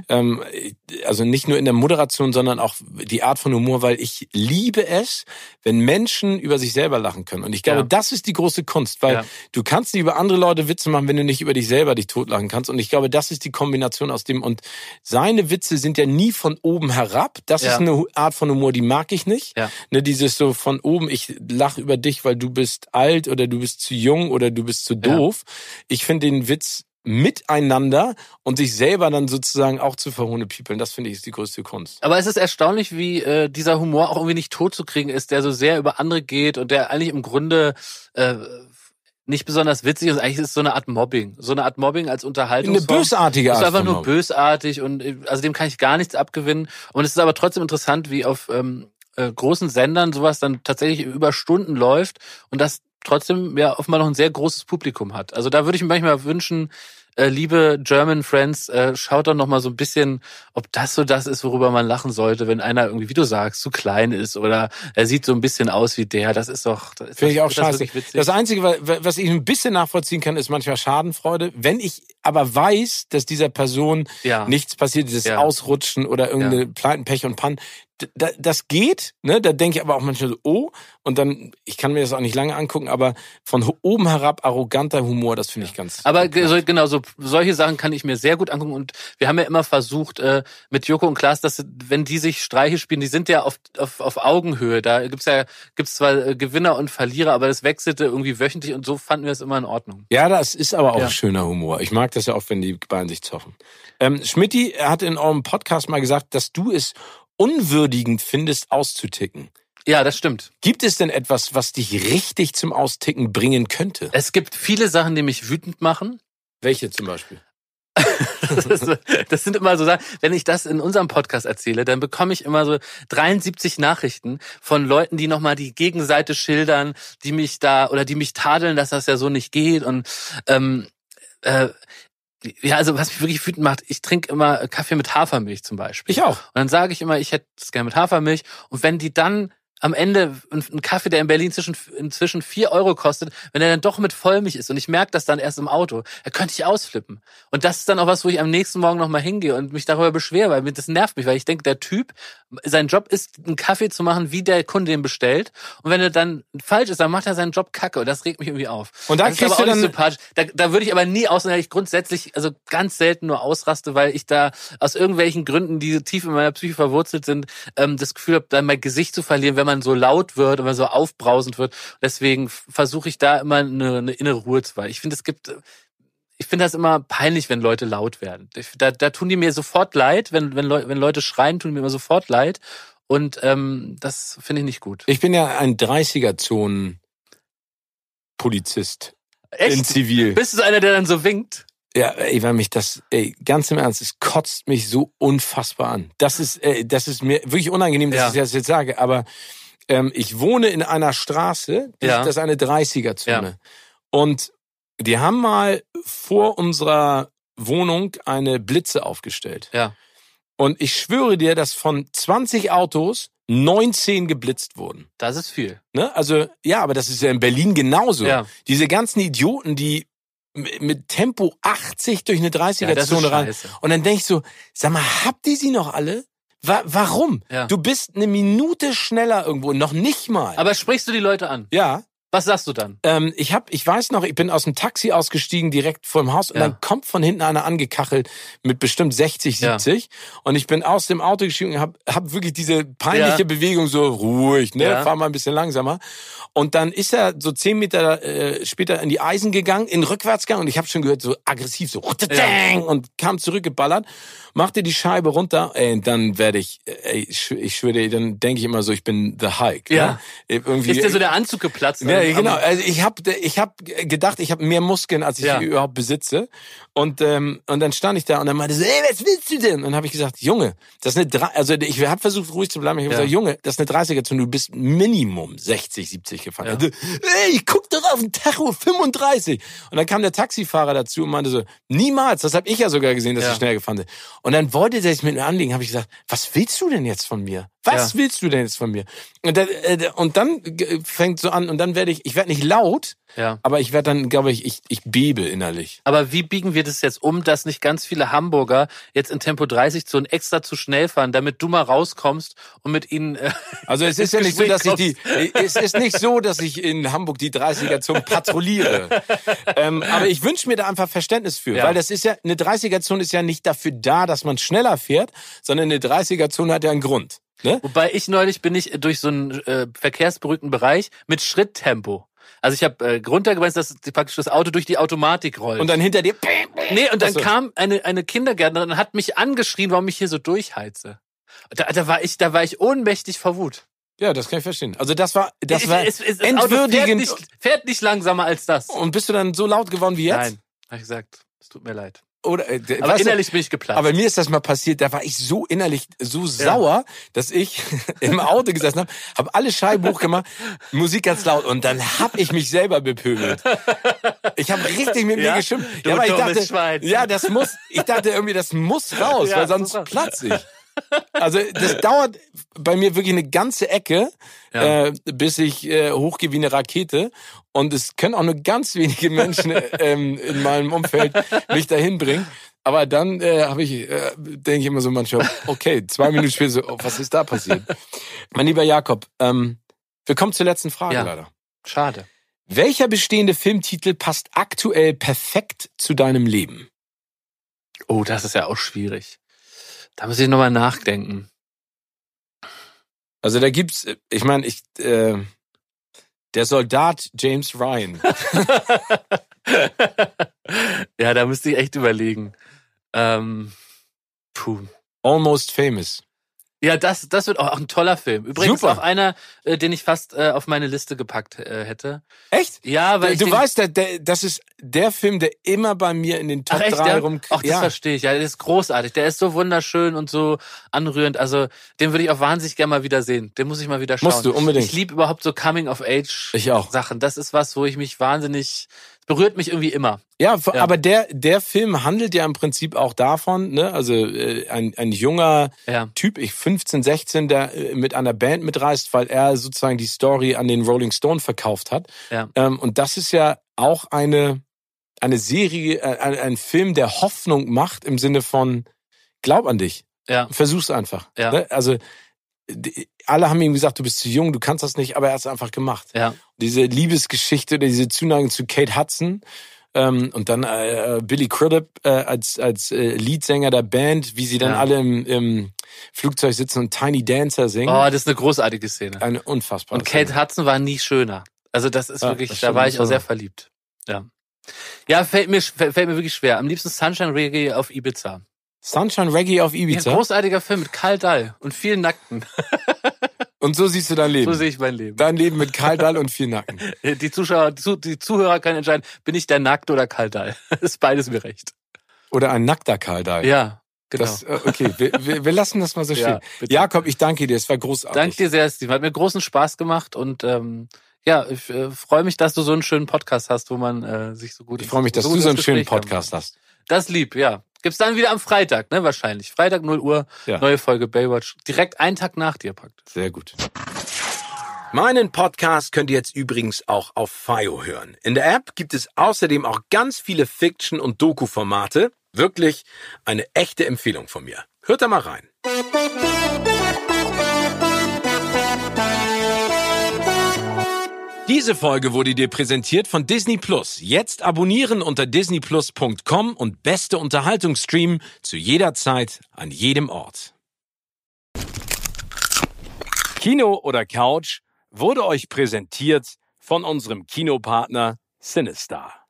Speaker 1: Also nicht nur in der Moderation, sondern auch die Art von Humor, weil ich liebe es, wenn Menschen über sich selber lachen können. Und ich glaube, das ist die große Kunst, weil du kannst nicht über andere Leute Witze machen, wenn du nicht über dich selber dich totlachen kannst. Und ich glaube, das ist die Kombination aus dem. Und seine Witze sind ja nie von oben herab. Das ist eine Art von Humor, die mag ich nicht.
Speaker 2: Ja.
Speaker 1: Ne, dieses so von oben, ich lache über dich, weil du bist alt oder du bist zu jung oder du bist zu doof. Ich finde den Witz miteinander und sich selber dann sozusagen auch zu verhohnepiepeln, das finde ich ist die größte Kunst.
Speaker 2: Aber es ist erstaunlich, wie dieser Humor auch irgendwie nicht tot zu kriegen ist, der so sehr über andere geht und der eigentlich im Grunde nicht besonders witzig ist. Eigentlich ist es so eine Art Mobbing. So eine Art Mobbing als Unterhaltungsform.
Speaker 1: Eine bösartige Art.
Speaker 2: Es ist einfach nur bösartig und also dem kann ich gar nichts abgewinnen. Und es ist aber trotzdem interessant, wie auf großen Sendern sowas dann tatsächlich über Stunden läuft und das trotzdem ja offenbar noch ein sehr großes Publikum hat. Also da würde ich mir manchmal wünschen, liebe German Friends, schaut doch noch mal so ein bisschen, ob das so das ist, worüber man lachen sollte, wenn einer irgendwie, wie du sagst, zu klein ist oder er sieht so ein bisschen aus wie der. Das ist doch...
Speaker 1: Finde ich auch scheiße. Das Einzige, was ich ein bisschen nachvollziehen kann, ist manchmal Schadenfreude. Wenn ich aber weiß, dass dieser Person nichts passiert, dieses Ausrutschen oder irgendeine Pleiten, Pech und Pann, das geht, ne? Da denke ich aber auch manchmal so, oh, und dann, ich kann mir das auch nicht lange angucken, aber von oben herab arroganter Humor, das finde ich ganz...
Speaker 2: Aber genau, so solche Sachen kann ich mir sehr gut angucken und wir haben ja immer versucht, mit Joko und Klaas, dass wenn die sich Streiche spielen, die sind ja auf Augenhöhe, da gibt's zwar Gewinner und Verlierer, aber das wechselte irgendwie wöchentlich und so fanden wir es immer in Ordnung.
Speaker 1: Ja, das ist aber auch schöner Humor. Ich mag das ja auch, wenn die beiden sich zoffen. Schmidti hat in eurem Podcast mal gesagt, dass du es unwürdigend findest, auszuticken.
Speaker 2: Ja, das stimmt.
Speaker 1: Gibt es denn etwas, was dich richtig zum Austicken bringen könnte?
Speaker 2: Es gibt viele Sachen, die mich wütend machen.
Speaker 1: Welche zum Beispiel?
Speaker 2: Das sind immer so Sachen, wenn ich das in unserem Podcast erzähle, dann bekomme ich immer so 73 Nachrichten von Leuten, die nochmal die Gegenseite schildern, die mich tadeln, dass das ja so nicht geht und ja, also was mich wirklich wütend macht, ich trinke immer Kaffee mit Hafermilch zum Beispiel.
Speaker 1: Ich auch.
Speaker 2: Und dann sage ich immer, ich hätte es gerne mit Hafermilch. Und wenn die dann am Ende ein Kaffee, der in Berlin inzwischen 4 Euro kostet, wenn er dann doch mit Vollmilch ist und ich merke das dann erst im Auto, da könnte ich ausflippen. Und das ist dann auch was, wo ich am nächsten Morgen nochmal hingehe und mich darüber beschwere, weil das nervt mich, weil ich denke, der Typ, sein Job ist, einen Kaffee zu machen, wie der Kunde den bestellt. Und wenn er dann falsch ist, dann macht er seinen Job kacke und das regt mich irgendwie auf.
Speaker 1: Und da
Speaker 2: das ist aber auch nicht sympathisch. Da würde ich aber nie weil ich grundsätzlich, also ganz selten nur ausraste, weil ich da aus irgendwelchen Gründen, die tief in meiner Psyche verwurzelt sind, das Gefühl habe, dann mein Gesicht zu verlieren, wenn man so laut wird, wenn man so aufbrausend wird. Deswegen versuche ich da immer eine innere Ruhe zu bewahren. Ich finde das immer peinlich, wenn Leute laut werden. Da tun die mir sofort leid, wenn Leute schreien, tun die mir immer sofort leid. Und das finde ich nicht gut.
Speaker 1: Ich bin ja ein 30er-Zonen-Polizist.
Speaker 2: Echt?
Speaker 1: In Zivil.
Speaker 2: Bist du so einer, der dann so winkt?
Speaker 1: Ja, weil mich ganz im Ernst, es kotzt mich so unfassbar an. Das ist mir wirklich unangenehm, dass ich das jetzt sage, aber ich wohne in einer Straße, das ist eine 30er-Zone. Ja. Und die haben mal vor unserer Wohnung eine Blitze aufgestellt.
Speaker 2: Ja.
Speaker 1: Und ich schwöre dir, dass von 20 Autos 19 geblitzt wurden.
Speaker 2: Das ist viel.
Speaker 1: Ne? Also, ja, aber das ist ja in Berlin genauso. Ja. Diese ganzen Idioten, die mit Tempo 80 durch eine 30er-Zone rein. Und dann denk ich so, sag mal, habt ihr sie noch alle? Warum? Ja. Du bist eine Minute schneller irgendwo, noch nicht mal.
Speaker 2: Aber sprichst du die Leute an?
Speaker 1: Ja.
Speaker 2: Was sagst du dann?
Speaker 1: Ich weiß noch, ich bin aus dem Taxi ausgestiegen, direkt vor dem Haus, und dann kommt von hinten einer angekachelt mit bestimmt 60, 70. Und ich bin aus dem Auto gestiegen und hab wirklich diese peinliche Bewegung, so ruhig, ne? Fahr mal ein bisschen langsamer. Und dann ist er so 10 Meter später in die Eisen gegangen, in Rückwärtsgang, und ich habe schon gehört, so aggressiv, so und kam zurückgeballert, machte die Scheibe runter, und dann werde ich schwöre dir, dann denke ich immer so, ich bin the Hulk.
Speaker 2: Ja.
Speaker 1: Ne? Irgendwie,
Speaker 2: ist dir so der Anzug geplatzt?
Speaker 1: Ja, genau. Also ich hab gedacht, ich habe mehr Muskeln, als ich überhaupt besitze. Und dann stand ich da und dann meinte so, was willst du denn? Und dann habe ich gesagt, Junge, das ist ich habe versucht, ruhig zu bleiben. Ich habe gesagt, Junge, das ist eine 30er-Zone, du bist Minimum 60, 70 gefahren. Ja. Also, ich guck doch auf den Tacho, 35. Und dann kam der Taxifahrer dazu und meinte so, niemals, das habe ich ja sogar gesehen, dass ich schnell gefahren bin. Und dann wollte der sich mit mir anlegen, habe ich gesagt, was willst du denn jetzt von mir? Was willst du denn jetzt von mir? Und dann fängt so an, und dann werde ich werde nicht laut,
Speaker 2: Ja.
Speaker 1: aber ich werde dann, glaube ich bebe innerlich.
Speaker 2: Aber wie biegen wir das jetzt um, dass nicht ganz viele Hamburger jetzt in Tempo 30 Zonen extra zu schnell fahren, damit du mal rauskommst und mit ihnen...
Speaker 1: Also es ist ja nicht so, dass es ist nicht so, dass ich in Hamburg die 30er-Zone patrouilliere. Aber ich wünsche mir da einfach Verständnis für, weil das ist ja, eine 30er-Zone ist ja nicht dafür da, dass man schneller fährt, sondern eine 30er-Zone hat ja einen Grund. Ne?
Speaker 2: Wobei bin ich durch so einen verkehrsberuhigten Bereich mit Schritttempo. Also ich habe runtergemeint, dass praktisch das Auto durch die Automatik rollt.
Speaker 1: Und dann hinter dir...
Speaker 2: Nee, und dann kam eine Kindergärtnerin und hat mich angeschrien, warum ich hier so durchheize. Da war ich ohnmächtig vor Wut.
Speaker 1: Ja, das kann ich verstehen. Also das war
Speaker 2: Das
Speaker 1: entwürdigend.
Speaker 2: Auto fährt nicht langsamer als das.
Speaker 1: Und bist du dann so laut geworden wie jetzt?
Speaker 2: Nein, habe ich gesagt, es tut mir leid.
Speaker 1: Oder,
Speaker 2: aber innerlich bin ich geplatzt.
Speaker 1: Aber mir ist das mal passiert, da war ich so innerlich so sauer, dass ich im Auto gesessen habe alle Scheiben hochgemacht, Musik ganz laut und dann hab ich mich selber bepöbelt. Ich habe richtig mit mir geschimpft.
Speaker 2: Ja, aber ich
Speaker 1: dachte irgendwie, das muss raus, weil sonst platze ich. Also das dauert bei mir wirklich eine ganze Ecke, bis ich hochgehe wie eine Rakete. Und es können auch nur ganz wenige Menschen in meinem Umfeld mich dahin bringen. Aber dann denke ich immer so manchmal, okay, 2 Minuten später so, was ist da passiert? Mein lieber Jakob, wir kommen zur letzten Frage leider.
Speaker 2: Schade.
Speaker 1: Welcher bestehende Filmtitel passt aktuell perfekt zu deinem Leben?
Speaker 2: Oh, das ist ja auch schwierig. Da muss ich nochmal nachdenken.
Speaker 1: Also da gibt's, ich meine, der Soldat James Ryan.
Speaker 2: Ja, da müsste ich echt überlegen.
Speaker 1: Almost Famous.
Speaker 2: Ja, das wird auch ein toller Film. Übrigens
Speaker 1: Super.
Speaker 2: auch einer, den ich fast auf meine Liste gepackt hätte.
Speaker 1: Echt?
Speaker 2: Ja, weil
Speaker 1: du weißt, das ist der Film, der immer bei mir in den Top 3 rumkommt.
Speaker 2: Ach, das verstehe ich. Ja, der ist großartig. Der ist so wunderschön und so anrührend. Also, den würde ich auch wahnsinnig gerne mal wieder sehen. Den muss ich mal wieder schauen.
Speaker 1: Musst du unbedingt.
Speaker 2: Ich liebe überhaupt so Coming-of-Age-Sachen. Das ist was, wo ich mich berührt mich irgendwie immer.
Speaker 1: Ja, aber der Film handelt ja im Prinzip auch davon, ne? Also ein junger Typ, 15, 16, der mit einer Band mitreist, weil er sozusagen die Story an den Rolling Stone verkauft hat.
Speaker 2: Ja.
Speaker 1: Und das ist ja auch eine Serie, ein Film, der Hoffnung macht im Sinne von glaub an dich.
Speaker 2: Ja.
Speaker 1: Versuch's einfach.
Speaker 2: Ja.
Speaker 1: Ne? Also alle haben ihm gesagt, du bist zu jung, du kannst das nicht, aber er hat es einfach gemacht.
Speaker 2: Ja.
Speaker 1: Diese Liebesgeschichte, diese Zuneigung zu Kate Hudson und dann Billy Crudup als Leadsänger der Band, wie sie dann alle im Flugzeug sitzen und Tiny Dancer singen.
Speaker 2: Oh, das ist eine großartige Szene.
Speaker 1: Eine unfassbare
Speaker 2: Und Kate Hudson war nie schöner. Also das ist wirklich, da war ich auch sehr verliebt. Ja. Ja, fällt mir wirklich schwer. Am liebsten Sunshine Reggae auf Ibiza.
Speaker 1: Sunshine Reggae auf Ibiza?
Speaker 2: Ein großartiger Film mit Karl Dall und vielen Nackten.
Speaker 1: Und so siehst du dein Leben?
Speaker 2: So sehe ich mein Leben.
Speaker 1: Dein Leben mit Karl Dall und viel Nacken.
Speaker 2: Die Zuhörer können entscheiden, bin ich der Nackte oder Karl Dall? Ist beides mir recht.
Speaker 1: Oder ein nackter Karl Dall.
Speaker 2: Ja, genau.
Speaker 1: Okay, wir lassen das mal so stehen.
Speaker 2: Bitte.
Speaker 1: Jakob, ich danke dir, es war großartig.
Speaker 2: Danke dir sehr, Steve. Hat mir großen Spaß gemacht und ich freue mich, dass du so einen schönen Podcast hast, wo man sich so gut...
Speaker 1: Ich freue mich, dass du so einen schönen Podcast hast.
Speaker 2: Das lieb, ja. Gibt's dann wieder am Freitag, ne, wahrscheinlich. Freitag 0 Uhr, neue Folge Baywatch. Direkt einen Tag nach dir praktisch.
Speaker 1: Sehr gut. Meinen Podcast könnt ihr jetzt übrigens auch auf FYO hören. In der App gibt es außerdem auch ganz viele Fiction- und Doku-Formate. Wirklich eine echte Empfehlung von mir. Hört da mal rein. Diese Folge wurde dir präsentiert von Disney Plus. Jetzt abonnieren unter disneyplus.com und beste Unterhaltung streamen zu jeder Zeit, an jedem Ort. Kino oder Couch wurde euch präsentiert von unserem Kinopartner Cinestar.